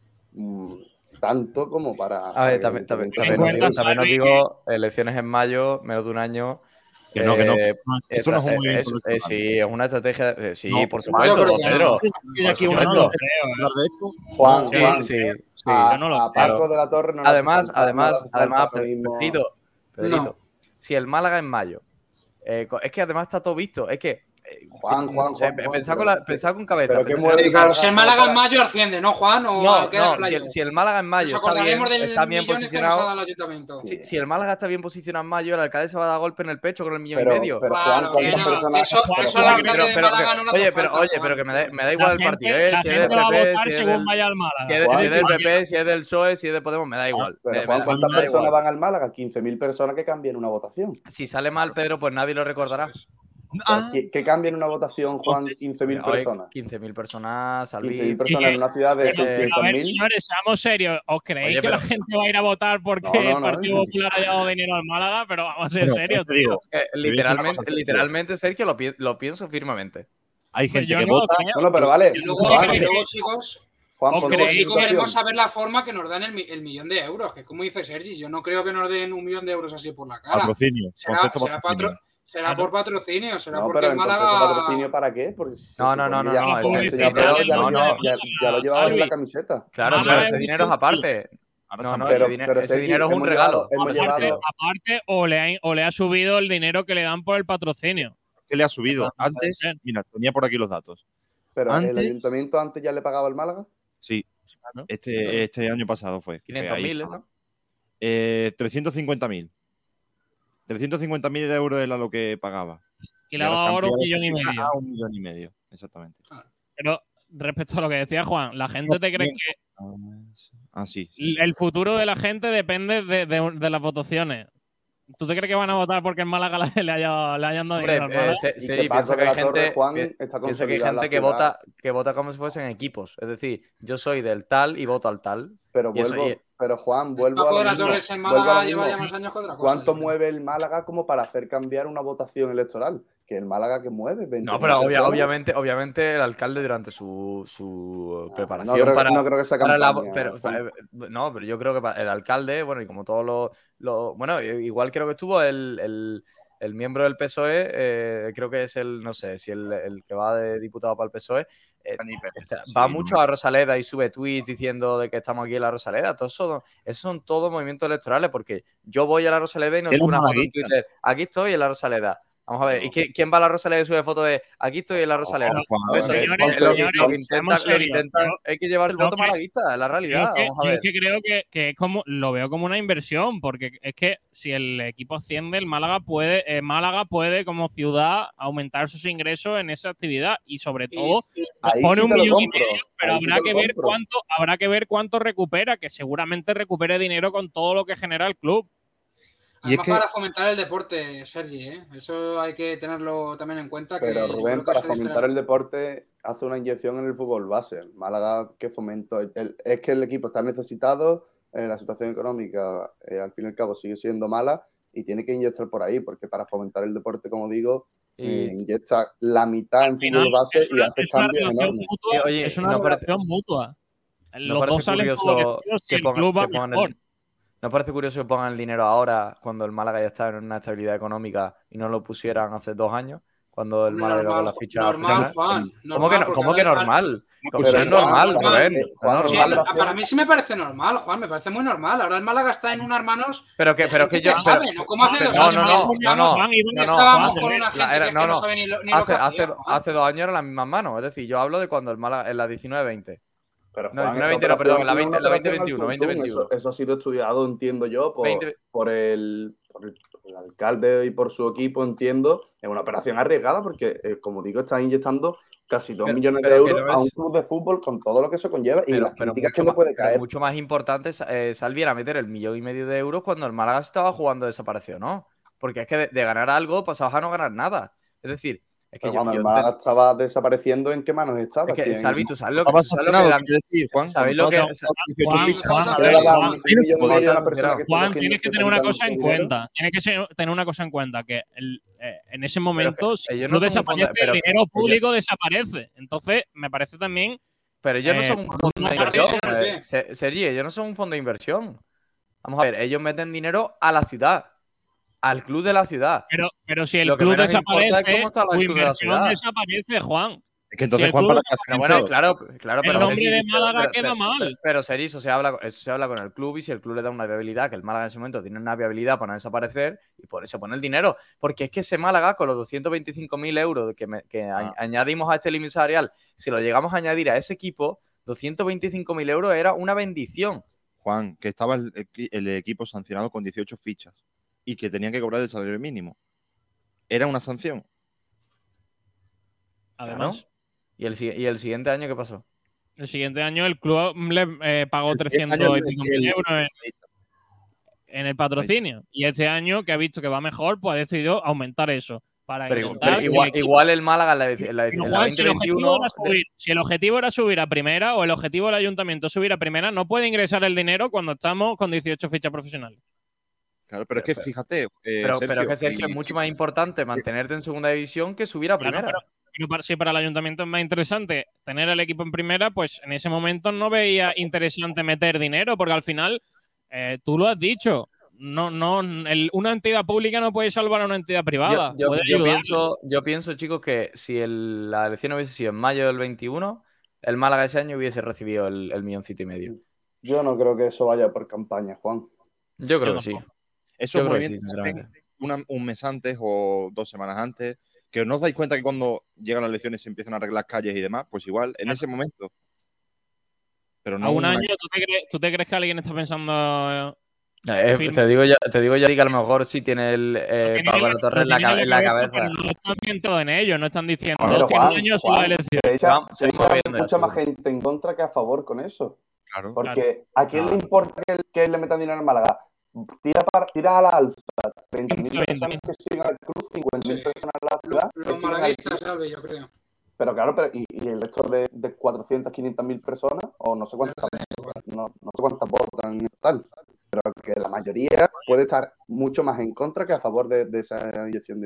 mm, tanto como para...
A
para
ver,
que
también, también,
evidentemente
también,
cuenta,
os, también os
Salvi,
digo, elecciones en mayo, menos de un año.
Que no, que no.
eh,
Esto no es un
eh,
movimiento
es- eh,
electoral.
sí, es una estrategia. eh, sí,
No,
por
yo
supuesto,
creo que no.
Pedro.
¿Hay aquí
Por
una
Yo no
supuesto.
lo creo, ¿eh?
hablar de esto?
Juan,
Sí,
Juan,
sí, sí.
a,
yo no lo
a
creo.
Paco de la Torre no le hace
Además,
falta- no le
además,
hace falta
además,
ahora mismo-
Pedrito, Pedrito,
No.
si el Málaga en mayo, eh, co- es que además está todo visto, es que eh,
Juan, Juan,
o sea,
Juan, Juan,
pensad
pero-
con, la- pensad con cabeza.
pero ¿qué
pensad-
mueve
Sí, claro, si el Málaga en
para-
mayo asciende, ¿no, Juan? O
No,
queda
no, si
playoff.
el, si el Málaga en mayo
Nos
está bien,
acordaremos del
está bien
millón este que nos ha dado
posicionado.
el ayuntamiento.
Si, si el Málaga está bien posicionado en mayo, el alcalde se va a dar golpe en el pecho con el millón
Pero,
y medio.
pero
Claro,
Juan,
que
¿cuántas
no,
personas?
eso-
pero,
eso
Juan,
la-
pero,
alcalde de
pero
Málaga
que-
no le hace
oye, pero,
falta,
oye,
Juan.
pero que me da, me da
La
igual el
gente,
partido, ¿eh?
la
Si es
gente
del
va a
P P,
votar
si es
según
del,
vaya al Málaga.
si es, de-
Juan,
si es del
Juan,
P P, si es del P S O E, si es de Podemos, me da igual.
pero
Me-
Juan,
me-
¿cuántas
me da
personas
igual.
van al Málaga? quince mil personas que cambien una votación.
Si sale mal, Pedro, pues nadie lo recordará.
Eso es.
Ah,
¿Qué, qué cambia en una votación, Juan? quince mil
Oye,
personas.
quince mil personas,
quince mil
Salvi.
personas en una ciudad de
Pero, pero,
seiscientos
a ver,
mil.
señores, seamos serios. ¿Os creéis
Oye,
que
pero-
la gente va a ir a votar porque
No, no,
el
no,
Partido
no.
Popular haya dado dinero al Málaga? Pero vamos a ser
Pero,
serios,
te
tío.
digo,
Eh,
Te voy a decir una
literalmente,
cosa, Sergio.
literalmente, Sergio, lo, pi- lo pienso firmemente.
hay
Pues
gente
yo
que
no lo
vota.
creo.
No, no, pero vale.
Y luego,
Juan,
y luego, chicos,
Juan,
¿os
ponte
luego,
en
creéis?
chicos,
situación.
queremos saber la forma que nos dan el, mi- el millón de euros, que es como dice Sergi, yo no creo que nos den un millón de euros así por la cara.
Patrocinio.
Será,
Concepto
será,
patrocinio.
patro- será por patrocinio, será
No,
porque
pero
el
en concepto
Málaga...
de patrocinio, ¿para qué? Porque se
No, no,
supone
no,
que
no,
ya,
no,
como
ese-
el señor
no,
Pedro ya,
no,
lo
no,
lleva- ya, ya lo llevabas en
Salvi.
la camiseta.
Claro,
Málaga
pero ese
es
dinero es
un-
aparte.
Ahora
No,
se han
no,
puesto-
ese,
Pero-
dinero,
pero,
ese
Sergi,
dinero es un
hemos
regalo.
llevado- hemos
Aparte,
llevado-
aparte, o le, ha, o le ha subido el dinero que le dan por el patrocinio.
que le ha subido.
Puede
Antes,
ser.
mira, tenía por aquí los datos.
Pero el
Antes-
ayuntamiento antes ya le pagaba al Málaga.
Sí,
Claro.
este, este año pasado fue. que
quinientos
ahí
mil,
estaba.
¿no?
Eh, trescientos cincuenta mil. trescientos cincuenta mil euros era lo que pagaba.
Y le ha dado
se ha
ahora un
ampliado
millón y
esa cifra
medio.
A un millón y medio, exactamente.
Pero respecto a lo que decía Juan, la gente te cree
bien.
que
Ah, sí.
el futuro de la gente depende de, de- de las votaciones. ¿Tú te crees que van a votar porque el Málaga le, le haya, le hayan dado
Hombre,
dinero al
eh,
Málaga?
se-
Y
Seri,
que
piensa
Paco
que
de
hay
la Torre,
gente,
Juan,
pi-
está
piensa que hay
consolidada en la
gente que
ciudad.
vota, que vota como si fuesen equipos. Es decir, yo soy del tal y voto al tal.
Pero
Y eso-
vuelvo,
y-
pero Juan, vuelvo
Paco
a
de
lo
la
mismo.
Torres en
Vuelvo a
Málaga
lo
lleva
mismo.
ya más años que otra cosa.
¿Cuánto
yo creo.
mueve el Málaga como para hacer cambiar una votación electoral? que el Málaga que mueve.
No, pero obvia, obviamente, obviamente el alcalde durante su, su preparación
no creo,
para,
no creo que sea
para la,
campaña,
pero, para, no, pero yo creo que para el alcalde, bueno, y como todos los, los bueno, igual creo que estuvo el, el, el miembro del P S O E, eh, creo que es el, no sé, si el, el que va de diputado para el P S O E, eh, está, va mucho a Rosaleda y sube tweets diciendo de que estamos aquí en la Rosaleda. Todo eso, esos son todos movimientos electorales, porque yo voy a la Rosaleda y no subo una foto en Twitter. Aquí estoy en la Rosaleda. Vamos a ver, ¿y qué, quién va a la Rosaleda y sube foto de aquí estoy en la Rosaleda? No, no, eso, señores, lo, señores, lo que intentan, lo que intentan no, es que llevar el voto malaguista, es la realidad.
Que,
vamos a ver.
Yo es que creo que, que es como, lo veo como una inversión, porque es que si el equipo asciende, el Málaga puede, eh, Málaga puede como ciudad aumentar sus ingresos en esa actividad y sobre todo
y, y
pone
sí
un millón
compro,
y medio, pero habrá sí que ver compro. cuánto, habrá que ver cuánto recupera, que seguramente recupere dinero con todo lo que genera el club.
Además, es que... para fomentar el deporte, Sergi, ¿eh? Eso hay que tenerlo también en cuenta.
Pero
que
Rubén, para fomentar el deporte, hace una inyección en el fútbol base. Málaga, que fomentó. El, es que el equipo está necesitado, eh, la situación económica, eh, al fin y al cabo, sigue siendo mala y tiene que inyectar por ahí, porque para fomentar el deporte, como digo, y... eh, inyecta la mitad en fútbol base y hace cambios enormes.
Mutua, Oye, es una no relación parece... mutua. Los no dos salen favorecidos si el club va mejor.
El... ¿No parece curioso que pongan el dinero ahora cuando el Málaga ya está en una estabilidad económica y no lo pusieran hace dos años? Cuando el Málaga con la ficha.
Normal, Juan.
¿Cómo que, no, ¿cómo que normal? Como si es normal, Rubén.
Sí, para mí sí me parece normal, Juan. Me parece muy normal. Ahora el Málaga está en un hermanos.
Pero que, pero que yo.
Sabe, ¿no? Como hace dos años.
No, no, no.
Estábamos con una gente que no sabe ni lo que hacía.
Hace dos años eran las mismas manos. Es decir, yo hablo de cuando el Málaga en la diecinueve veinte.
Pero,
no,
Juan,
diecinueve veinte no, perdón, en la veinte, la veinte veintiuno. veinte veintiuno.
Eso, eso ha sido estudiado, entiendo yo, por, veinte... por, el, por, el, por el alcalde y por su equipo, entiendo. Es una operación arriesgada porque, eh, como digo, está inyectando casi dos pero, millones pero de euros no es... a un club de fútbol con todo lo que eso conlleva y pero, las pero críticas que
más,
le puede caer.
Mucho más importante es eh, Salvi a meter el millón y medio de euros cuando el Málaga estaba jugando desapareció, ¿no? Porque es que de, de ganar algo pasabas a no ganar nada. Es decir... Es que
pero
yo,
cuando
yo
el Málaga
te...
estaba desapareciendo, ¿en qué manos estaba?
Es que,
¿Quién?
Salvi, tú sabes lo que, sabes lo que era...
decir, Juan.
¿Sabéis lo que... Juan, tienes que tener una cosa en cuenta. Tienes que tener una cosa en cuenta, que el, eh, en ese momento, si no desaparece, el dinero público desaparece. Entonces, me parece también...
Pero ellos no son un fondo de inversión. Sergi, ellos no son un fondo de inversión. Vamos a ver, ellos meten dinero a la ciudad. Al club de la ciudad.
Pero, pero si el Lo club desaparece, es tu inversión de desaparece, Juan.
Es que entonces,
si
Juan, para
pero bueno, claro, claro,
el
pero
nombre
Sergi,
de Málaga
pero,
queda
pero,
mal.
Pero, pero Sergi, eso se, habla, eso se habla con el club y si el club le da una viabilidad, que el Málaga en ese momento tiene una viabilidad para no desaparecer y por eso pone el dinero. Porque es que ese Málaga, con los doscientos veinticinco mil euros que, me, que ah. añadimos a este límite salarial, si lo llegamos a añadir a ese equipo, doscientos veinticinco mil euros era una bendición.
Juan, que estaba el, el equipo sancionado con dieciocho fichas y que tenían que cobrar el salario mínimo. Era una sanción.
Además.
Claro. ¿Y, el, ¿Y el siguiente año qué pasó?
El siguiente año el club le eh, pagó trescientos y pico mil euros en, en el patrocinio. Y este año, que ha visto que va mejor, pues ha decidido aumentar eso. Para
pero, pero igual, el igual el Málaga en la, en la, en la veinte veintiuno...
Si el, si el objetivo era subir a primera o el objetivo del ayuntamiento subir a primera, no puede ingresar el dinero cuando estamos con dieciocho fichas profesionales.
Claro, pero, pero es que fíjate. Eh,
pero,
Sergio,
pero es que Sergio,
y,
es mucho más importante mantenerte en segunda división que subir a primera.
Claro, pero, pero para, si para el ayuntamiento es más interesante tener el equipo en primera, pues en ese momento no veía interesante meter dinero, porque al final, eh, tú lo has dicho, no, no, el, una entidad pública no puede salvar a una entidad privada.
Yo, yo, yo pienso, yo pienso, chicos, que si el, la elección hubiese sido en mayo del veintiuno, el Málaga ese año hubiese recibido el, el milloncito y medio.
Yo no creo que eso vaya por campaña, Juan.
Yo creo yo que no. sí.
Eso es movimientos sí, una, un mes antes o dos semanas antes, que no os dais cuenta que cuando llegan las elecciones se empiezan a arreglar calles y demás, pues igual, en ese momento.
Pero no a un una... año, ¿tú te, crees, ¿tú te crees que alguien está pensando...?
Eh, te digo ya, te digo ya que a lo mejor sí tiene el eh, Pablo la Torre en la, en la cabeza.
No están centrados en ello, no están diciendo
bueno,
Juan, un año
Juan,
la elección.
Se echa, se echa mucha más gente en contra que a favor con eso.
Claro,
porque
claro.
¿a quién
claro.
le importa que, que le metan dinero al Málaga? Tira, para, tira a la alza treinta mil personas que siguen al club, cincuenta mil sí. personas en la ciudad.
Los malaguistas, ¿sabes? Yo creo.
Pero claro, pero y, y el resto de, de cuatrocientas, quinientas mil personas, o no sé cuántas, no, no sé cuántas votan en total, pero que la mayoría puede estar mucho más en contra que a favor de, de esa inyección de dinero.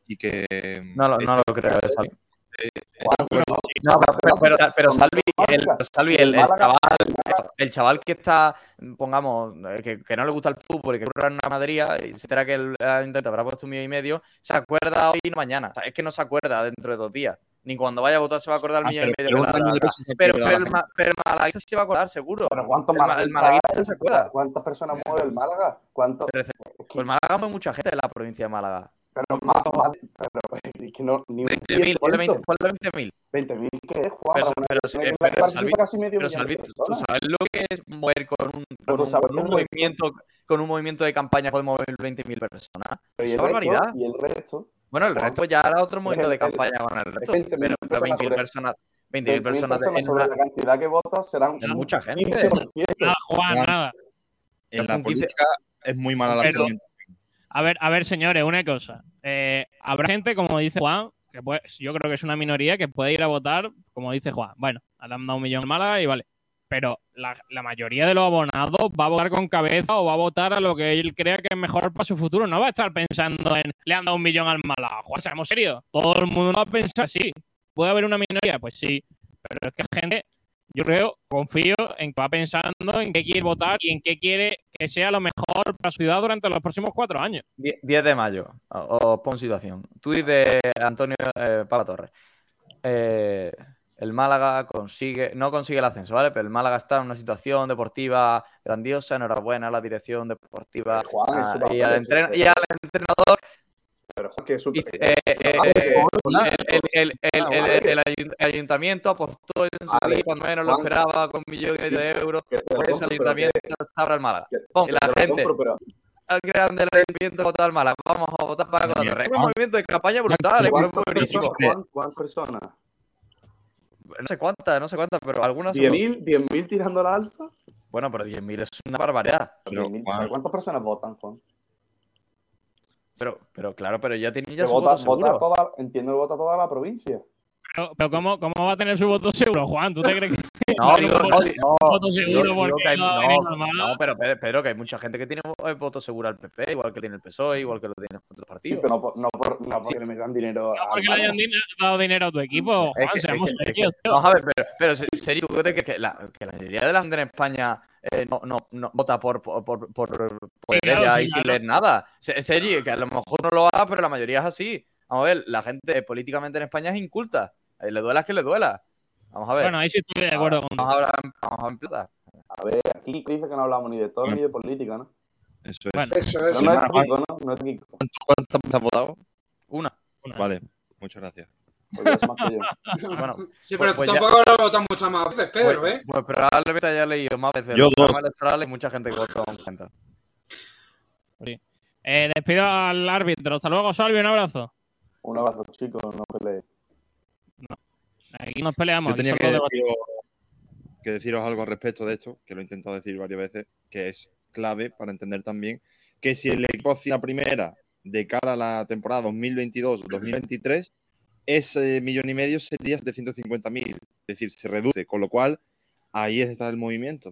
y que...
No, lo- no
este-
lo creo, eh, Salvi.
eh,
No, pero, pero, pero Salvi, el, Salvi, el, el
Málaga-
chaval, el chaval que está, pongamos, eh, que, que no le gusta el fútbol y que curra en una madería y se entera que el ayuntamiento habrá puesto un millón y medio, se acuerda hoy y no mañana. O sea, es que no se acuerda dentro de dos días. Ni cuando vaya a votar se va a acordar el
Ah,
millón y
pero-
medio.
pero
que
un
le ha
año
dado.
después se
pero,
acuerda
pero,
la
el, ma- pero el malaguista se va a acordar seguro.
Pero ¿cuántos
El, ma- el
malaguistas
malaguista
hay?
se acuerda.
¿Cuántas personas mueve el Málaga? ¿Cuántos?
Pero, pues Málaga mueve mucha gente de la provincia de Málaga.
Pero más, más- pero es que no, ni un
veinte mil, ponle veinte mil.
veinte mil, ¿qué es, Juan?
Pero,
Una-
pero,
una-
eh,
una-
pero,
participa
Salvi,
casi medio
pero
millón de
Salvi, ¿tú
personas.
sabes lo que es mover con un,
Pero
con
tú sabes
un, con un
el resto.
movimiento con un movimiento de campaña puede mover veinte mil personas?
Y
Es
el
una
resto,
barbaridad.
y el resto,
Bueno, el
Juan,
resto ya era otro
es
movimiento
el-
de
el-
campaña con el resto.
veinte mil
Pero, pero
personas
veinte mil
sobre-
personas, veinte mil
veinte mil
personas de-
personas
en
sobre
una-
la cantidad que vota serán
es
un
mucha gente.
quince por ciento.
Nada, Juan,
Juan,
nada.
En la
Un quince
política es muy mala la
Pero-
segmentación.
A ver, a ver, señores, una cosa. Eh, habrá gente, como dice Juan, que puede- yo creo que es una minoría que puede ir a votar, como dice Juan. Bueno, le han dado un millón en Málaga y vale. Pero la, la mayoría de los abonados va a votar con cabeza o va a votar a lo que él crea que es mejor para su futuro. No va a estar pensando en le han dado un millón al Málaga. Juan, seamos serios. Todo el mundo no va a pensar así. ¿Puede haber una minoría? Pues sí. Pero es que gente, yo creo, confío en que va pensando en qué quiere votar y en qué quiere que sea lo mejor para su ciudad durante los próximos cuatro años.
Die- diez de mayo, o- os pongo situación. Tuit de Antonio eh, Pala Torres. Eh, el Málaga consigue, no consigue el ascenso, ¿vale? Pero el Málaga está en una situación deportiva grandiosa. Enhorabuena a la dirección deportiva
Pero, Juan,
ah,
eso va a
y, al
ver,
entren-
eso-
y al entrenador.
Pero, Juan, que es un-
Y, eh, eh, eh, el, el- el- el- el- el ayun- el ayuntamiento apostó en su
Vale,
día, cuando menos lo
Juan,
esperaba, con un millón y medio de euros.
que te lo
Por ese
compro, pero
ayuntamiento
que-
está ahora el Málaga.
que-
Pon,
que
y la
te lo
gente
compro, pero-
grande el ayuntamiento votar al Málaga. Vamos a votar para
Madre mía,
Cotorre. Es un
Juan.
movimiento de campaña brutal, es
¿Cuántas
muy buenísimo.
personas, Juan? ¿Cuántas personas?
No sé cuántas, no sé cuántas, pero algunas.
¿diez mil? ¿diez mil tirando la alza?
Bueno, pero diez mil es una barbaridad.
Pero,
diez mil,
Juan,
¿sabes ¿Cuántas personas votan, Juan?
Pero, pero claro, pero ya tiene ya
Que
su
vota,
voto
vota
seguro.
toda, entiendo que vota toda la provincia.
Pero, pero ¿cómo, ¿cómo va a tener su voto seguro, Juan? ¿Tú te crees que
No,
no,
digo,
no,
no, di- no,
voto
digo-
seguro
digo
porque
que hay-
no va a
no,
venir al Málaga?
no, pero, pero, pero que hay mucha gente que tiene eh, voto seguro al P P, igual que tiene el P S O E, igual que lo tiene otros
Sí,
partidos.
pero no, por- no, por, no porque le metan dinero
No
al
porque le
Málaga.
hayan din- dado dinero a tu equipo,
Es
Juan,
que- es
seamos
que- es que-
serios, tío.
Vamos a ver, pero, pero se- Sergi, ¿tú crees que, que la, que la mayoría de la gente en España eh, no, no, no vota por, por, por, por, por
Sí, claro,
ella
sí,
y sin
claro.
leer nada? Se- Sergi, que a lo mejor no lo haga, pero la mayoría es así. Vamos a ver, la gente políticamente en España es inculta. Eh, le duela es que le duela. Vamos a ver.
Bueno, ahí sí estoy de acuerdo con
Vamos a hablar en, vamos a hablar en plata.
A ver, aquí dice que no hablamos ni de todo ni de política, ¿no?
eso es.
Bueno,
Eso,
Pero
eso.
no es
Juan,
Kiko, ¿no? No es Kiko.
¿Cuántas veces has votado?
Una.
una.
Vale, muchas gracias.
Porque es más que yo.
Bueno,
Sí, pero
pues
tú
ya-
tampoco habrás votado muchas más veces, Pedro,
pues,
¿eh?
pues probablemente haya leído más veces
Yo
los
dos.
programas electorales y mucha gente que votó en cuenta.
Eh, despido al árbitro. Hasta luego, Salvi, un abrazo.
Un abrazo, chicos, no peleéis.
Aquí nos peleamos.
Yo
aquí
tenía
son
que
todos debates.
deciros, que deciros algo al respecto de esto, que lo he intentado decir varias veces, que es clave para entender también que si el equipo hacía primera de cara a la temporada dos mil veintidós dos mil veintitrés, ese millón y medio sería setecientos cincuenta mil. Es decir, se reduce, con lo cual ahí está el movimiento.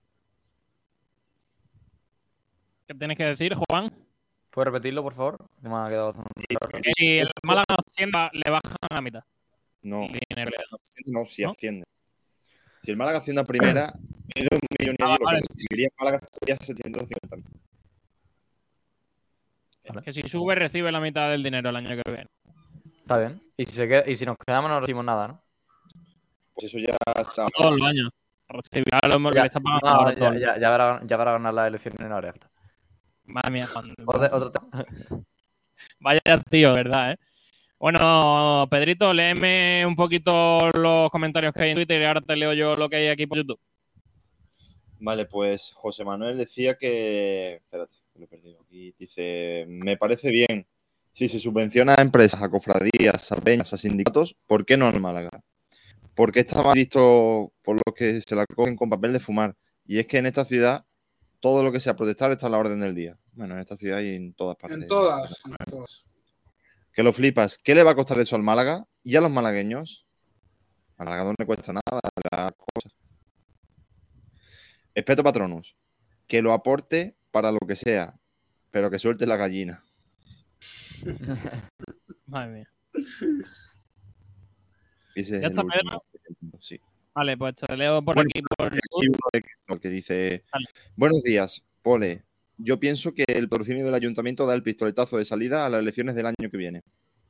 ¿Qué tienes que decir, Juan?
¿Puedes repetirlo, por favor? Que me ha quedado bastante claro.
Que si el Málaga ascienda, le bajan a mitad.
No,
el dinero.
no, si
¿No?
asciende. Si el Málaga asciende a primera, medio un millón y
Ah,
medio, lo
vale.
que recibiría el Málaga sería setecientos cincuenta mil.
Vale.
Que si sube, recibe la mitad del dinero el año que viene.
Está bien. Y si, se queda, y si nos quedamos no recibimos nada, ¿no?
Pues eso ya está.
Todos los años. Recibirá lo mismo que
Ya,
le está pagando
no,
ahora
ya,
todo.
ya, ya, verá, ya verá ganar las elecciones en hora alta.
Madre mía, Juan.
Otro, otro tema.
Vaya tío, ¿verdad, eh? Bueno, Pedrito, léeme un poquito los comentarios que hay en Twitter y ahora te leo yo lo que hay aquí por YouTube.
Vale, pues José Manuel decía que... Espérate, lo he perdido aquí. Dice, me parece bien. Si se subvenciona a empresas, a cofradías, a peñas, a sindicatos, ¿por qué no al Málaga? Porque está mal visto por los que se la cogen con papel de fumar. Y es que en esta ciudad todo lo que sea protestar está a la orden del día. Bueno, en esta ciudad y en todas partes.
En todas, en todas.
Que lo flipas. ¿Qué le va a costar eso al Málaga y a los malagueños? Al Málaga no le cuesta nada la cosa. Espeto Patronus. Que lo aporte para lo que sea, pero que suelte la gallina.
Madre mía.
Ese es
¿Ya
el
está,
último.
Pedro?
Sí.
Vale, pues te leo por
Bueno,
aquí. Por
hay uno de Héctor que dice:
Vale.
Buenos días, Pole. Yo pienso que el patrocinio del ayuntamiento da el pistoletazo de salida a las elecciones del año que viene.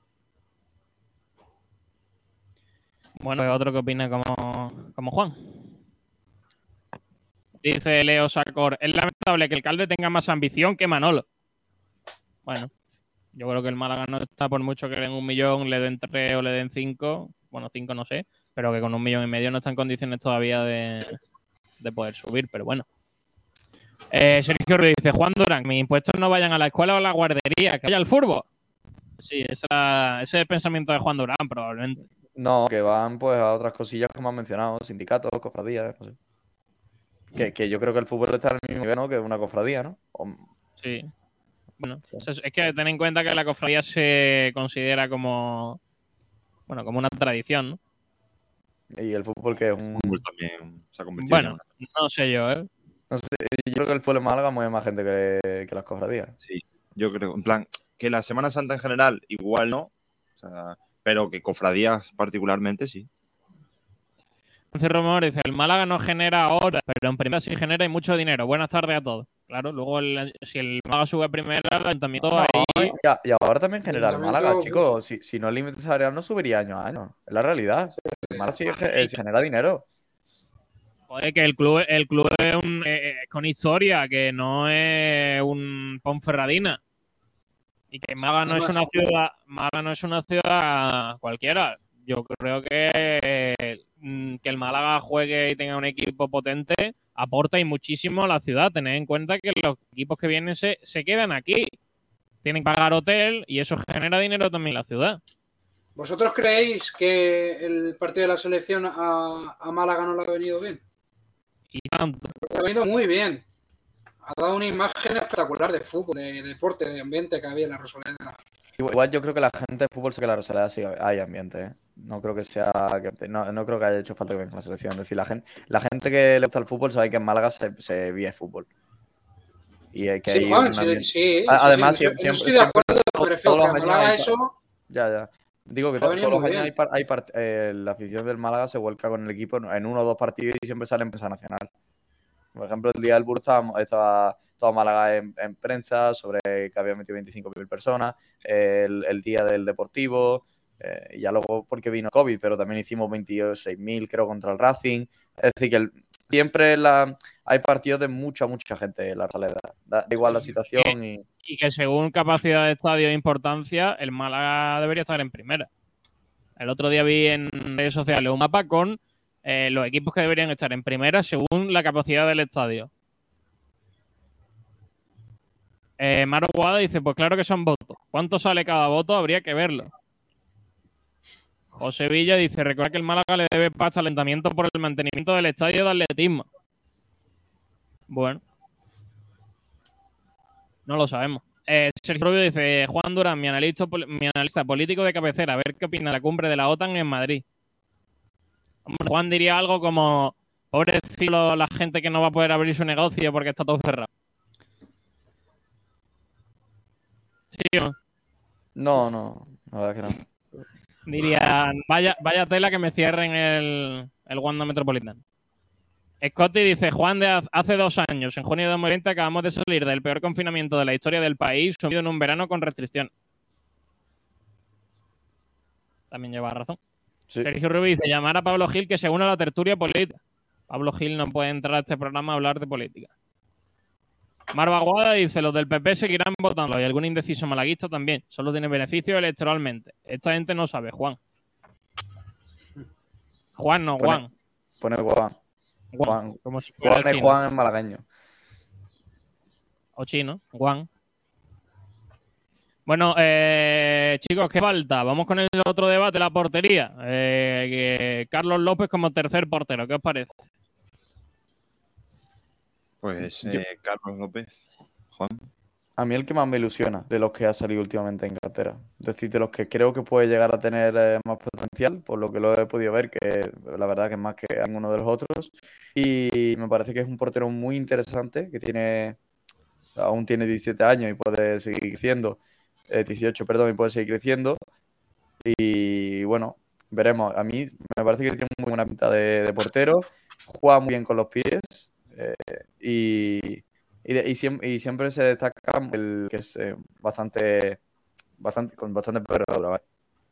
Bueno, hay otro que opina como, como Juan. Dice Leo Sacor: es lamentable que el Calde tenga más ambición que Manolo. Bueno, yo creo que el Málaga no está por mucho que le den un millón, le den tres o le den cinco. Bueno, cinco no sé, pero que con un millón y medio no está en condiciones todavía de, de poder subir, pero bueno. Eh, Sergio Ruiz dice: Juan Durán, mis impuestos no vayan a la escuela o a la guardería, que vaya al fútbol. Sí, esa, ese es el pensamiento de Juan Durán, probablemente.
No, que van pues a otras cosillas como han mencionado, sindicatos, cofradías, no sé. Que, que yo creo que el fútbol está al mismo nivel, ¿no? Que una cofradía, ¿no? O...
Sí. Bueno, es que ten en cuenta que la cofradía se considera como, bueno, como una tradición, ¿no?
Y el fútbol que es un...
El fútbol también se ha convertido
Bueno,
en una...
no sé yo, ¿eh?
No sé, yo creo que el fútbol en Málaga mueve más gente que, que las cofradías.
Sí, yo creo, en plan, que la Semana Santa en general igual no, o sea, pero que cofradías particularmente sí.
Francis Romero dice: el Málaga no genera ahora, pero en primera sí genera y mucho dinero. Buenas tardes a todos. Claro, luego el, si el Málaga sube a primera, el ayuntamiento
No,
ahí...
y, y ahora también genera el Málaga, chicos. Si, si no el límite salarial no subiría año a año. Es la realidad. El Málaga sí, eh, sí genera dinero.
Joder, que el club, el club es un, eh, con historia, que no es un Ponferradina. Y que Málaga no es una ciudad, Málaga no es una ciudad cualquiera. Yo creo que, eh, que el Málaga juegue y tenga un equipo potente aporta y muchísimo a la ciudad. Tened en cuenta que los equipos que vienen se, se quedan aquí. Tienen que pagar hotel y eso genera dinero también en la ciudad.
¿Vosotros creéis que el partido de la selección a, a Málaga no le ha venido bien?
Y tanto.
Le ha venido muy bien. Ha dado una imagen espectacular de fútbol, de, de deporte, de ambiente que había en la Rosaleda.
Igual yo creo que la gente de fútbol sabe que la Rosaleda sí hay ambiente, ¿eh? No creo que sea no, no creo que haya hecho falta que venga la selección. Es decir, la gente, la gente que le gusta el fútbol sabe que en Málaga se, se vive fútbol. Y hay que
sí,
hay
Juan,
un
sí, sí,
Además,
sí, sí,
siempre,
estoy de acuerdo,
todos,
pero
todos los
que
años
Málaga
hay,
eso...
Ya, ya. Digo que to, todos los años hay, par, hay part, eh, la afición del Málaga se vuelca con el equipo en uno o dos partidos y siempre sale en prensa nacional. Por ejemplo, el día del Burgos estaba, estaba toda Málaga en, en prensa sobre que había metido veinticinco mil personas. El, el día del Deportivo, eh, y ya luego porque vino COVID, pero también hicimos veintiséis mil, creo, contra el Racing. Es decir, que el, siempre la, hay partidos de mucha, mucha gente en la Rosaleda. Da, da igual la situación. Y...
y que según capacidad de estadio e importancia, el Málaga debería estar en primera. El otro día vi en redes sociales un mapa con eh, los equipos que deberían estar en primera según la capacidad del estadio. Eh, Maro Guada dice: pues claro que son votos. ¿Cuánto sale cada voto? Habría que verlo. José Villa dice: recuerda que el Málaga le debe pasta al ayuntamiento por el mantenimiento del estadio de atletismo. Bueno. No lo sabemos. Eh, Sergio Rubio dice: Juan Durán, mi analista, mi analista político de cabecera, a ver qué opina de la cumbre de la OTAN en Madrid. Hombre, Juan diría algo como: pobrecito la gente que no va a poder abrir su negocio porque está todo cerrado. ¿Sí o no?
No, no, la verdad que no.
Diría: vaya, vaya tela que me cierren el, el Wanda Metropolitano. Scotty dice: Juan, de hace dos años, en junio de dos mil veinte, acabamos de salir del peor confinamiento de la historia del país, sumido en un verano con restricciones. También lleva razón. Sí. Sergio Rubí dice: llamar a Pablo Gil que se une a la tertulia política. Pablo Gil no puede entrar a este programa a hablar de política. Marva Guada dice: los del P P seguirán votando y algún indeciso malaguista también. Solo tiene beneficio electoralmente. Esta gente no sabe, Juan. Juan no,
pone,
Juan.
Pone Juan.
Juan,
Juan, si Juan es Juan en malagueño.
O chino, Juan. Bueno, eh, chicos, ¿qué falta? Vamos con el otro debate, la portería. Eh, que Carlos López como tercer portero, ¿qué os parece?
Pues eh, Carlos López, Juan.
A mí el que más me ilusiona de los que ha salido últimamente en cartera. Es decir, de los que creo que puede llegar a tener eh, más potencial, por lo que lo he podido ver, que la verdad que es más que alguno de los otros. Y me parece que es un portero muy interesante, que tiene aún tiene diecisiete años y puede seguir siendo. eh, dieciocho, perdón, y puede seguir creciendo. Y bueno, veremos. A mí me parece que tiene muy buena pinta de, de portero, juega muy bien con los pies eh, y, y, de, y, siempre, y siempre se destaca el que es eh, bastante, bastante, con bastante envergadura, ¿vale?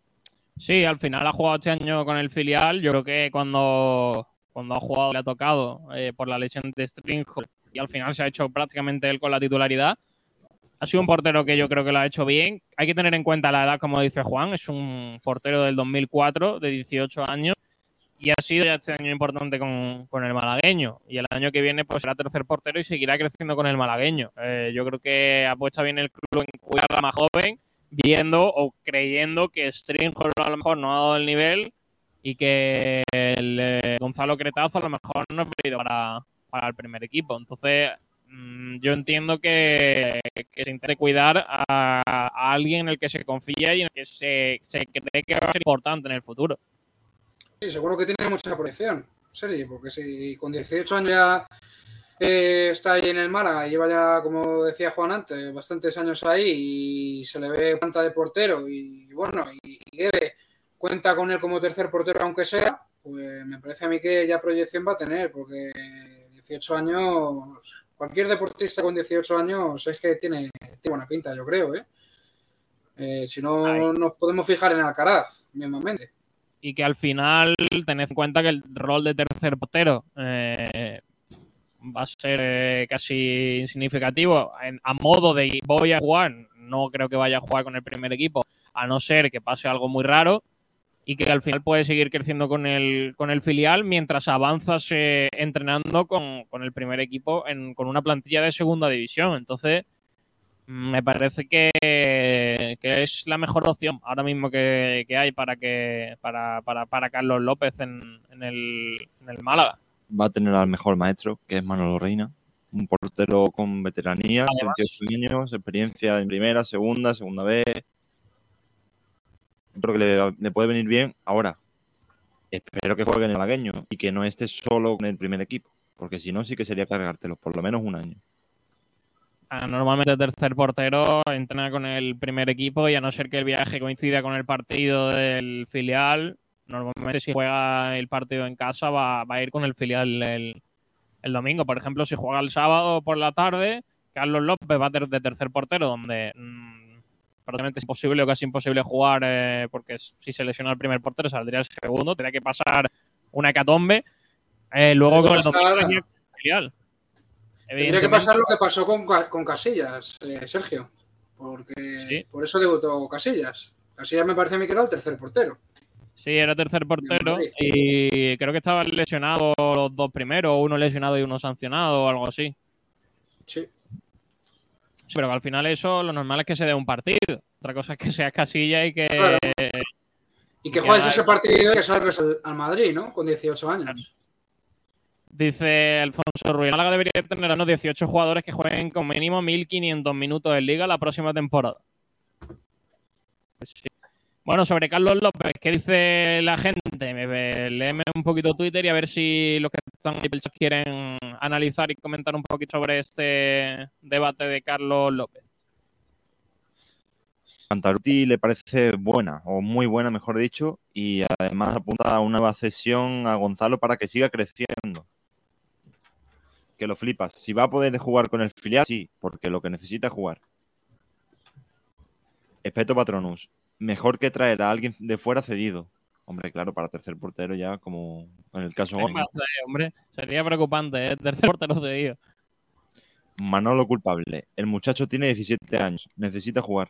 Sí, al final ha jugado este año con el filial. Yo creo que cuando, cuando ha jugado le ha tocado eh, por la lesión de Stringhold y al final se ha hecho prácticamente él con la titularidad. Ha sido un portero que yo creo que lo ha hecho bien. Hay que tener en cuenta la edad, como dice Juan. Es un portero del dos mil cuatro, de dieciocho años, y ha sido ya este año importante con, con el malagueño. Y el año que viene pues será tercer portero y seguirá creciendo con el malagueño. Eh, yo creo que apuesta bien el club en cuidar a la más joven, viendo o creyendo que Stringhold a lo mejor no ha dado el nivel y que el, eh, Gonzalo Cretazo a lo mejor no es válido para, para el primer equipo. Entonces, yo entiendo que, que se intente cuidar a, a alguien en el que se confía y en el que se, se cree que va a ser importante en el futuro.
Sí, seguro que tiene mucha proyección, en serio, porque si con dieciocho años ya eh, está ahí en el Málaga y lleva ya, como decía Juan antes, bastantes años ahí y se le ve planta de portero y, y bueno, y, y Guede cuenta con él como tercer portero aunque sea, pues me parece a mí que ya proyección va a tener, porque dieciocho años... Cualquier deportista con dieciocho años es que tiene, tiene buena pinta, yo creo, ¿eh? Eh, si no, Ay. nos podemos fijar en Alcaraz, mismamente.
Y que al final tened en cuenta que el rol de tercer portero eh, va a ser eh, casi insignificativo. En, a modo de voy a jugar, no creo que vaya a jugar con el primer equipo, a no ser que pase algo muy raro. Y que al final puede seguir creciendo con el, con el filial mientras avanzas eh, entrenando con, con el primer equipo en, con una plantilla de segunda división. Entonces, me parece que, que es la mejor opción ahora mismo que, que hay para que para, para, para Carlos López en, en, el, en el Málaga.
Va a tener al mejor maestro, que es Manolo Reina. Un portero con veteranía,
Además,
veintiocho años, experiencia en primera, segunda, segunda B. Creo que le, le puede venir bien. Ahora, espero que juegue en el malagueño y que no esté solo con el primer equipo, porque si no sí que sería cargártelo por lo menos un año.
Normalmente el tercer portero entrena con el primer equipo y a no ser que el viaje coincida con el partido del filial, normalmente si juega el partido en casa va, va a ir con el filial el, el domingo. Por ejemplo, si juega el sábado por la tarde, Carlos López va a tener de tercer portero, donde mmm, prácticamente es imposible o casi imposible jugar eh, porque si se lesiona el primer portero saldría el segundo, tendría que pasar una hecatombe. Eh, luego con el domingo filial.
Tendría que pasar lo que pasó con, con Casillas, eh, Sergio, porque ¿sí? Por eso debutó Casillas. Casillas me parece a mí que era el tercer portero.
Sí, era tercer portero y creo que estaban lesionados los dos primeros, uno lesionado y uno sancionado o algo así.
Sí.
Sí, pero al final eso lo normal es que se dé un partido. Otra cosa es que sea Casillas y que...
Claro. Y que juegues ese partido y que salves al, al Madrid, ¿no? Con dieciocho años. Claro.
Dice Alfonso Ruiz, Málaga debería tener a unos dieciocho jugadores que jueguen con mínimo mil quinientos minutos en Liga la próxima temporada. Sí. Bueno, sobre Carlos López, ¿qué dice la gente? Léeme un poquito Twitter y a ver si los que están ahí quieren analizar y comentar un poquito sobre este debate de Carlos López.
Cantarutti le parece buena, o muy buena, mejor dicho, y además apunta a una nueva cesión a Gonzalo para que siga creciendo. Que lo flipas. Si va a poder jugar con el filial, sí, porque lo que necesita es jugar. Espeto Patronus. Mejor que traer a alguien de fuera cedido. Hombre, claro, para tercer portero ya, como en el caso
Gómez. Hombre, sería preocupante, ¿eh? Tercer portero cedido.
Manolo culpable. El muchacho tiene diecisiete años. Necesita jugar.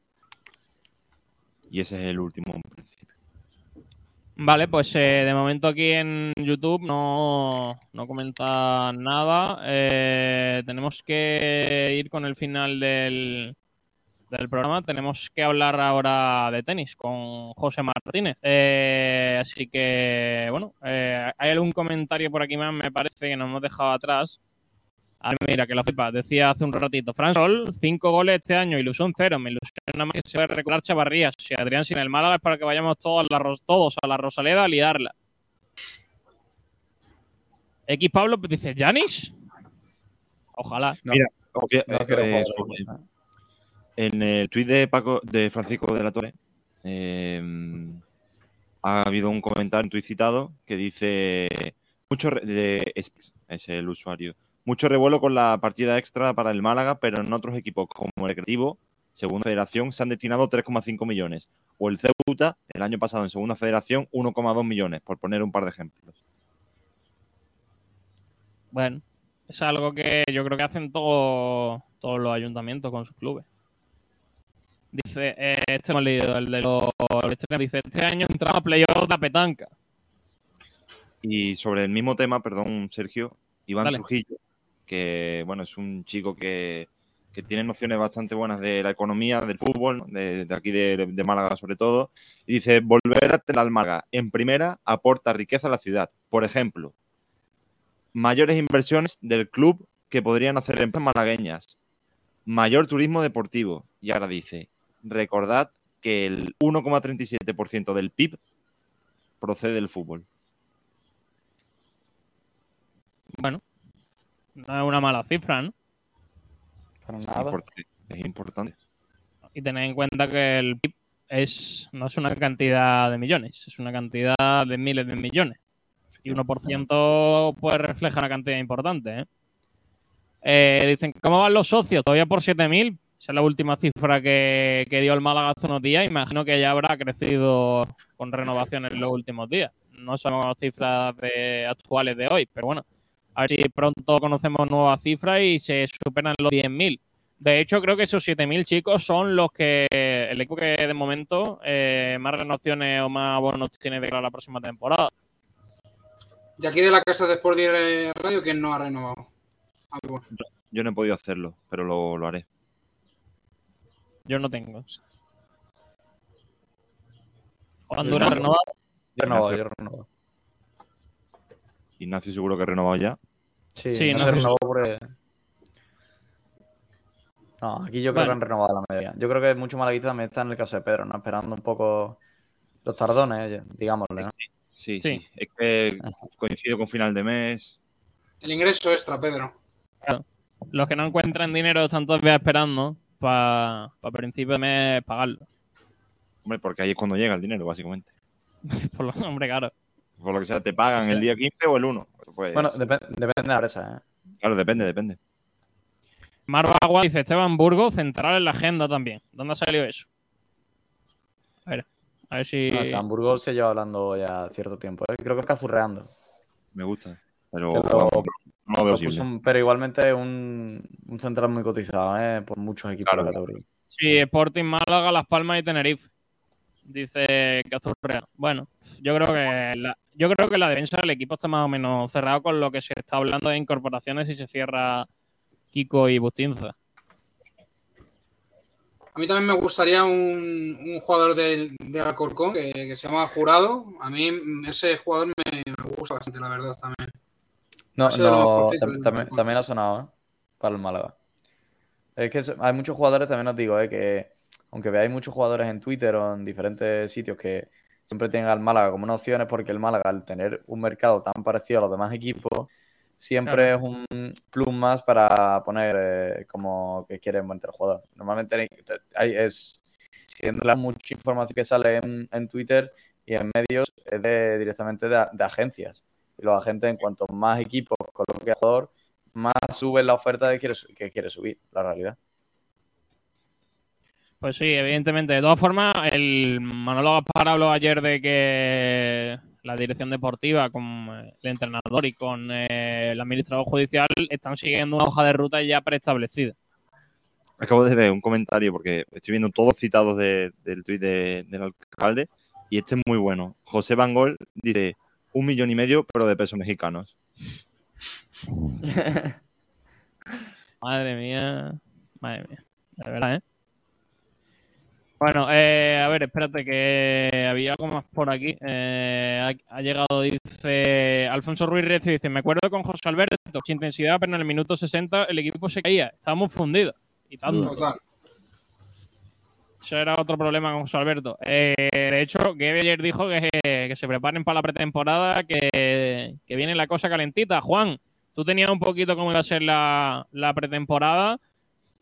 Y ese es el último en principio.
Vale, pues eh, de momento aquí en YouTube no, no comenta nada. Eh, tenemos que ir con el final del, del programa. Tenemos que hablar ahora de tenis con José Martínez. Eh, así que, bueno, eh, hay algún comentario por aquí más, me parece, que nos hemos dejado atrás. Ah, mira, que la flipa. Decía hace un ratito, Fran Sol, cinco goles este año, ilusión cero. Me ilusiona más que se va a recuperar Chavarrías. Si Adrián sin el Málaga es para que vayamos todos a la, todos a la Rosaleda a liarla. X Pablo dice, ¿Yanis? Ojalá.
No. Mira,
no, no quiero
eh,
jugar,
sobre, En el tuit de Paco, de Francisco de la Torre, eh, ha habido un comentario, un tuit citado, que dice mucho re- de, es, es el usuario. Mucho revuelo con la partida extra para el Málaga, pero en otros equipos como el Recreativo, segunda federación, se han destinado tres coma cinco millones. O el Ceuta, el año pasado en segunda federación, uno coma dos millones, por poner un par de ejemplos.
Bueno, es algo que yo creo que hacen todos todos los ayuntamientos con sus clubes. Dice, eh, este hemos leído, el de los extremos, dice, este año entramos a playoff de la petanca.
Y sobre el mismo tema, perdón, Sergio, Iván
Dale.
Trujillo, que bueno, es un chico que, que tiene nociones bastante buenas de la economía, del fútbol, ¿no? de, de aquí de, de Málaga sobre todo, y dice, volver a tener al Málaga en primera aporta riqueza a la ciudad. Por ejemplo, mayores inversiones del club que podrían hacer empresas malagueñas, mayor turismo deportivo. Y ahora dice, recordad que el uno coma treinta y siete por ciento del P I B procede del fútbol.
Bueno, no es una mala cifra, ¿no?
Para
Es
nada.
importante. Es importante.
Y tened en cuenta que el P I B es, no es una cantidad de millones, es una cantidad de miles de millones. Y uno por ciento pues refleja una cantidad importante, ¿eh? Eh, dicen, ¿cómo van los socios? Todavía por siete mil. Esa es la última cifra que, que dio el Málaga hace unos días. Imagino que ya habrá crecido con renovaciones en los últimos días. No sabemos cifras de, actuales de hoy, pero bueno, a ver si pronto conocemos nuevas cifras y se superan los diez mil. De hecho, creo que esos siete mil chicos son los que el equipo que de momento eh, más renovaciones o más bonos tiene de cara a la próxima temporada.
Y aquí de la casa de Sport Direct Radio, ¿quién no ha renovado? Ah, bueno.
Yo, yo no he podido hacerlo, pero lo, lo haré.
Yo no tengo.
Yo
¿Cuándo ha
no.
renovado?
Yo renovado,
Ignacio.
yo renovado.
Ignacio seguro que ha renovado ya.
Sí,
Sí,
no
no
se
sé.
renovó porque... No, aquí yo creo
Bueno.
que han renovado la mayoría. Yo creo que muchos malaguistas también están en el caso de Pedro, ¿no? Esperando un poco los tardones, digámosle, ¿no?
Sí,
Sí.
sí. Es que coincido con final de mes.
El ingreso extra, Pedro.
Claro. Los que no encuentran dinero están todavía esperando para pa principio de mes pagarlo.
Hombre, porque ahí es cuando llega el dinero, básicamente.
Por lo, hombre, claro.
Por lo que sea, te pagan
O sea,
el día quince o el uno. Pues,
Bueno, dep- depende de la empresa, ¿eh?
claro, depende, depende.
Marbagua dice Esteban Burgos, central en la agenda también. ¿Dónde ha salido eso? A ver, a ver si...
No, Hamburgo se lleva hablando ya cierto tiempo, ¿eh? Creo que está zurreando.
Me gusta. Pero,
Que lo-
vamos, no lo veo
lo puso
posible.
un- pero igualmente es un, un central muy cotizado, ¿eh? Por muchos equipos
Claro.
de categoría.
Sí, Sporting Málaga, Las Palmas y Tenerife. Dice que Azurrea. Bueno, yo creo que la, yo creo que la defensa del equipo está más o menos cerrado con lo que se está hablando de incorporaciones y se cierra Kiko y Bustinza.
A mí también me gustaría un, un jugador del, del Alcorcón que, que se llama Jurado. A mí ese jugador me, me gusta bastante, la verdad, también.
No,
Ha sido lo
no,
mejorcito
tam-
del
también,
Alcorcón.
también ha sonado, ¿eh? Para el Málaga. Es que eso- hay muchos jugadores, también os digo, ¿eh? Que aunque veáis muchos jugadores en Twitter o en diferentes sitios que siempre tienen al Málaga como una opción, es porque el Málaga, al tener un mercado tan parecido a los demás equipos, siempre
Claro.
es un plus más para poner eh, como que quieren vender el jugador. Normalmente hay, es siendo la mucha información que sale en, en Twitter y en medios es de, directamente de, de agencias. Y los agentes, en cuanto más equipos coloquen el jugador, más suben la oferta que quiere, su- que quiere subir, la realidad.
Pues sí, evidentemente. De todas formas, el Manolo Gaspar habló ayer de que la dirección deportiva con el entrenador y con eh, el administrador judicial están siguiendo una hoja de ruta ya preestablecida.
Acabo de ver un comentario porque estoy viendo todos citados de- del tuit de- del alcalde y este es muy bueno. José Van Gol dice un millón y medio, pero de pesos mexicanos.
Madre mía. Madre mía. De verdad, ¿eh? Bueno, eh, a ver, espérate que había algo más por aquí. Eh, ha, ha llegado, dice Alfonso Ruiz Recio, dice, me acuerdo con José Alberto, sin intensidad, pero en el minuto sesenta el equipo se caía. Estábamos fundidos. Y tanto.
Total.
Eso era otro problema con José Alberto. Eh, de hecho, Guede ayer dijo que, que se preparen para la pretemporada, que, que viene la cosa calentita. Juan, tú tenías un poquito cómo iba a ser la, la pretemporada.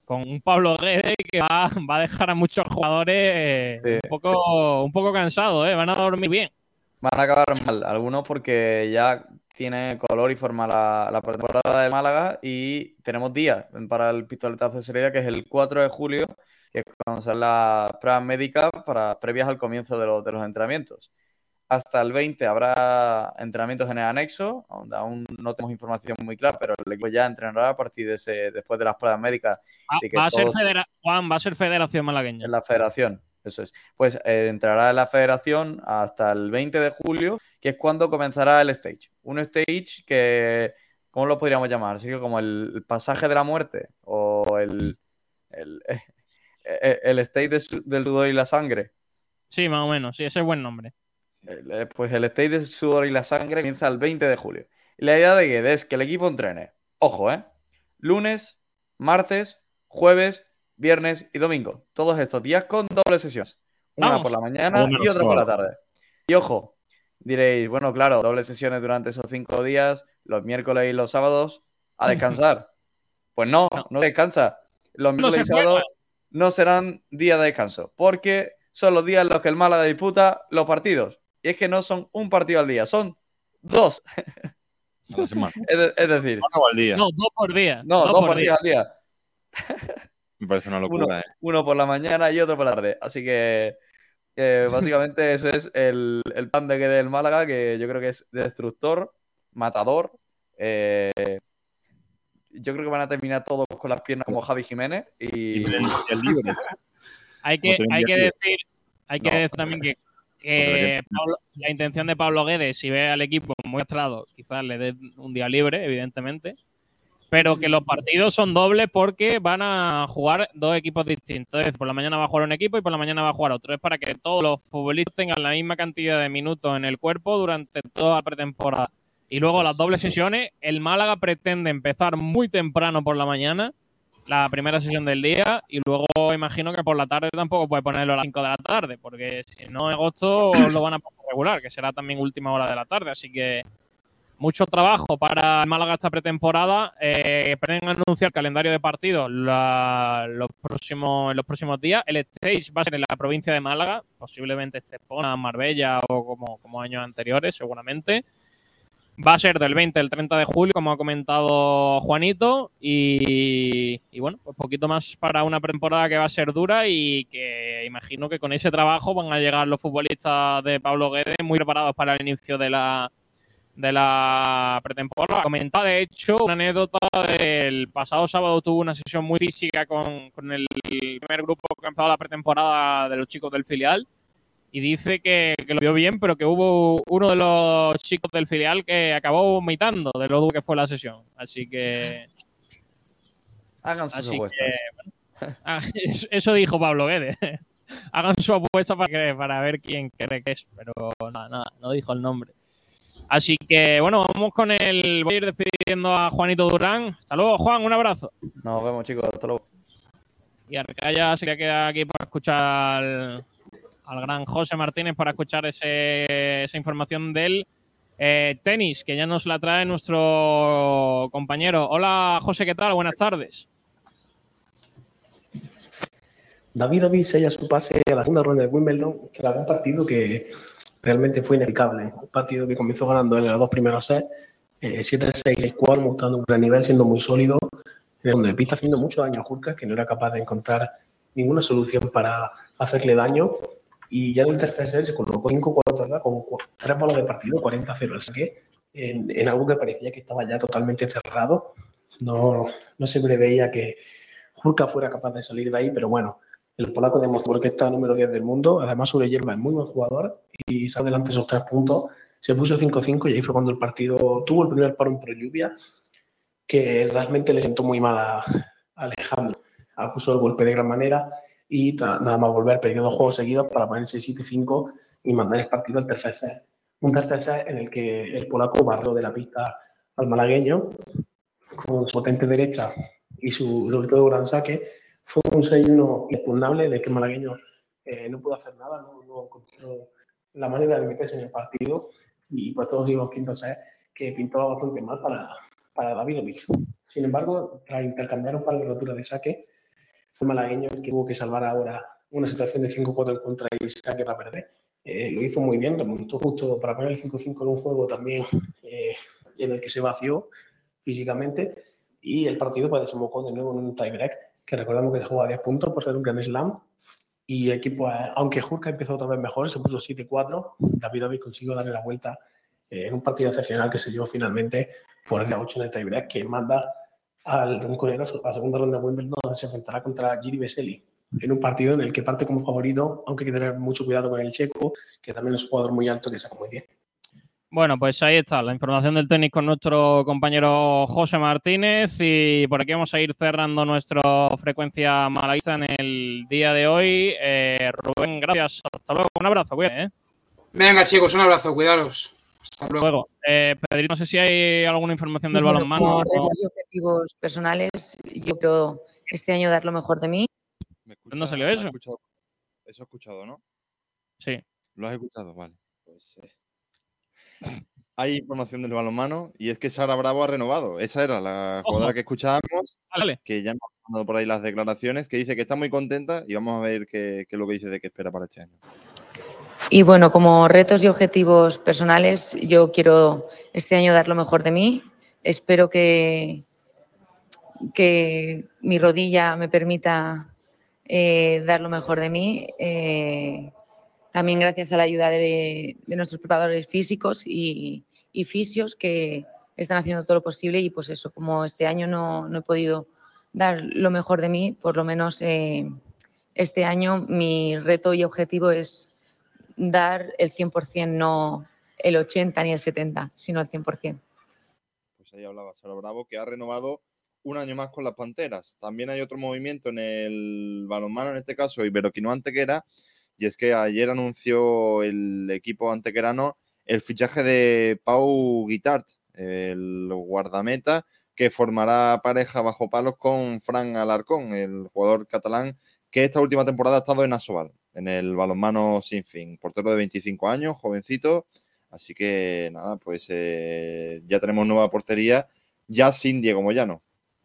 con un Pablo Guedes que va, va a dejar a muchos jugadores
Sí.
un poco, un poco cansados, ¿eh? Van a dormir bien.
Van a acabar mal, algunos porque ya tiene color y forma la, la pretemporada del Málaga y tenemos días para el pistoletazo de salida, que es el cuatro de julio, que es cuando salen las pruebas médicas para, previas al comienzo de los, de los entrenamientos. Hasta el veinte habrá entrenamientos en el anexo, donde aún no tenemos información muy clara, pero el equipo ya entrenará a partir de ese, después de las pruebas médicas.
Va,
de que
va a ser
todos-
federa- Juan, va a ser Federación Malagueña.
en la federación, eso es. Pues eh, entrará en la federación hasta el veinte de julio, que es cuando comenzará el stage. Un stage que, ¿cómo lo podríamos llamar? Así que como el, el pasaje de la muerte o el, el, el, el stage de su- del sudor y la sangre.
Sí, más o menos, sí, ese es buen nombre.
El- eh, Pues el stage del sudor y la sangre comienza el veinte de julio. Y la idea de Guedes es que el equipo entrene, ojo, ¿eh? Lunes, martes, jueves, viernes y domingo. Todos estos días con doble sesiones. Una
Vamos.
por la mañana
Todo menos
y otra por la
sábado.
tarde. Y ojo, diréis, bueno, claro, doble sesiones durante esos cinco días, los miércoles y los sábados, a descansar. Pues no,
No.
no descansa. Los
No
miércoles
se
y
juega.
sábados no serán días de descanso, porque son los días en los que el Málaga disputa los partidos. Y es que no son un partido al día, son dos.
A la semana.
Es, de- es decir,
Uno al día.
No, dos por día.
no, dos,
por
partidos al día.
Me parece una
Uno,
locura, ¿eh?
uno por la mañana y otro por la tarde. Así que eh, básicamente eso es el, el plan de que del Málaga, que yo creo que es destructor, matador. eh, yo creo que van a terminar todos con las piernas como Javi Jiménez. Y,
Y el, el libre.
Hay
No
que,
tienen
hay que
día libre.
decir, hay que
No.
decir también que, que Pablo- la intención de Pablo Guedes, si ve al equipo muy astrado, quizás le dé un día libre, evidentemente, pero que los partidos son dobles porque van a jugar dos equipos distintos. Es decir, por la mañana va a jugar un equipo y por la mañana va a jugar otro. Es para que todos los futbolistas tengan la misma cantidad de minutos en el cuerpo durante toda la pretemporada. Y luego las dobles sesiones, el Málaga pretende empezar muy temprano por la mañana, la primera sesión del día, y luego imagino que por la tarde tampoco puede ponerlo a las cinco de la tarde, porque si no en agosto lo van a poner regular, que será también última hora de la tarde. Así que mucho trabajo para el Málaga esta pretemporada. Eh, pretenden anunciar calendario de partidos la- los próximos, en los próximos días. El stage va a ser en la provincia de Málaga, posiblemente Estepona, Marbella o como, como años anteriores, seguramente. Va a ser del veinte al treinta de julio, como ha comentado Juanito. Y, y bueno, pues poquito más para una pretemporada que va a ser dura y que imagino que con ese trabajo van a llegar los futbolistas de Pablo Guedes muy preparados para el inicio de la, de la pretemporada. Comentaba, de hecho, una anécdota del pasado sábado. Tuvo una sesión muy física con, con el primer grupo que ha empezado la pretemporada de los chicos del filial. Y dice que, que lo vio bien, pero que hubo uno de los chicos del filial que acabó vomitando de lo duro que fue la sesión. Así que...
hagan sus
así
apuestas.
que, bueno, ah, eso, eso dijo Pablo Guedes. Hagan su apuesta para, que, para ver quién cree que es. Pero nada, nada, no dijo el nombre. Así que, bueno, vamos con el... Voy a ir despidiendo a Juanito Durán. Hasta luego, Juan, un abrazo.
Nos vemos, chicos. Hasta luego.
Y Arcaya se queda aquí para escuchar al, al gran José Martínez, para escuchar ese, esa información del eh, tenis, que ya nos la trae nuestro compañero. Hola, José, ¿qué tal? Buenas tardes.
David David sella su pase a la segunda ronda de Wimbledon tras un partido que realmente fue inexplicable. Un partido que comenzó ganando en los dos primeros sets, eh, siete seis, seis cuatro, mostrando un gran nivel, siendo muy sólido, donde pista haciendo mucho daño a Jurka, que no era capaz de encontrar ninguna solución para hacerle daño. Y ya en el tercer set se colocó cinco cuatro con tres bolas de partido, cuarenta cero el saque, en, en algo que parecía que estaba ya totalmente cerrado. No, no se preveía que Jurka fuera capaz de salir de ahí, pero bueno, el polaco demostró que está número diez del mundo. Además, sobre hierba es muy buen jugador y sale adelante esos tres puntos. Se puso cinco cinco y ahí fue cuando el partido tuvo el primer paro por lluvia, que realmente le sentó muy mal a Alejandro. Acusó el golpe de gran manera y nada más volver, perdió dos juegos seguidos para ponerse siete cinco y mandar el partido al tercer set. Un tercer set en el que el polaco barrió de la pista al malagueño con su potente derecha y su, sobre todo, gran saque. Fue un seis uno inexpugnable de que el malagueño eh, no pudo hacer nada, no, no encontró la manera de meterse en el partido y pues todos vimos quinto set que pintaba bastante mal para, para Davidovich. Sin embargo, tras intercambiar un par de roturas de saque, fue el malagueño el que tuvo que salvar ahora una situación de cinco cuatro en contra y saque para perder. Eh, lo hizo muy bien, remontó justo para poner el cinco cinco en un juego también eh, en el que se vació físicamente, y el partido pues desembocó de nuevo en un tiebreak, que recordamos que se jugó a diez puntos por ser un Grand Slam, y el equipo, eh, aunque Jurka empezó otra vez mejor, se puso siete cuatro, Davidovich consiguió darle la vuelta eh, en un partido excepcional que se llevó finalmente por diez a ocho en el tiebreak, que manda al rinconero a segunda ronda de Wimbledon, donde se enfrentará contra Jiří Veselý, en un partido en el que parte como favorito, aunque hay que tener mucho cuidado con el checo, que también es un jugador muy alto que saca muy bien.
Bueno, pues ahí está la información del tenis con nuestro compañero José Martínez, y por aquí vamos a ir cerrando nuestra frecuencia malaguista en el día de hoy. Eh, Rubén, gracias. Hasta luego. Un abrazo, cuídate, ¿eh?
Venga, chicos, un abrazo. Cuidaros. Hasta luego.
luego. Eh, Pedrito, no sé si hay alguna información del
bueno,
balonmano.
Como retos y objetivos personales, yo quiero este año dar lo mejor de mí.
¿Dónde salió eso?
Escuchado, eso he escuchado, ¿no?
Sí.
¿Lo has escuchado? Vale. Pues, eh. Hay información del balonmano y es que Sara Bravo ha renovado. Esa era la
Ojo.
jugadora que escuchábamos,
Vale.
que ya nos ha mandado por ahí las declaraciones, que dice que está muy contenta y vamos a ver qué, qué es lo que dice de qué espera para este año.
Y bueno, como retos y objetivos personales, yo quiero este año dar lo mejor de mí. Espero que, que mi rodilla me permita eh, dar lo mejor de mí. Eh, también gracias a la ayuda de, de nuestros preparadores físicos y, y fisios, que están haciendo todo lo posible. Y pues eso, como este año no, no he podido dar lo mejor de mí, por lo menos eh, este año mi reto y objetivo es dar el cien por ciento, no el ochenta ni el setenta, sino el cien por ciento.
Pues ahí hablaba Sara Bravo, que ha renovado un año más con las Panteras. También hay otro movimiento en el balonmano, en este caso Iberoquino Antequera, y es que ayer anunció el equipo antequerano el fichaje de Pau Guitart, el guardameta, que formará pareja bajo palos con Fran Alarcón, el jugador catalán que esta última temporada ha estado en Asobal, en el balonmano sin fin. Portero de veinticinco años, jovencito. Así que nada, pues eh, ya tenemos nueva portería, ya sin Diego Moyano.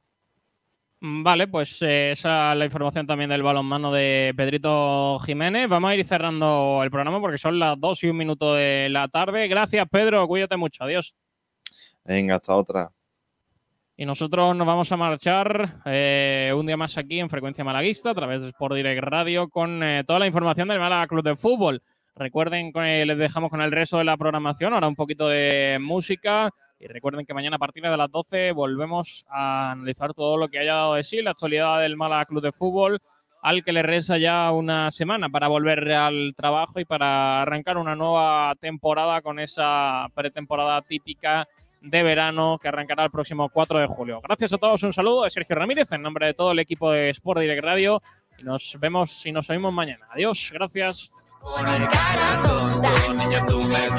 Vale, pues eh, esa es la información también del balonmano de Pedrito Jiménez. Vamos a ir cerrando el programa porque son las dos y un minuto de la tarde. Gracias, Pedro. Cuídate mucho. Adiós.
Venga, hasta otra.
Y nosotros nos vamos a marchar eh, un día más aquí en Frecuencia Malaguista a través de Sport Direct Radio con eh, toda la información del Málaga Club de Fútbol. Recuerden que les dejamos con el resto de la programación, ahora un poquito de música. Y recuerden que mañana a partir de las doce volvemos a analizar todo lo que haya dado de sí, la actualidad del Málaga Club de Fútbol, al que le resta ya una semana para volver al trabajo y para arrancar una nueva temporada con esa pretemporada típica de verano que arrancará el próximo cuatro de julio. Gracias a todos, un saludo de Sergio Ramírez en nombre de todo el equipo de Sport Direct Radio y nos vemos y nos oímos mañana. Adiós, gracias.